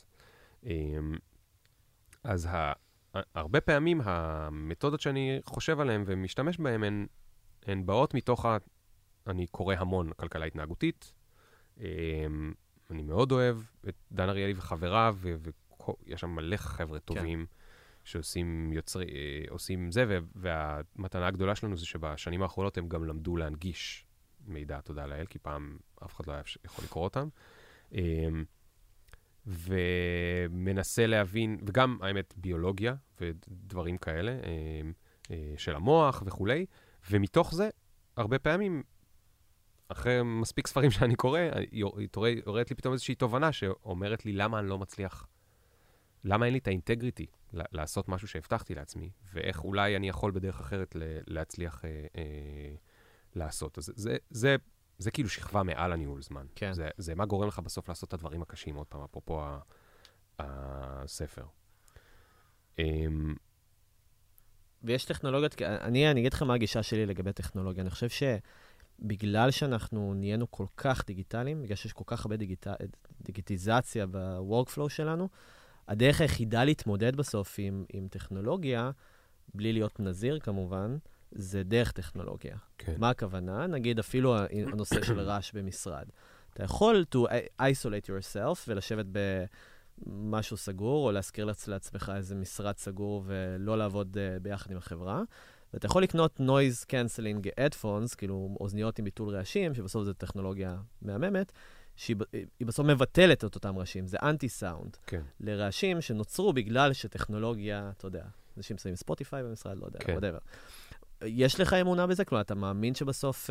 אז הרבה פעמים המתודות שאני חושב עליהן ומשתמש בהן, הן באות מתוך אני קורא המון כלכלה התנהגותית. אני מאוד אוהב את דן אריאלי וחבריו, ויש שם מלא חבר'ה טובים שעושים עושים זה, והמתנה הגדולה שלנו זה שבשנים האחרונות הם גם למדו להנגיש מידע, תודה לאל, כי פעם אף אחד לא היה יכול לקרוא אותם. ומנסה להבין, וגם האמת ביולוגיה ודברים כאלה, של המוח וכולי, ומתוך זה, הרבה פעמים, אחרי מספיק ספרים שאני קורא, יורדת לי פתאום איזושהי תובנה שאומרת לי למה אני לא מצליח, למה אין לי את האינטגריטי לעשות משהו שהבטחתי לעצמי, ואיך אולי אני יכול בדרך אחרת להצליח לעשות. אז זה כאילו שכבה מעל הניהול זמן. כן. זה מה גורם לך בסוף לעשות את הדברים הקשים, עוד פעם, אפרופו הספר. ויש טכנולוגיות, אני אגיד לך מה הגישה שלי לגבי טכנולוגיה. אני חושב שבגלל שאנחנו נהיינו כל כך דיגיטליים, בגלל שיש כל כך הרבה דיגיטיזציה בוורקפלואו שלנו, הדרך היחידה להתמודד בסוף עם טכנולוגיה, בלי להיות נזיר כמובן, זה דרך טכנולוגיה. כן. מה הכוונה? נגיד אפילו הנושא של רעש במשרד. אתה יכול to isolate yourself ולשבת במשהו סגור, או להזכיר לעצמך איזה משרד סגור ולא לעבוד ביחד עם החברה. ואתה יכול לקנות noise cancelling headphones, כאילו אוזניות עם ביטול רעשים, שבסוף זו טכנולוגיה מהממת, שהיא בסוף מבטלת את אותם רעשים. זה אנטי-סאונד. כן. לרעשים שנוצרו בגלל שטכנולוגיה, אתה יודע, אנשים שמים ספוטיפיי במשרד, לא יודע, כן. whatever. יש לך אמונה בזה? כלומר, אתה מאמין שבסוף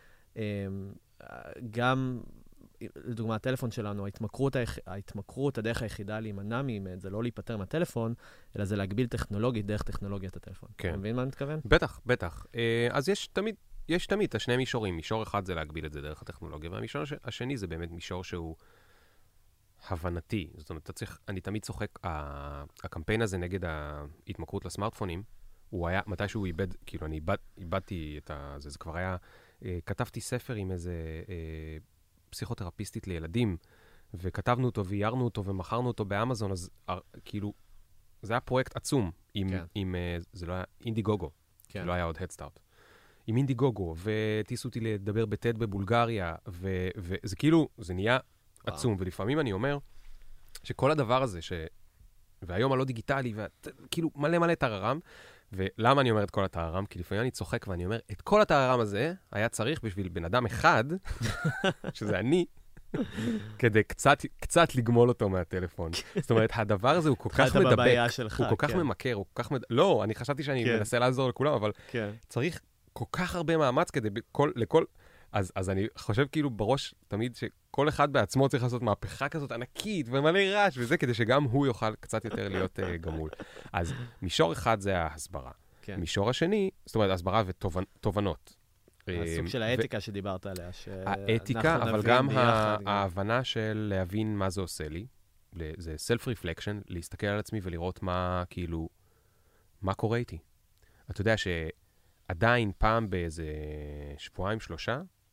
גם, לדוגמה, הטלפון שלנו, ההתמכרות, הדרך היחידה להימנע ממנו, זה לא להיפטר מהטלפון, אלא זה להגביל טכנולוגית דרך טכנולוגיית הטלפון. כן. אתה מבין מה אני מתכוון? בטח, בטח. אז יש תמיד את השני מישורים. מישור אחד זה להגביל את זה דרך הטכנולוגיה, והמישור השני זה באמת מישור שהוא הבנתי. זאת אומרת, אני תמיד צוחק, הקמפיין הזה נגד ההתמכרות לסמארטפונים, הוא היה, מתי שהוא איבד, כאילו אני איבדתי את זה, זה כבר היה, כתבתי ספר עם איזה פסיכותרפיסטית לילדים, וכתבנו אותו ואיירנו אותו ומכרנו אותו באמזון, אז כאילו, זה היה פרויקט עצום, עם זה לא היה אינדיגוגו, זה לא היה עוד הדסטארט. עם אינדיגוגו, וטיסו אותי לדבר בטד בבולגריה, וזה כאילו, זה נהיה עצום, ולפעמים אני אומר, שכל הדבר הזה, והיום הלא דיגיטלי, וכאילו מלא טררם, ולמה אני אומר את כל הטררם? כי לפעמים אני צוחק ואני אומר, את כל הטררם הזה היה צריך בשביל בן אדם אחד, שזה אני, כדי קצת לגמול אותו מהטלפון. זאת אומרת, הדבר הזה הוא כל כך מדבק, הוא כל כך ממכר, הוא כל כך לא, אני חשבתי שאני מנסה לעזור לכולם, אבל צריך כל כך הרבה מאמץ כדי לכל... אז אני חושב כאילו בראש תמיד שכל אחד בעצמו צריך לעשות מהפכה כזאת ענקית ומלא רעש וזה, כדי שגם הוא יוכל קצת יותר להיות גמול. אז מישור אחד זה ההסברה. מישור השני, זאת אומרת, הסברה ותובנות. הסוג של האתיקה שדיברת עליה. האתיקה, אבל גם ההבנה של להבין מה זה עושה לי. זה self-reflection, להסתכל על עצמי ולראות מה, כאילו, מה קורה איתי. אתה יודע שעדיין פעם באיזה שבועיים, 3,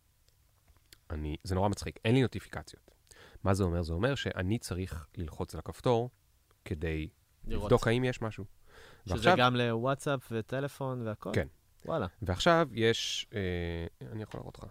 זה נורא מצחיק, אין לי נוטיפיקציות. מה זה אומר? זה אומר שאני צריך ללחוץ על הכפתור כדי לבדוק האם יש משהו. שזה גם לוואטסאפ וטלפון והכל? כן. וואלה. ועכשיו יש, אני יכול לראות לך.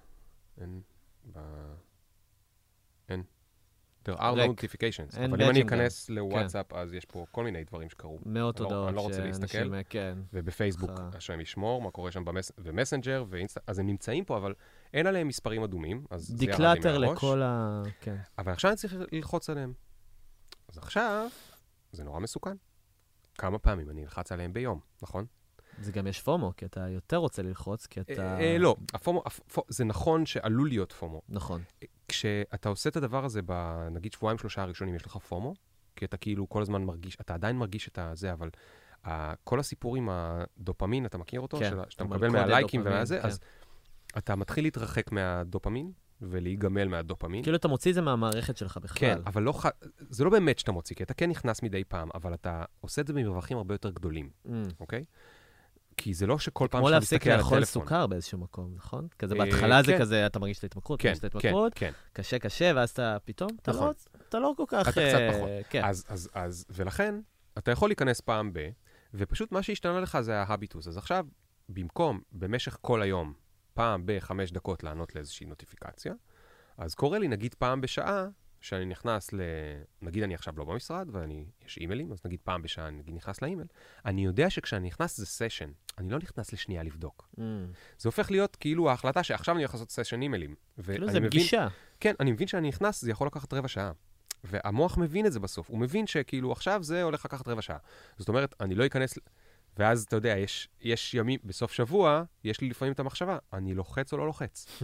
אין. There are no notifications. אבל אם אני אכנס לוואטסאפ, אז יש פה כל מיני דברים שקרו. מאות הודעות. אני לא רוצה להסתכל. ובפייסבוק, השם ישמור, מה קורה שם ומסנג'ר ואינסטגרם. אז הם נמצאים פה, אבל אין עליהם מספרים אדומים. דיקלטר לכל ה... אבל עכשיו אני צריך ללחוץ עליהם. אז עכשיו, זה נורא מסוכן. כמה פעמים אני אלחץ עליהם ביום, נכון? זה גם יש פומו, כי אתה יותר רוצה ללחוץ, כי אתה... לא, זה נכון שעלול להיות פומו. נכון. כשאתה עושה את הדבר הזה, נגיד 2-3 הראשונים, יש לך פומו, כי אתה כאילו כל הזמן מרגיש, אתה עדיין מרגיש את זה, אבל כל הסיפור עם הדופמין, אתה מכיר אותו? כן. שאתה מקבל מהלייקים ומהזה, אז אתה מתחיל להתרחק מהדופמין, ולהיגמל מהדופמין. כאילו אתה מוציא את זה מהמערכת שלך בכלל. כן, אבל זה לא באמת שאתה מוציא, כי אתה כן נכנס מדי פעם, אבל אתה עושה את זה במרווחים הרבה יותר גדולים, אוקיי? כי זה לא שכל פעם שאתה מסתכל על הטלפון. כמו להפסיק לאכול סוכר באיזשהו מקום, נכון? כזה בהתחלה זה כזה, אתה מרגיש את ההתמכרות, קשה, ואז אתה פתאום, אתה לא כל כך... אתה קצת פחות. ולכן, אתה יכול להיכנס פעם ופשוט מה שהשתנה לך זה ההביטוס. אז עכשיו, במקום במשך כל היום, פעם ב5 דקות לענות לאיזושהי נוטיפיקציה, אז קורה לי נגיד פעם בשעה, שאני נכנס נגיד אני עכשיו לא במשרד, ויש אימיילים, אז נגיד פעם בשעה אני נכנס לאימייל, אני יודע שכשאני נכנס זה סשן, אני לא נכנס לשנייה לבדוק. זה הופך להיות כאילו ההחלטה שעכשיו אני הולך לעשות סשן אימיילים. כאילו זה פגישה. כן, אני מבין שאני נכנס, זה יכול לקחת 15 שעה. והמוח מבין את זה בסוף, הוא מבין שכאילו עכשיו זה הולך לקחת 15 שעה. זאת אומרת, אני לא אכנס, ואז אתה יודע, יש ימים, בסוף שבוע, יש לי לפעמים את המחשבה, אני לוחץ או לא לוחץ.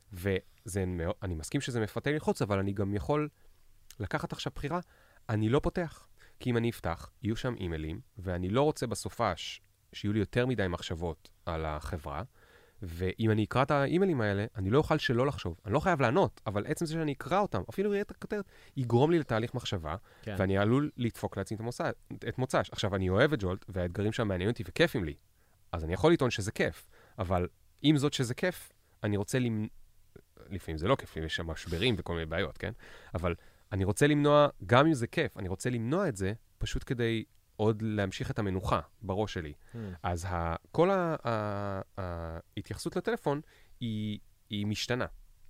אני מסכים שזה מפתה ללחוץ, אבל אני גם יכול לקחת עכשיו בחירה, אני לא פותח. כי אם אני אפתח, יהיו שם אימיילים, ואני לא רוצה בסופש שיהיו לי יותר מדי מחשבות על החברה, ואם אני אקרא את האימיילים האלה, אני לא אוכל שלא לחשוב. אני לא חייב לענות, אבל עצם זה שאני אקרא אותם, אפילו יהיה את הכותרת, יגרום לי לתהליך מחשבה, ואני עלול לדפוק לעצמי את מוצ"ש. עכשיו, אני אוהב את ג'ולט, והאתגרים שם מעניינים אותי וכיפים לי. אז אני יכול לטעון שזה כיף, אבל עם זאת שזה כיף, אני רוצה לפעמים זה לא כיף, יש שם משברים וכל מיני בעיות, כן? אבל אני רוצה למנוע, גם אם זה כיף, אני רוצה למנוע את זה, פשוט כדי עוד להמשיך את המנוחה בראש שלי. אז כל ההתייחסות לטלפון היא משתנה.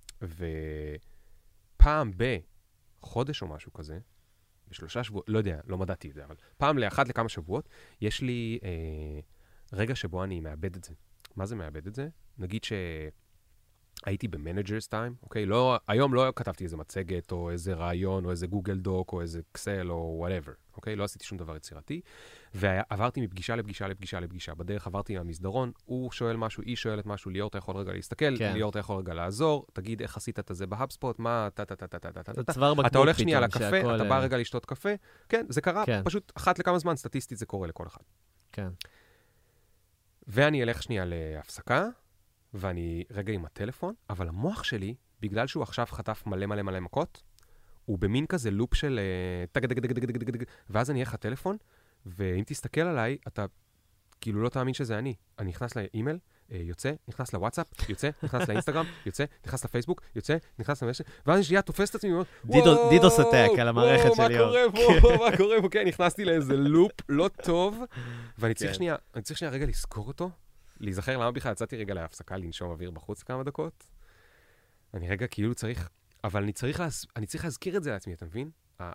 ופעם בחודש או משהו כזה, ב3 שבועות, לא יודע, לא מדעתי את זה, אבל פעם לאחת לכמה שבועות, יש לי רגע שבו אני מאבד את זה. מה זה מאבד את זה? נגיד הייתי במנג'רס טיים, אוקיי? היום לא כתבתי איזה מצגת, או איזה רעיון, או איזה גוגל דוק, או איזה אקסל, או whatever, אוקיי? לא עשיתי שום דבר יצירתי, ועברתי מפגישה לפגישה לפגישה לפגישה. בדרך עברתי למסדרון, הוא שואל משהו, היא שואלת משהו, ליאור, אתה יכול רגע להסתכל, ליאור, אתה יכול רגע לעזור, תגיד איך עשית את זה בהאבספוט, מה, אתה הולך שנייה לקפה, אתה בא רגע לשתות קפה, כן, זה קרה, פשוט אחת לכמה זמן, סטטיסטית זה קורה לכל אחד. כן. ואני אלך שנייה להפסקה, ואני רגע עם הטלפון, אבל המוח שלי, בגלל שהוא עכשיו חטף מלא מלא מלא מכות, הוא במין כזה לופ של ואז אני אלך הטלפון, ואם תסתכל עליי, אתה כאילו לא תאמין שזה אני. אני נכנס לאימייל, יוצא, נכנס לוואטסאפ, יוצא, נכנס לאינסטגרם, יוצא, נכנס לפייסבוק, יוצא, נכנס למסך, ואז אני שנייה תופס את עצמי, דידוס אטק על המערכת שלי. מה קורה פה? כן, נכנסתי לאיזה לופ לא טוב, ואני צריך שנייה רגע לזכור אותו, להיזכר למה בכלל יצאתי רגע להפסקה, לנשום אוויר בחוץ כמה דקות. אני רגע כאילו צריך, אבל אני צריך להזכיר את זה לעצמי, אתה מבין?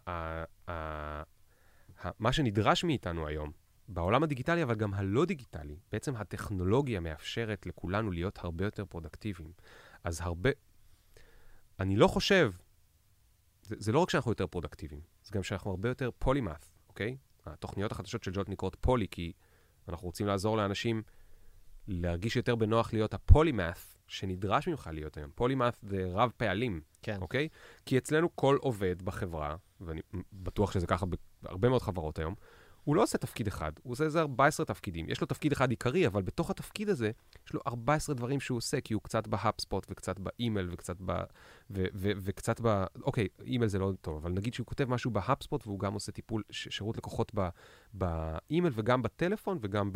מה שנדרש מאיתנו היום, בעולם הדיגיטלי, אבל גם הלא דיגיטלי, בעצם הטכנולוגיה מאפשרת לכולנו להיות הרבה יותר פרודקטיביים. אז אני לא חושב זה לא רק שאנחנו יותר פרודקטיביים, זה גם שאנחנו הרבה יותר פולימאת', אוקיי? התוכניות החדשות של ג'ולט נקראות פולי, כי אנחנו רוצים לעזור לאנשים להרגיש יותר בנוח להיות הפולימאת' שנדרש ממך להיות היום. פולימאת' זה רב פעלים, כן. אוקיי? כי אצלנו כל עובד בחברה, ואני בטוח שזה ככה בהרבה מאוד חברות היום, הוא לא עושה תפקיד אחד, הוא עושה איזה 14 תפקידים. יש לו תפקיד אחד עיקרי, אבל בתוך התפקיד הזה, יש לו 14 דברים שהוא עושה, כי הוא קצת בהאפספוט, וקצת באימייל, וקצת אוקיי, אימייל זה לא טוב, אבל נגיד שהוא כותב משהו בהאפספוט, והוא גם עושה טיפול, שירות לקוחות באימייל, וגם בטלפון, וגם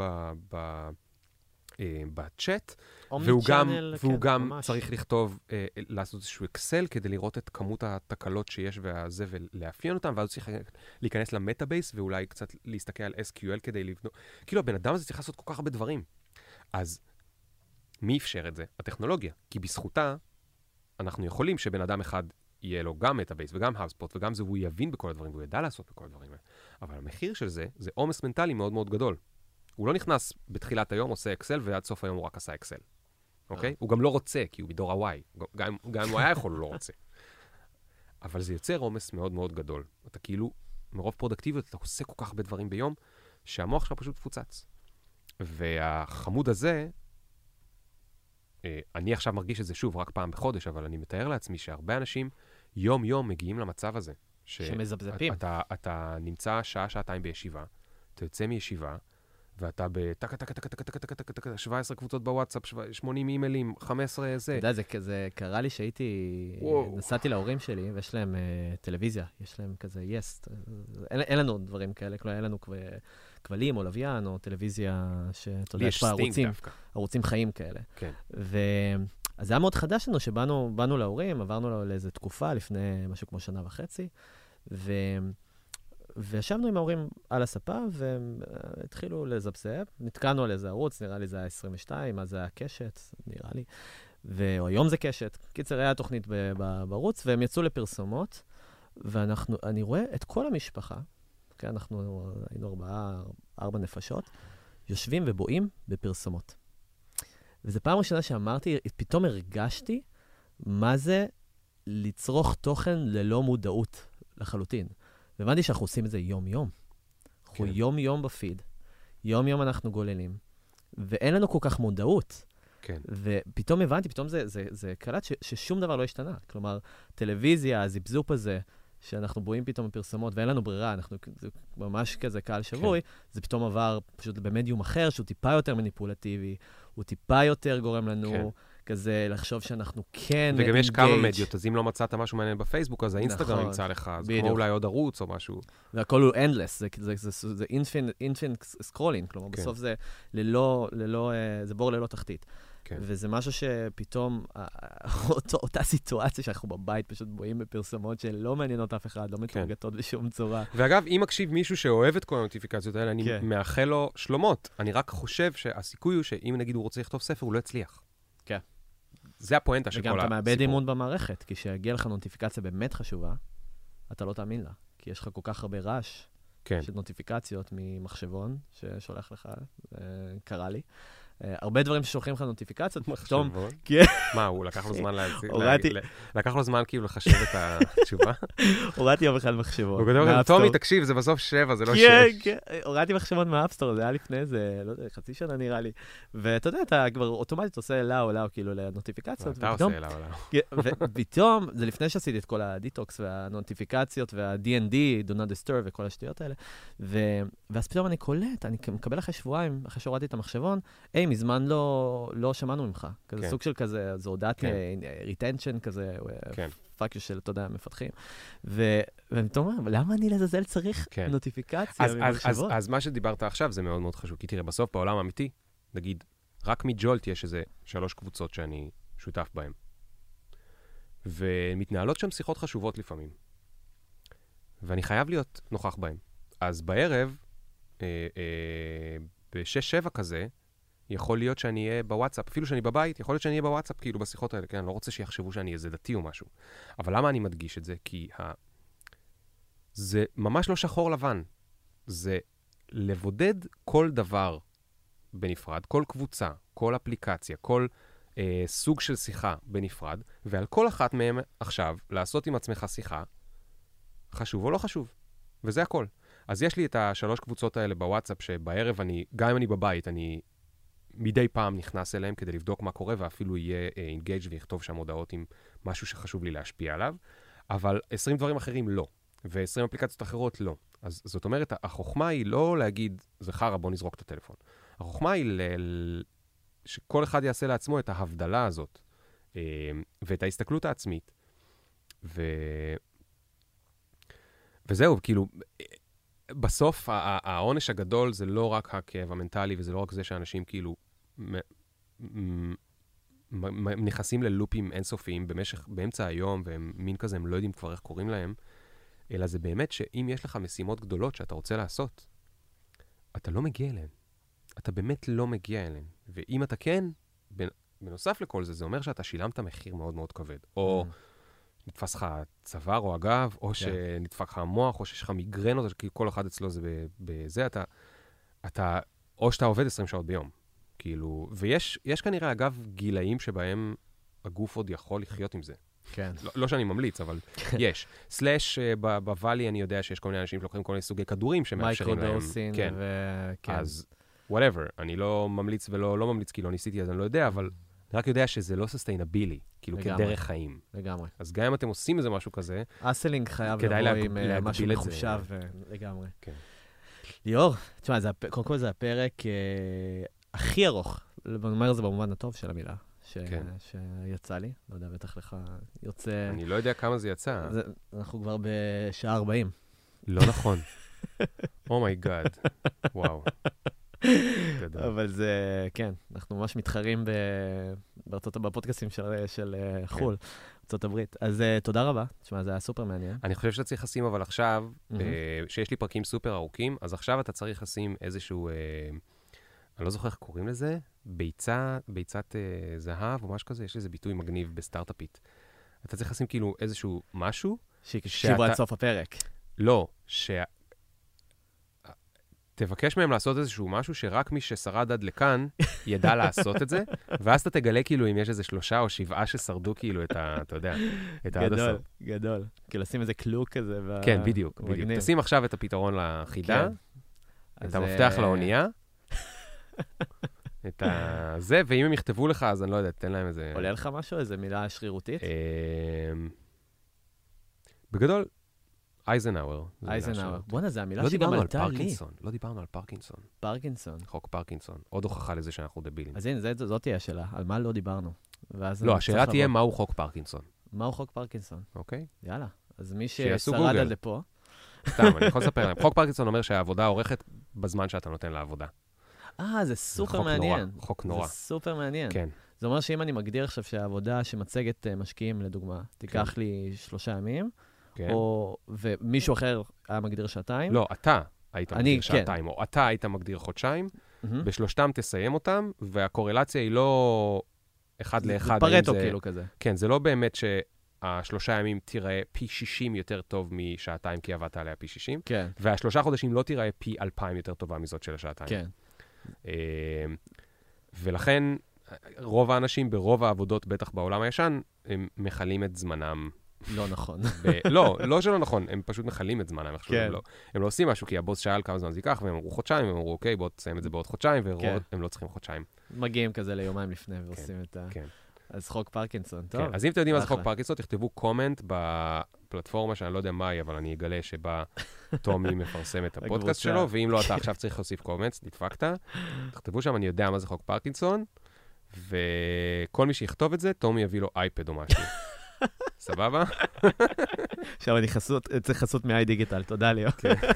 בצ'אט, והוא גם צריך לכתוב, לעשות איזשהו אקסל, כדי לראות את כמות התקלות שיש והזה, ולאפיין אותם, ואז צריך להיכנס למטאבייס, ואולי קצת להסתכל על SQL כדי לבנות. כאילו, הבן אדם הזה צריך לעשות כל כך הרבה דברים. אז מי אפשר את זה? הטכנולוגיה. כי בזכותה, אנחנו יכולים שבן אדם אחד יהיה לו גם מטאבייס, וגם HubSpot, וגם זה, והוא יבין בכל הדברים, והוא ידע לעשות בכל הדברים האלה. אבל המחיר של זה, זה עומס מנטלי מאוד מאוד גדול. הוא לא נכנס בתחילת היום, עושה אקסל, ועד סוף היום הוא רק עשה אקסל. אוקיי? הוא גם לא רוצה, כי הוא בדור ה-Y. גם אם הוא היה יכול, הוא לא רוצה. אבל זה יוצר עומס מאוד מאוד גדול. אתה כאילו, מרוב פרודקטיביות, אתה עושה כל כך הרבה דברים ביום, שהמוח שלך פשוט פוצץ. והחמוד הזה, אני עכשיו מרגיש את זה שוב, רק פעם בחודש, אבל אני מתאר לעצמי שהרבה אנשים יום-יום מגיעים למצב הזה. שמזבזפים. אתה נמצא שעה-שעתיים בישיבה, אתה יוצא מישיבה, ואתה בטק, 17 קבוצות בוואטסאפ, 80 אימיילים, 15 זה. אתה יודע, זה קרה לי נסעתי להורים שלי, ויש להם טלוויזיה, יש להם כזה יס. אין לנו דברים כאלה, כלומר, אין לנו כבלים או לוויין, או טלוויזיה שאתה יודע, יש ערוצים חיים כאלה. כן. אז זה היה מאוד חדש לנו, שבאנו להורים, עברנו לאיזו תקופה, לפני משהו כמו שנה וחצי, וישבנו עם ההורים על הספה, והתחילו לזבזב, נתקענו על איזה ערוץ, נראה לי זה היה 22, אז זה היה קשת, נראה לי, והיום זה קשת. קיצר, היה תוכנית בערוץ, והם יצאו לפרסומות, ואני רואה את כל המשפחה, כן, אנחנו היינו 4 נפשות, יושבים ובואים בפרסומות. וזו פעם ראשונה שאמרתי, פתאום הרגשתי מה זה לצרוך תוכן ללא מודעות לחלוטין. והבנתי שאנחנו עושים את זה יום-יום. אנחנו יום-יום בפיד, יום-יום אנחנו גוללים, ואין לנו כל כך מודעות. כן. ופתאום הבנתי, פתאום זה קלט ששום דבר לא השתנה. כלומר, טלוויזיה, הזיבזופ הזה, שאנחנו בואים פתאום בפרסומות, ואין לנו ברירה, זה ממש כזה קהל שבוי, זה פתאום עבר פשוט במדיום אחר, שהוא טיפה יותר מניפולטיבי, הוא טיפה יותר גורם לנו כזה לחשוב שאנחנו כן וגם יש כמה מדיות, אז אם לא מצאת משהו מעניין בפייסבוק, אז האינסטגרם ימצא לך, אז כמו אולי עוד ערוץ או משהו. והכל הוא endless, זה infinite scrolling, כלומר בסוף זה זה בור ללא תחתית. וזה משהו שפתאום, אותה סיטואציה שאנחנו בבית פשוט בואים בפרסומות שלא מעניינות אף אחד, לא מתורגתות בשום צורה. ואגב, אם מקשיב מישהו שאוהב את כל הנוטיפיקציות האלה, אני מאחל לו שלומות. אני רק חושב שהסיכוי הוא שאם נגיד הוא רוצה לכתוב ספר, הוא לא יצליח. כן. זה הפואנטה של כל הסיפור. וגם אתה מאבד אימון במערכת, כי שיגיע לך נוטיפיקציה באמת חשובה, אתה לא תאמין לה. כי יש לך כל כך הרבה רעש של נוטיפיקציות ממחשבון ששולח לך, קרה לי. הרבה דברים ששולחים לך נוטיפיקציות, מחשבון? מה, הוא לקח לו זמן לקח לו זמן כאילו לחשב את התשובה? הורדתי יום אחד מחשבון. הוא כותב, תומי, תקשיב, זה בסוף 7, זה לא 6. כן, הורדתי מחשבון מהאפסטור, זה היה לפני איזה, לא יודע, חצי שנה נראה לי. ואתה יודע, אתה כבר אוטומטית עושה לאו כאילו לנוטיפיקציות. אתה עושה לאו. ופתאום, זה לפני שעשיתי את כל הדיטוקס והנוטיפיקציות וה-D&D, Do Not Disturb וכל השטויות האלה. ואז פתאום אני קולט, אני מקבל אחרי שבועיים, אחרי שהורדתי את המחשבון, מזמן לא שמענו ממך. כזה סוג של כזה, זו הודעת ריטנשן כזה, פאקיו של, אתה יודע, מפתחים. ואני אומר, למה אני לזלזל צריך נוטיפיקציה ממחשבות? אז מה שדיברת עכשיו זה מאוד מאוד חשוב, כי תראה, בסוף בעולם האמיתי, נגיד, רק מג'ולט יש איזה 3 קבוצות שאני שותף בהן. ומתנהלות שם שיחות חשובות לפעמים. ואני חייב להיות נוכח בהן. אז בערב, ב-6-7 כזה, יכול להיות שאני אהיה בוואטסאפ, אפילו שאני בבית, יכול להיות שאני אהיה בוואטסאפ כאילו בשיחות האלה, כן, אני לא רוצה שיחשבו שאני איזה דתי או משהו. אבל למה אני מדגיש את זה? כי זה ממש לא שחור לבן. זה לבודד כל דבר בנפרד, כל קבוצה, כל אפליקציה, כל סוג של שיחה בנפרד, ועל כל אחת מהם עכשיו לעשות עם עצמך שיחה, חשוב או לא חשוב. וזה הכל. אז יש לי את 3 קבוצות האלה בוואטסאפ, שבערב גם אם אני בבית, אני מדי פעם נכנס אליהם כדי לבדוק מה קורה, ואפילו יהיה אינגייג' ויכתוב שם הודעות עם משהו שחשוב לי להשפיע עליו, אבל 20 דברים אחרים לא, ו20 אפליקציות אחרות לא. אז זאת אומרת, החוכמה היא לא להגיד, זה חרא, בוא נזרוק את הטלפון. החוכמה היא שכל אחד יעשה לעצמו את ההבדלה הזאת, ואת ההסתכלות העצמית. וזהו, כאילו, בסוף העונש הגדול זה לא רק הכאב המנטלי, וזה לא רק זה שאנשים כאילו נכנסים ללופים אינסופיים באמצע היום, והם מין כזה, הם לא יודעים כבר איך קוראים להם, אלא זה באמת שאם יש לך משימות גדולות שאתה רוצה לעשות, אתה לא מגיע אליהן. אתה באמת לא מגיע אליהן. ואם אתה כן, בנוסף לכל זה, זה אומר שאתה שילמת מחיר מאוד מאוד כבד. או נתפס לך צוואר או אגב, או שנדפק לך המוח, או שיש לך מיגרנות, כי כל אחד אצלו זה בזה, או שאתה עובד 20 שעות ביום. כאילו, ויש כנראה אגב גילאים שבהם הגוף עוד יכול לחיות עם זה. כן. לא שאני ממליץ, אבל יש. סלש בוואלי אני יודע שיש כל מיני אנשים שלוקחים כל מיני סוגי כדורים שמאפשרים להם. מייקרודוסין כן. אז whatever, אני לא ממליץ ולא ממליץ, כי לא ניסיתי, אז אני לא יודע, אבל אני רק יודע שזה לא סוסטיינבילי, כאילו כדרך חיים. לגמרי. אז גם אם אתם עושים איזה משהו כזה, אסלינג חייב לבוא עם משהו מחושב לגמרי. כן. ליאור, תשמע, קודם כל זה הפרק הכי ארוך, אני אומר את זה במובן הטוב של המילה, שיצא לי, לא יודע, בטח לך יוצא... אני לא יודע כמה זה יצא. אנחנו כבר בשעה 40. לא נכון. אומייגאד. וואו. אבל זה, כן, אנחנו ממש מתחרים בפודקאסטים של חול, ארצות הברית. אז תודה רבה, תשמע, זה היה סופר מעניין. אני חושב שאתה צריך לשים, אבל עכשיו, שיש לי פרקים סופר ארוכים, אז עכשיו אתה צריך לשים איזשהו, אני לא זוכר איך קוראים לזה, ביצת זהב או משהו כזה, יש לזה ביטוי מגניב בסטארט-אפית. אתה צריך לשים כאילו איזשהו משהו, שיקשיבו עד סוף הפרק. לא, תבקש מהם לעשות איזשהו משהו שרק מי ששרד עד לכאן ידע לעשות את זה, ואז אתה תגלה כאילו אם יש איזה 3 או 7 ששרדו כאילו את אתה יודע, את עד הסוף. גדול. כאילו לשים איזה קלו כזה. כן, בדיוק. תשים עכשיו את הפתרון לחידה, את המפתח לאונייה, את זה, ואם הם יכתבו לך, אז אני לא יודע, תן להם איזה... עולה לך משהו? איזה מילה שרירותית? בגדול, אייזנהאואר. בוא'נה, זה המילה שגם עלתה לי. לא דיברנו על פרקינסון. פרקינסון. חוק פרקינסון. עוד הוכחה לזה שאנחנו דבילים. אז הנה, זאת תהיה השאלה. על מה לא דיברנו? לא, השאלה תהיה מהו חוק פרקינסון. מהו חוק פרקינסון? אוקיי. יאללה. אז מי ששרד עד לפה... סתם, אני יכול לספר להם. חוק פרקינסון אומר שהעבודה עורכת בזמן שאתה נותן לעבודה. זה סופר מעניין. חוק נורא. זה סופר מעניין. כן. זה אומר שאם אני מגדיר עכשיו שהעבודה שמצגת משקיעים, לדוגמה, תיקח לי 3 ימים, ומישהו אחר היה מגדיר 2. לא, אתה היית מגדיר 2, או אתה היית מגדיר חודשיים, בשלושתם תסיים אותם, והקורלציה היא לא 1 ל-1. זה פרטו כאילו כזה. כן, זה לא באמת שה3 ימים תיראה פי 60 יותר טוב משעתיים, כי עבדת עליה פי 60, כן. וה3 חודשים לא תיראה פי 2,000 יותר טובה מזאת של השעתיים. כן. ולכן, רוב האנשים ברוב העבודות, בטח בעולם הישן, הם מחלים את זמנם. לא נכון. לא שלא נכון, הם פשוט מחלים את זמנם. הם לא עושים משהו, כי הבוס שאל כמה זמן זה ייקח, והם אמרו חודשיים, והם אמרו, אוקיי, בוא תסיים את זה בעוד חודשיים, והם לא צריכים חודשיים. מגיעים כזה ליומיים לפני ועושים את ה... אז חוק פרקינסון, טוב. אז אם אתם יודעים מה זה חוק פרקינסון, תכתבו קומנט בפלטפורמה שאני לא יודע מה היא, אבל אני אגלה שבה טומי מפרסם את הפודקאסט שלו, ואם לא, אתה עכשיו צריך להוסיף קומנט, נדפקת. תכתבו שם, אני יודע מה זה חוק פרקינסון, וכל מי שיכתוב את זה, טומי יביא לו אייפד או משהו. סבבה? עכשיו אני צריך חסות מ-i דיגיטל, תודה ליאור.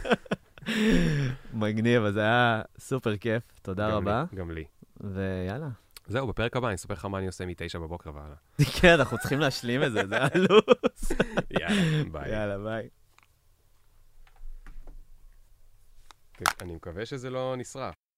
מגניב, אז זה היה סופר כיף, תודה רבה. גם לי. ויאללה. זהו, בפרק הבא אני אספר לך מה אני עושה מ-9 בבוקר והלאה. כן, אנחנו צריכים להשלים את זה, זה הלוס. יאללה, ביי. יאללה, ביי. אני מקווה שזה לא נשרף.